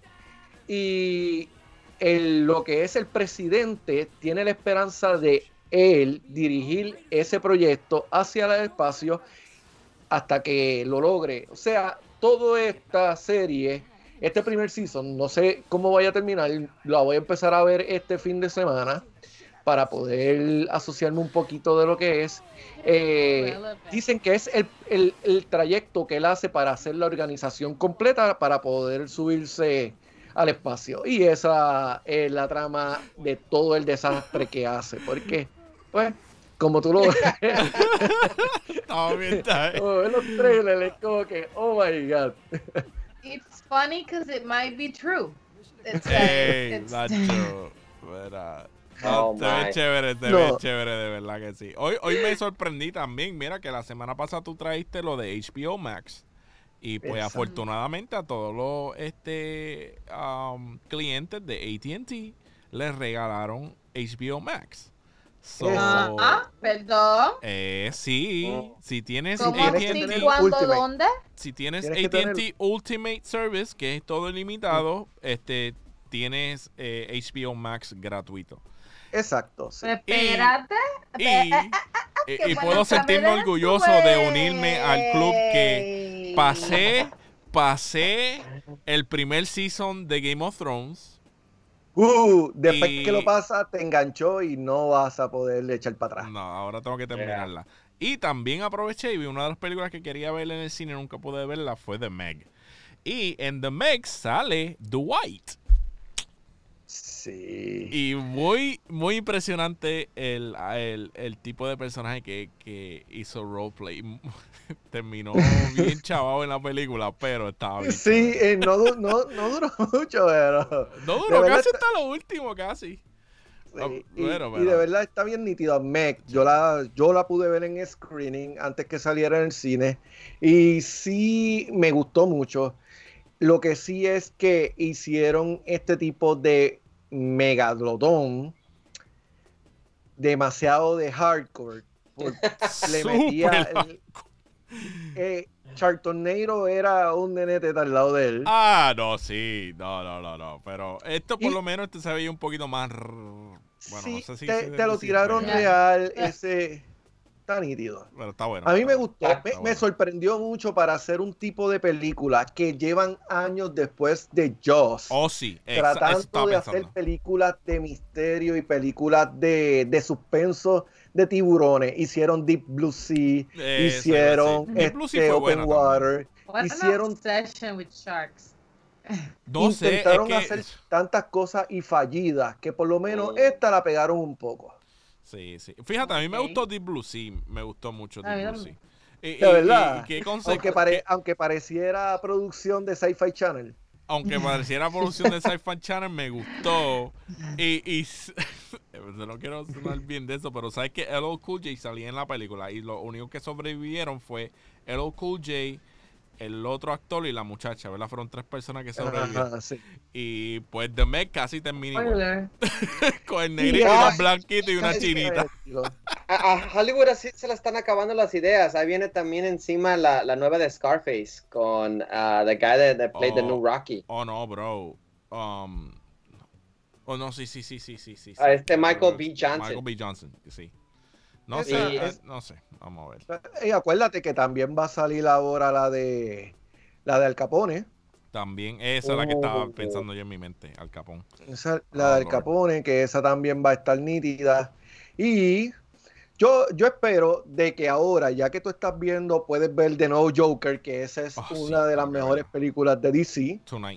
y lo que es el presidente tiene la esperanza de él dirigir ese proyecto hacia el espacio hasta que lo logre. O sea, toda esta serie, este primer season, no sé cómo vaya a terminar, la voy a empezar a ver este fin de semana para poder asociarme un poquito de lo que es. Dicen que es el trayecto que él hace para hacer la organización completa para poder subirse al espacio. Y esa es la trama de todo el desastre que hace. Porque, pues, como tú lo ves, Estaba bien, como ves los trailers, es como que, oh my God. It's funny because it might be true. It's Hey, it's- that's true. Verá. Oh, Se ve my. chévere, se No. ve chévere, de verdad que sí. Hoy me sorprendí también, mira que la semana pasada tú traíste lo de HBO Max. Y pues Exacto. afortunadamente a todos los clientes de AT&T les regalaron HBO Max. So, perdón. sí, si tienes ¿Cómo AT&T, así? ¿Cuándo? Ultimate. ¿Dónde? si tienes Tienes que AT&T Ultimate Service, que es todo ilimitado, tienes HBO Max gratuito. Exacto. Sí. Espérate. Y puedo sentirme orgulloso de unirme al club que pasé el primer season de Game of Thrones. Después Y- que lo pasa, te enganchó y no vas a poder echar para atrás. No, ahora tengo que terminarla. Y también aproveché y vi una de las películas que quería ver en el cine, nunca pude verla, fue The Meg. Y en The Meg sale Dwight. Sí. Y muy impresionante el tipo de personaje que hizo roleplay. Terminó bien chavado en la película, pero estaba bien. Sí, no duró mucho, pero. No de duró verdad casi está- hasta lo último, casi. Sí, y Bueno, de verdad está bien nítido. Meg, yo la pude ver en screening antes que saliera en el cine y sí me gustó mucho. Lo que sí es que hicieron este tipo de megalodón demasiado de hardcore. Le metía Chartornado era un nenete al lado de él. Ah, no, sí. No. Pero esto por lo menos se veía un poquito más. Bueno, Sí, no sé si te lo tiraron real, ese está nítido. Pero está bueno. A mí me gustó, Está me bueno. sorprendió mucho para hacer un tipo de película que llevan años después de Jaws. Oh, sí. Eso Tratando estaba de pensando. hacer películas de misterio y películas de suspenso de tiburones. Hicieron Deep Blue Sea, hicieron sí. Deep Blue Sea fue Open buena Water, What an hicieron, obsession with sharks. No sé, intentaron es que- hacer tantas cosas y fallidas que por lo menos esta la pegaron un poco. Sí. Fíjate, a mí me Ok. gustó Deep Blue Sea. Me gustó mucho A mí Deep Blue también. Sea. De verdad, qué aunque pareciera producción de Sci-Fi Channel. aunque pareciera producción de Sci-Fi Channel, me gustó. Y no quiero sonar bien de eso, pero sabes que LL Cool J salía en la película y los únicos que sobrevivieron fue LL Cool J, el otro actor y la muchacha, ¿verdad? Fueron 3 personas que sobrevivieron. Sí. Y pues The Meg casi termina Spoiler. con el negrito y los blanquitos y una chinita. A Hollywood así se le están acabando las ideas. Ahí viene también encima la nueva de Scarface con the guy that played the new Rocky. Oh, no, bro. Oh, no, sí. Michael B. Johnson. Michael B. Johnson, sí. No no sé, vamos a ver. Y acuérdate que también va a salir ahora la de Al Capone. También, esa es la que estaba pensando yo en mi mente, Al Capone. La del Capone, que esa también va a estar nítida. Y yo espero de que ahora, ya que tú estás viendo, puedes ver de nuevo Joker, que esa es una de las mejores películas de DC. Tonight.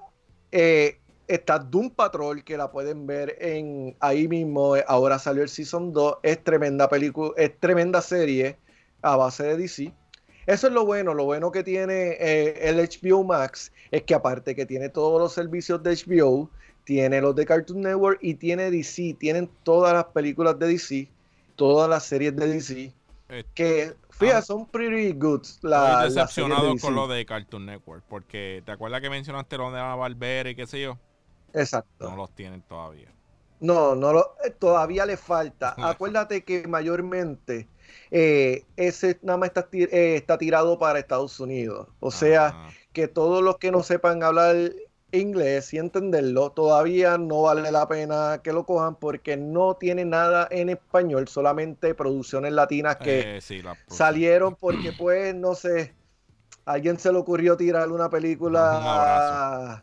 Está Doom Patrol, que la pueden ver ahí mismo. Ahora salió el Season 2. Es tremenda película, es tremenda serie a base de DC. Eso es lo bueno que tiene el HBO Max, es que aparte que tiene todos los servicios de HBO, tiene los de Cartoon Network y tiene DC, tienen todas las películas de DC, todas las series de DC, que fíjate, son pretty good. Estoy decepcionado con lo de Cartoon Network, porque ¿te acuerdas que mencionaste lo de la Barbera y qué sé yo? Exacto. No los tienen todavía. Todavía le falta. Acuérdate que mayormente ese nada más está tirado para Estados Unidos. O sea, que todos los que no sepan hablar inglés y entenderlo, todavía no vale la pena que lo cojan porque no tiene nada en español, solamente producciones latinas que salieron porque pues, no sé, a alguien se le ocurrió tirar una película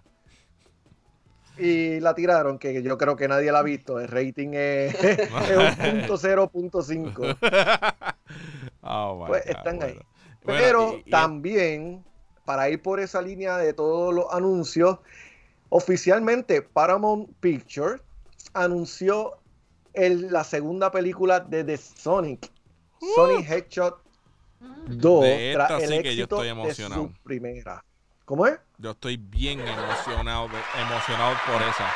y la tiraron, que yo creo que nadie la ha visto. El rating es 0.5. Pues están ahí. Pero también, para ir por esa línea de todos los anuncios, oficialmente Paramount Pictures anunció la segunda película de The Sonic Hedgehog 2, tras el éxito de su primera. ¿Cómo es? Yo estoy bien emocionado por esa.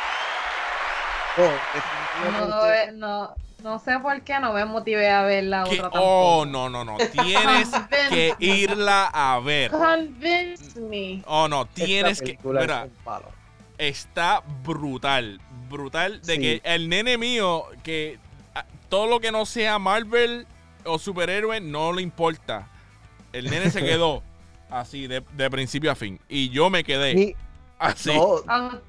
No sé por qué no me motivé a ver la otra tampoco. Oh, no. Tienes que irla a ver. Convince me. Oh, no, tienes que. Mira, está brutal de que el nene mío, que todo lo que no sea Marvel o superhéroe no le importa. El nene se quedó así de principio a fin y yo me quedé así. No,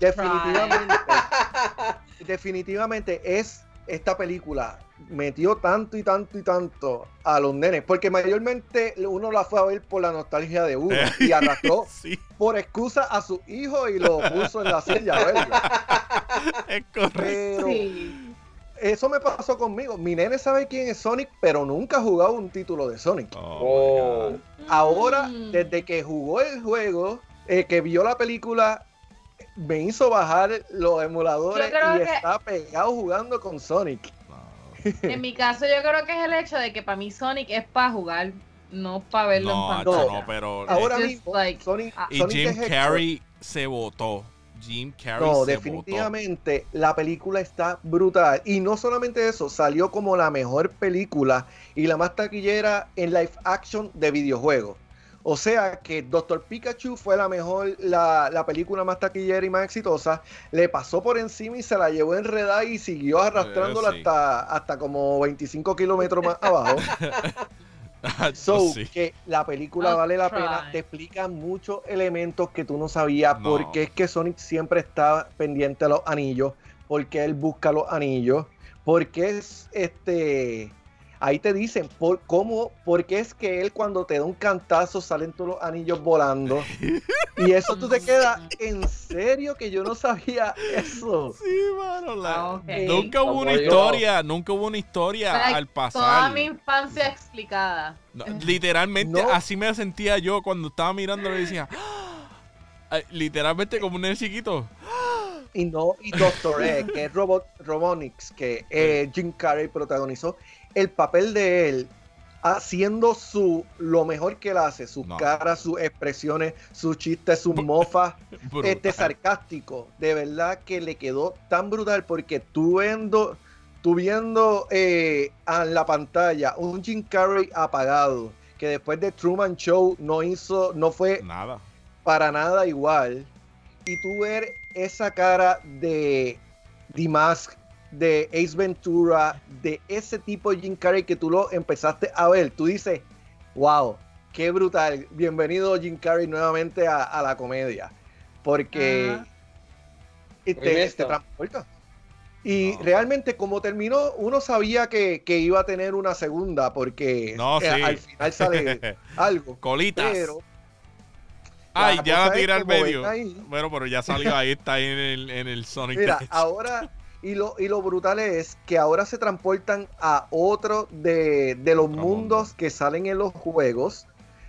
definitivamente es esta película metió tanto a los nenes, porque mayormente uno la fue a ver por la nostalgia de uno y arrastró por excusa a su hijo y lo puso en la silla, ¿verdad? Es correcto. Pero eso me pasó conmigo. Mi nene sabe quién es Sonic, pero nunca ha jugado un título de Sonic. Ahora, desde que jugó el juego, que vio la película, me hizo bajar los emuladores y está pegado jugando con Sonic. En mi caso, yo creo que es el hecho de que para mí Sonic es para jugar, no para verlo en pantalla. No, pero ahora mismo Sonic Jim Carrey se votó. Definitivamente la película está brutal. Y no solamente eso, salió como la mejor película y la más taquillera en live action de videojuegos. O sea que Dr. Pikachu fue la película más taquillera y más exitosa. Le pasó por encima y se la llevó enredada y siguió arrastrándola hasta como 25 kilómetros más abajo. Que la película vale la pena. Te explica muchos elementos que tú no sabías. Porque es que Sonic siempre está pendiente a los anillos. Porque él busca los anillos. Porque es ahí te dicen porque es que él cuando te da un cantazo salen todos los anillos volando. Y eso tú te quedas, ¿en serio que yo no sabía eso? Sí, mano. Nunca hubo una historia al pasar. Toda mi infancia explicada. Literalmente, así me sentía yo cuando estaba mirando y decía, literalmente como un nene chiquito. Y Dr. Egg, que es Robotnik, que Jim Carrey protagonizó, el papel de él haciendo lo mejor que él hace, sus caras, sus expresiones, sus chistes, sus mofas, sarcástico, de verdad que le quedó tan brutal porque tú viendo en la pantalla un Jim Carrey apagado, que después de Truman Show no fue nada para nada igual. Y tú ver esa cara de The Mask, de Ace Ventura, de ese tipo de Jim Carrey que tú lo empezaste a ver, tú dices, wow, qué brutal, bienvenido Jim Carrey nuevamente a la comedia, porque te transporta. Y realmente como terminó, uno sabía que iba a tener una segunda, porque al final sale algo. Colitas. Pero ay, ya la tira al medio. Bueno, pero ya salió ahí, está ahí en el Sonic. Mira, ahora, y lo brutal es que ahora se transportan a otro de los mundos que salen en los juegos.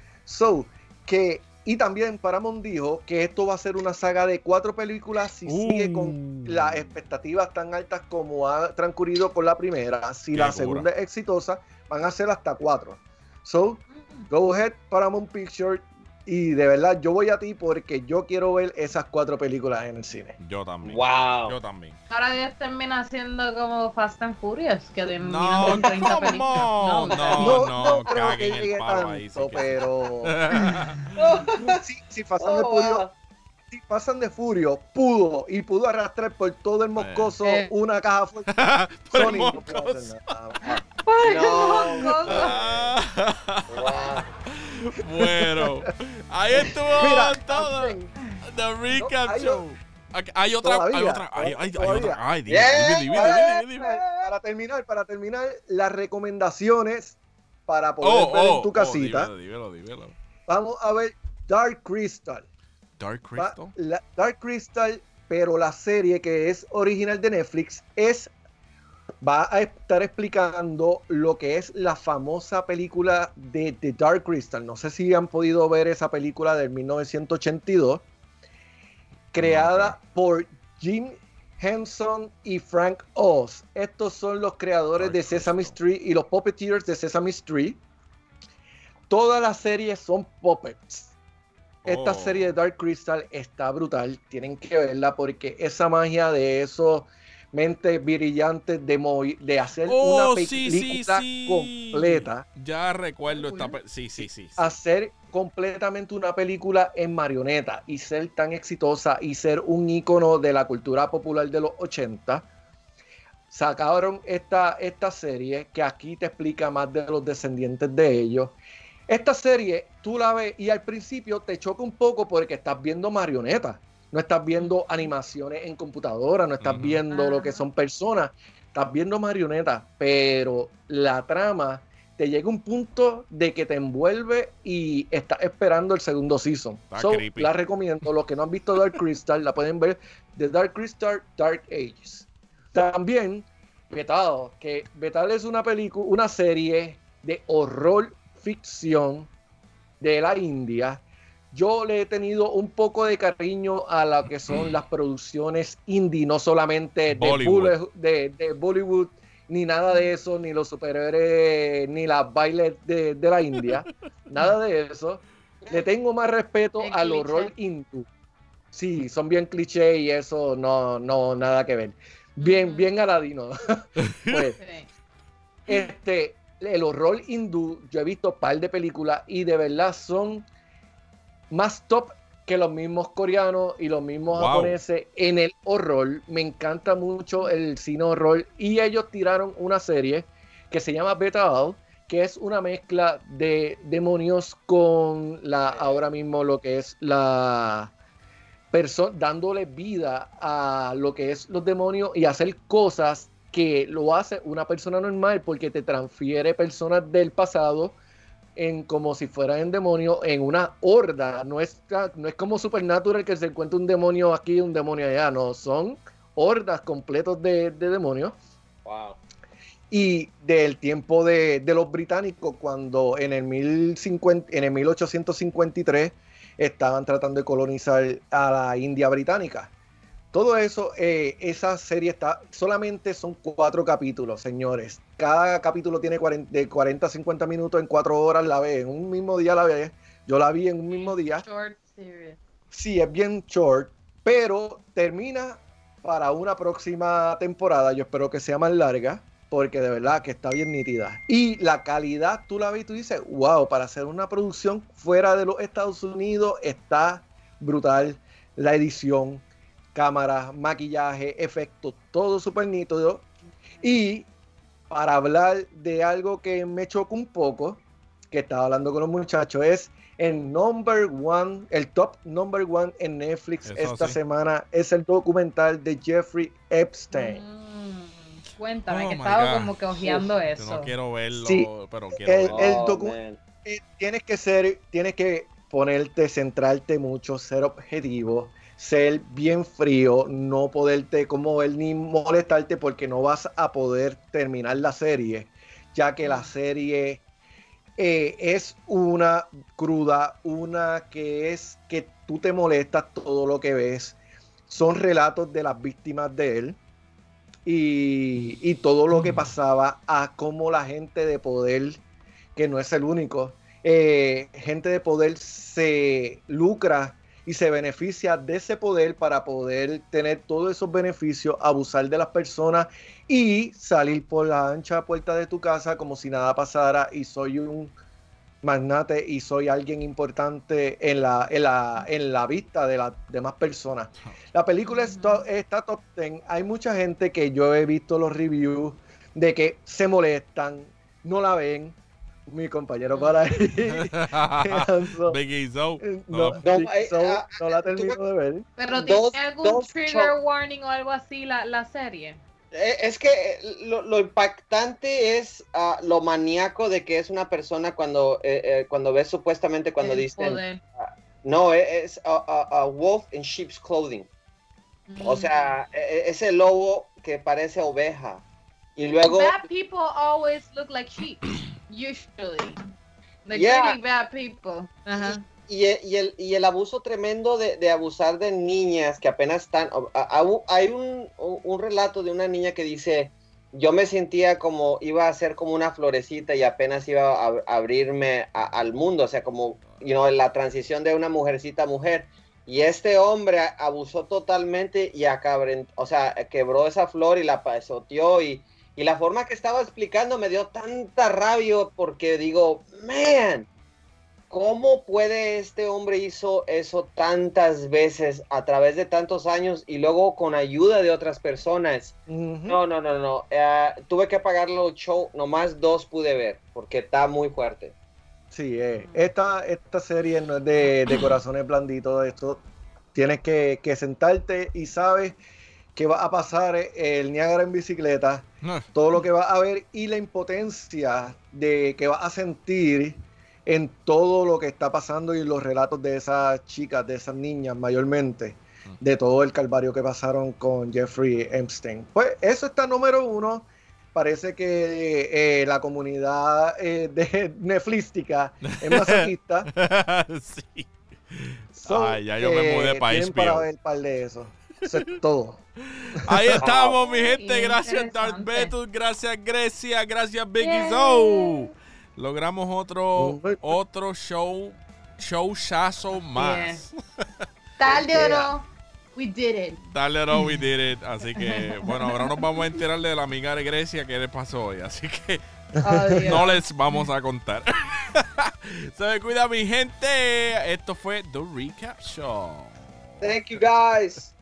Y también Paramount dijo que esto va a ser una saga de 4 películas si sigue con las expectativas tan altas como ha transcurrido con la primera. Si la segunda es exitosa, van a ser hasta 4. Go ahead, Paramount Pictures. Y de verdad, yo voy a ti porque yo quiero ver esas 4 películas en el cine. Yo también. Wow. Yo también. Ahora Dios termina siendo como Fast and Furious, que termina con 30 películas. No creo que llegue tanto, pero si pasan de Furio, pudo arrastrar por todo el moscoso una caja fuerte. Sony no puede hacer nada. Bueno, ahí estuvo todo. The Recap Show. Hay otra. Dime. Para terminar, las recomendaciones para poder ver en tu casita. Dímelo. Vamos a ver Dark Crystal. Dark Crystal. Dark Crystal, pero la serie que es original de Netflix va a estar explicando lo que es la famosa película de The Dark Crystal. No sé si han podido ver esa película del 1982, creada por Jim Henson y Frank Oz. Estos son los creadores de Sesame Street y los puppeteers de Sesame Street. Todas las series son puppets. Esta serie de Dark Crystal está brutal. Tienen que verla porque esa magia de esos mentes brillantes de hacer una película completa. Ya recuerdo esta sí. Hacer completamente una película en marioneta y ser tan exitosa y ser un ícono de la cultura popular de los 80. Sacaron esta serie que aquí te explica más de los descendientes de ellos. Esta serie tú la ves y al principio te choca un poco porque estás viendo marionetas. No estás viendo animaciones en computadora, no estás viendo lo que son personas, estás viendo marionetas, pero la trama te llega a un punto de que te envuelve y estás esperando el segundo season. La recomiendo. Los que no han visto Dark Crystal, la pueden ver de Dark Crystal, Dark Ages. También, Betal, que Betal es una serie de horror ficción de la India. Yo le he tenido un poco de cariño a lo que son las producciones indie, no solamente de Bollywood, ni nada de eso, ni los superhéroes, ni las bailes de la India, nada de eso. Le tengo más respeto al horror hindú. Sí, son bien cliché y eso no, nada que ver. Bien aladino. Pues, el horror hindú, yo he visto un par de películas y de verdad son más top que los mismos coreanos y los mismos japoneses en el horror. Me encanta mucho el cine horror y ellos tiraron una serie que se llama Betal, que es una mezcla de demonios con ahora mismo lo que es la persona, dándole vida a lo que es los demonios y hacer cosas que lo hace una persona normal porque te transfiere personas del pasado como si fueran en demonio, en una horda. No es como Supernatural que se encuentra un demonio aquí y un demonio allá. No, son hordas completos de demonios. Wow. Y del tiempo de los británicos, cuando en el 1853 estaban tratando de colonizar a la India británica. Todo eso, esa serie solamente son 4 capítulos, señores. Cada capítulo tiene de 40 a 50 minutos, en 4 horas la ves, en un mismo día la ves. Yo la vi en un mismo día. Short series. Sí, es bien short, pero termina para una próxima temporada. Yo espero que sea más larga. porque de verdad que está bien nítida. Y la calidad, tú la ves y tú dices, wow, para hacer una producción fuera de los Estados Unidos está brutal. La edición, cámara, maquillaje, efectos, todo súper nítido. Y para hablar de algo que me chocó un poco, que estaba hablando con los muchachos, es el top number one en Netflix esta semana, es el documental de Jeffrey Epstein. Cuéntame, que estaba como que ojeando eso. No quiero verlo, sí, pero quiero verlo. Tienes que ponerte, centrarte mucho, ser objetivo, ser bien frío, no poderte conmover ni molestarte porque no vas a poder terminar la serie, ya que la serie es una cruda, una que es que tú te molestas todo lo que ves. Son relatos de las víctimas de él y todo lo que pasaba, a cómo la gente de poder, que no es el único, gente de poder se lucra y se beneficia de ese poder para poder tener todos esos beneficios, abusar de las personas y salir por la ancha puerta de tu casa como si nada pasara y soy un magnate y soy alguien importante en la vista de las demás personas. La película está top 10. Hay mucha gente que yo he visto los reviews de que se molestan, no la ven. Mi compañero para ahí Biggie Zoe no la termino de ver. Pero ¿tiene algún trigger warning o algo así la serie? Es que lo impactante es lo maníaco de que es una persona cuando ves supuestamente cuando dicen no, es a wolf in sheep's clothing. O sea, ese lobo que parece oveja. Y luego bad people always look like sheep. Usually, like really bad people. Y el abuso tremendo de abusar de niñas que apenas están. Hay un relato de una niña que dice: yo me sentía como iba a ser como una florecita y apenas iba a abrirme al mundo, o sea, como la transición de una mujercita a mujer. Y este hombre abusó totalmente y quebró esa flor y la pasoteó y la forma que estaba explicando me dio tanta rabia porque digo, man, ¿cómo puede este hombre hizo eso tantas veces a través de tantos años y luego con ayuda de otras personas? No. Tuve que apagar los shows, nomás 2 pude ver porque está muy fuerte. Sí, esta serie no es de corazones blanditos, esto tienes que sentarte y sabes que va a pasar el Niágara en bicicleta, todo lo que va a ver y la impotencia de que va a sentir en todo lo que está pasando y los relatos de esas chicas, de esas niñas mayormente, de todo el calvario que pasaron con Jeffrey Epstein. Pues eso está número 1. Parece que la comunidad de Netflixtica es masoquista. Sí. Ya yo me mudé para HBO. Para ver par de eso. Eso es todo. Ahí estamos, mi gente. Gracias, Darth Betus. Gracias, Grecia. Gracias, Biggie Zoe. Logramos otro showzazo más. Tarde o no, we did it. Tarde o no, we did it. Así que, bueno, ahora nos vamos a enterar de la amiga de Grecia que le pasó hoy. Así que no les vamos a contar. Se me cuida, mi gente. Esto fue The Recap Show. Thank you, guys.